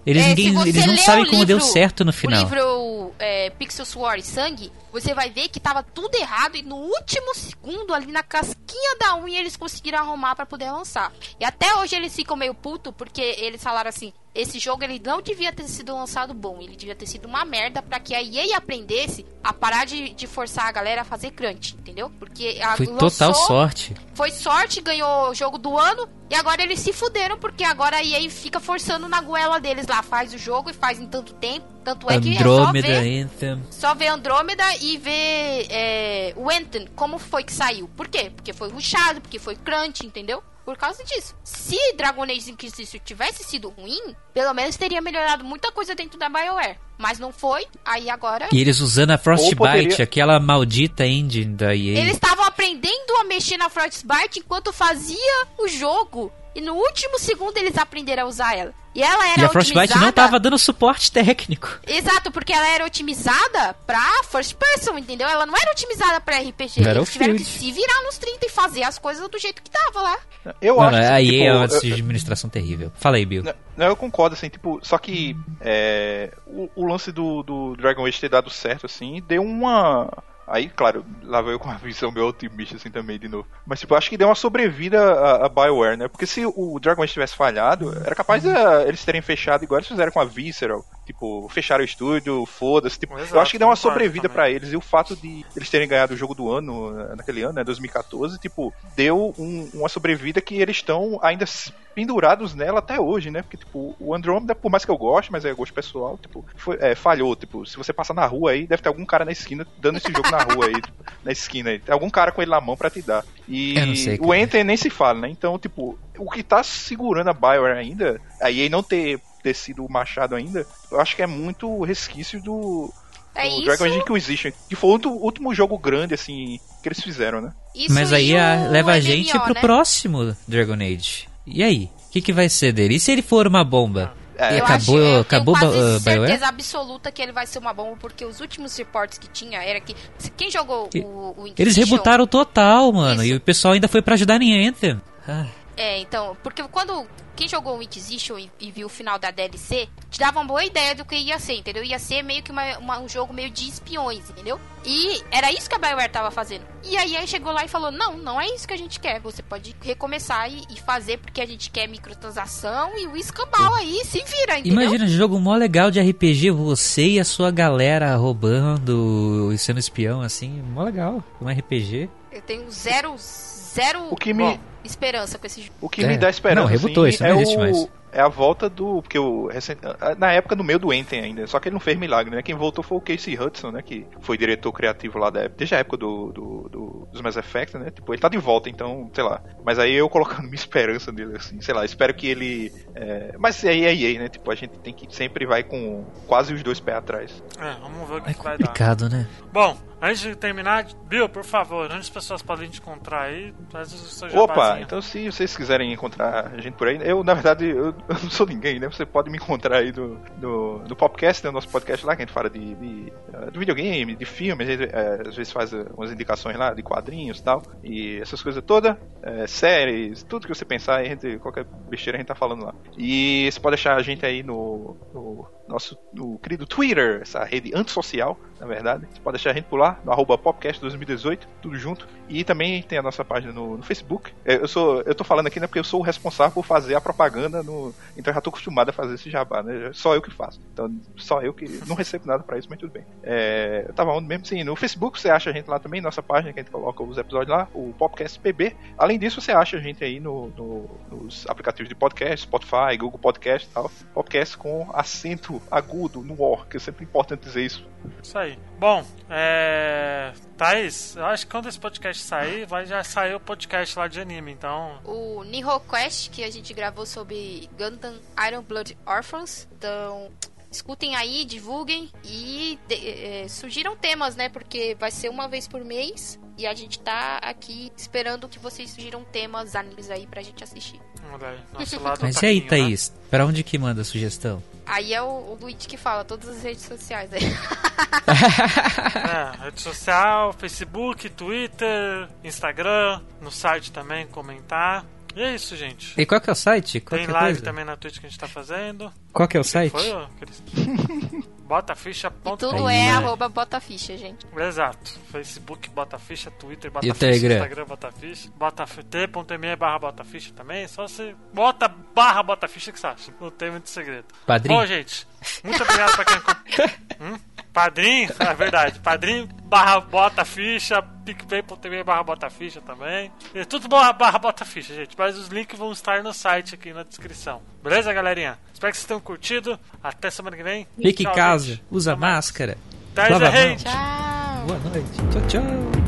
Eles, É, ninguém, se você eles não ler sabem o como deu livro- certo no final. O livro é, Pixel Sword Sangue, você vai ver que tava tudo errado e no último segundo, ali na casquinha da unha, eles conseguiram arrumar pra poder lançar. E até hoje eles ficam meio puto porque eles falaram assim, esse jogo ele não devia ter sido lançado bom, ele devia ter sido uma merda pra que a E A aprendesse a parar de, de forçar a galera a fazer crunch, entendeu? Porque a, Foi lançou, total sorte. Foi sorte, ganhou o jogo do ano e agora eles se fuderam porque agora a E A fica forçando na goela deles lá, faz o jogo e faz em tanto tempo, tanto é que Andrômeda, é só ver, Anthem. só ver Andrômeda e ver é, o Anthem, como foi que saiu. Por quê? Porque foi rushado, porque foi crunch, entendeu? Por causa disso. Se Dragon Age Inquisition tivesse sido ruim, pelo menos teria melhorado muita coisa dentro da BioWare. Mas não foi, aí agora... E eles usando a Frostbite, poderia- aquela maldita engine da E A. Eles estavam aprendendo a mexer na Frostbite enquanto fazia o jogo. E no último segundo eles aprenderam a usar ela. E ela era E a Frostbite otimizada... não tava dando suporte técnico. Exato, porque ela era otimizada pra first person, entendeu? Ela não era otimizada pra R P G. Era Eles o tiveram que Field. se virar nos trinta e fazer as coisas do jeito que tava lá. Eu Não, acho a que, E A tipo, é uma eu- administração terrível. Fala aí, Bill. Não, não, eu concordo, assim, tipo, só que é, o, o lance do, do Dragon Age ter dado certo, assim, deu uma... Aí, claro, lá vai eu com uma visão meio otimista, assim, também, de novo. Mas, tipo, acho que deu uma sobrevida a, a BioWare, né? Porque se o Dragon Age tivesse falhado, era capaz de uh, eles terem fechado igual eles fizeram com a Visceral. Tipo, fecharam o estúdio, foda-se. Tipo, Exato, eu acho que deu uma concordo sobrevida também. pra eles. E o fato de eles terem ganhado o jogo do ano, uh, naquele ano, né, dois mil e catorze, tipo, deu um- uma sobrevida que eles estão ainda s- pendurados nela até hoje, né? Porque, tipo, o Andromeda, por mais que eu goste, mas é gosto pessoal, tipo, foi- é, falhou. Tipo, se você passar na rua aí, deve ter algum cara na esquina dando esse jogo na rua aí, tipo, na esquina aí. Tem algum cara com ele na mão pra te dar. E Eu não sei, o cara. Enter nem se fala, né? Então, tipo, o que tá segurando a BioWare ainda, a E A não ter, ter sido o machado ainda, eu acho que é muito resquício do, É do isso, Dragon Age Inquisition, que foi o último, último jogo grande, assim, que eles fizeram, né? isso Mas aí e a- o leva a M M O, gente pro né? próximo Dragon Age. E aí? O que, que vai ser dele? E se ele for uma bomba? É, E Eu acabou, acho, eu acabou tenho quase uh, BioWare? certeza absoluta que ele vai ser uma bomba, porque os últimos reportes que tinha era que se- quem jogou E- o, o Inquisition... Eles rebutaram total, mano. Isso. E o pessoal ainda foi pra ajudar em Anthem. Ah, É, então, porque quando quem jogou o Inquisition e, e viu o final da D L C, te dava uma boa ideia do que ia ser, entendeu? Ia ser meio que uma- uma- um jogo meio de espiões, entendeu? E era isso que a BioWare tava fazendo. E aí, aí chegou lá e falou, não, não é isso que a gente quer. Você pode recomeçar e, e fazer porque a gente quer microtransação e o escambau aí se vira, entendeu? imagina, um jogo mó legal de R P G, você e a sua galera roubando e sendo espião, assim, mó legal. Um R P G. Eu tenho zero, zero O que me- bom, esperança com esse jogo. O que É. me dá esperança, Não, rebutou, assim, isso não é, existe o, mais. é a volta do... Porque o, recent- na época, no meio do Enten ainda, só que ele não fez milagre, né? Quem voltou foi o Casey Hudson, né? Que foi diretor criativo lá da época, desde a época do, do, do- dos Mass Effect, né? Tipo, ele tá de volta, então, sei lá. Mas aí eu colocando minha esperança nele, assim, sei lá, espero que ele... é, Mas aí é E A, né? Tipo, a gente tem que sempre vai com quase os dois pés atrás. É, vamos ver o que, É que vai dar. complicado, né? Bom, antes de terminar, Bill, por favor, onde as pessoas podem te encontrar aí? Faz o seu Opa, jabazinho. então se vocês quiserem encontrar a gente por aí, eu na verdade eu, eu não sou ninguém, né? Você pode me encontrar aí no, no, no Popcast, né? O nosso podcast lá, que a gente fala de, de, uh, de videogame, de filme, a gente uh, às vezes faz uh, umas indicações lá de quadrinhos e tal, e essas coisas todas, uh, séries, tudo que você pensar, a gente, qualquer besteira a gente tá falando lá. E você pode achar a gente aí no, no nosso no querido Twitter, essa rede antissocial, na verdade. Você pode achar a gente por lá, no arroba Popcast dois mil e dezoito, tudo junto. E também tem a nossa página no, no Facebook. É, Eu, sou, eu tô falando aqui, né, porque eu sou o responsável por fazer a propaganda no. Então eu já tô acostumado a fazer esse jabá, né? Só eu que faço. Então, só eu que não recebo nada pra isso, mas tudo bem. É, eu tava onde mesmo? Sim, no Facebook você acha a gente lá também, nossa página que a gente coloca os episódios lá, o Popcast P B. Além disso, você acha a gente aí no, no- nos aplicativos de podcast, Spotify, Google Podcast e tal. Podcast com acento agudo no O, que é sempre importante dizer isso. Isso aí. Bom, é... Thaís, eu acho que quando esse podcast sair, vai já sair o podcast lá de anime, então... O Nihon Quest, que a gente gravou sobre Gundam Iron Blood Orphans. Então, escutem aí, divulguem. E de- eh, surgiram temas, né? Porque vai ser uma vez por mês. E a gente tá aqui esperando que vocês sugiram temas, animes aí pra gente assistir. Olha aí, nosso lado Mas e aí, taquinho, né? Thaís? Pra onde que manda a sugestão? Aí é o, o Luigi que fala, todas as redes sociais aí. É, rede social, Facebook, Twitter, Instagram, no site também, comentar. E é isso, gente. E qual que é o site? Qual Tem que é live coisa? também na Twitch que a gente tá fazendo. Qual que é o site? Foi, ô, Cris? Botaficha ponto com. Tudo Aí, é né? arroba botaficha, gente. Exato. Facebook Botaficha, Twitter E o Botaficha, Telegram? Instagram Botaficha, Botaf- t.me barra Botaficha também. Só você bota barra Botaficha que você acha. Não tem muito segredo. Padrinho? Bom, gente, muito obrigado pra quem... hum? Padrinho, é verdade. Padrinho barra Botaficha, picpay.me barra Botaficha também. É tudo barra, barra Botaficha, gente. Mas os links vão estar no site aqui na descrição. Beleza, galerinha? Espero que vocês tenham curtido. Até semana que vem. Fique em Tchau, casa, gente. usa Até mais. máscara. Dez Lava a a mão. gente. Tchau. Boa noite. Tchau, tchau.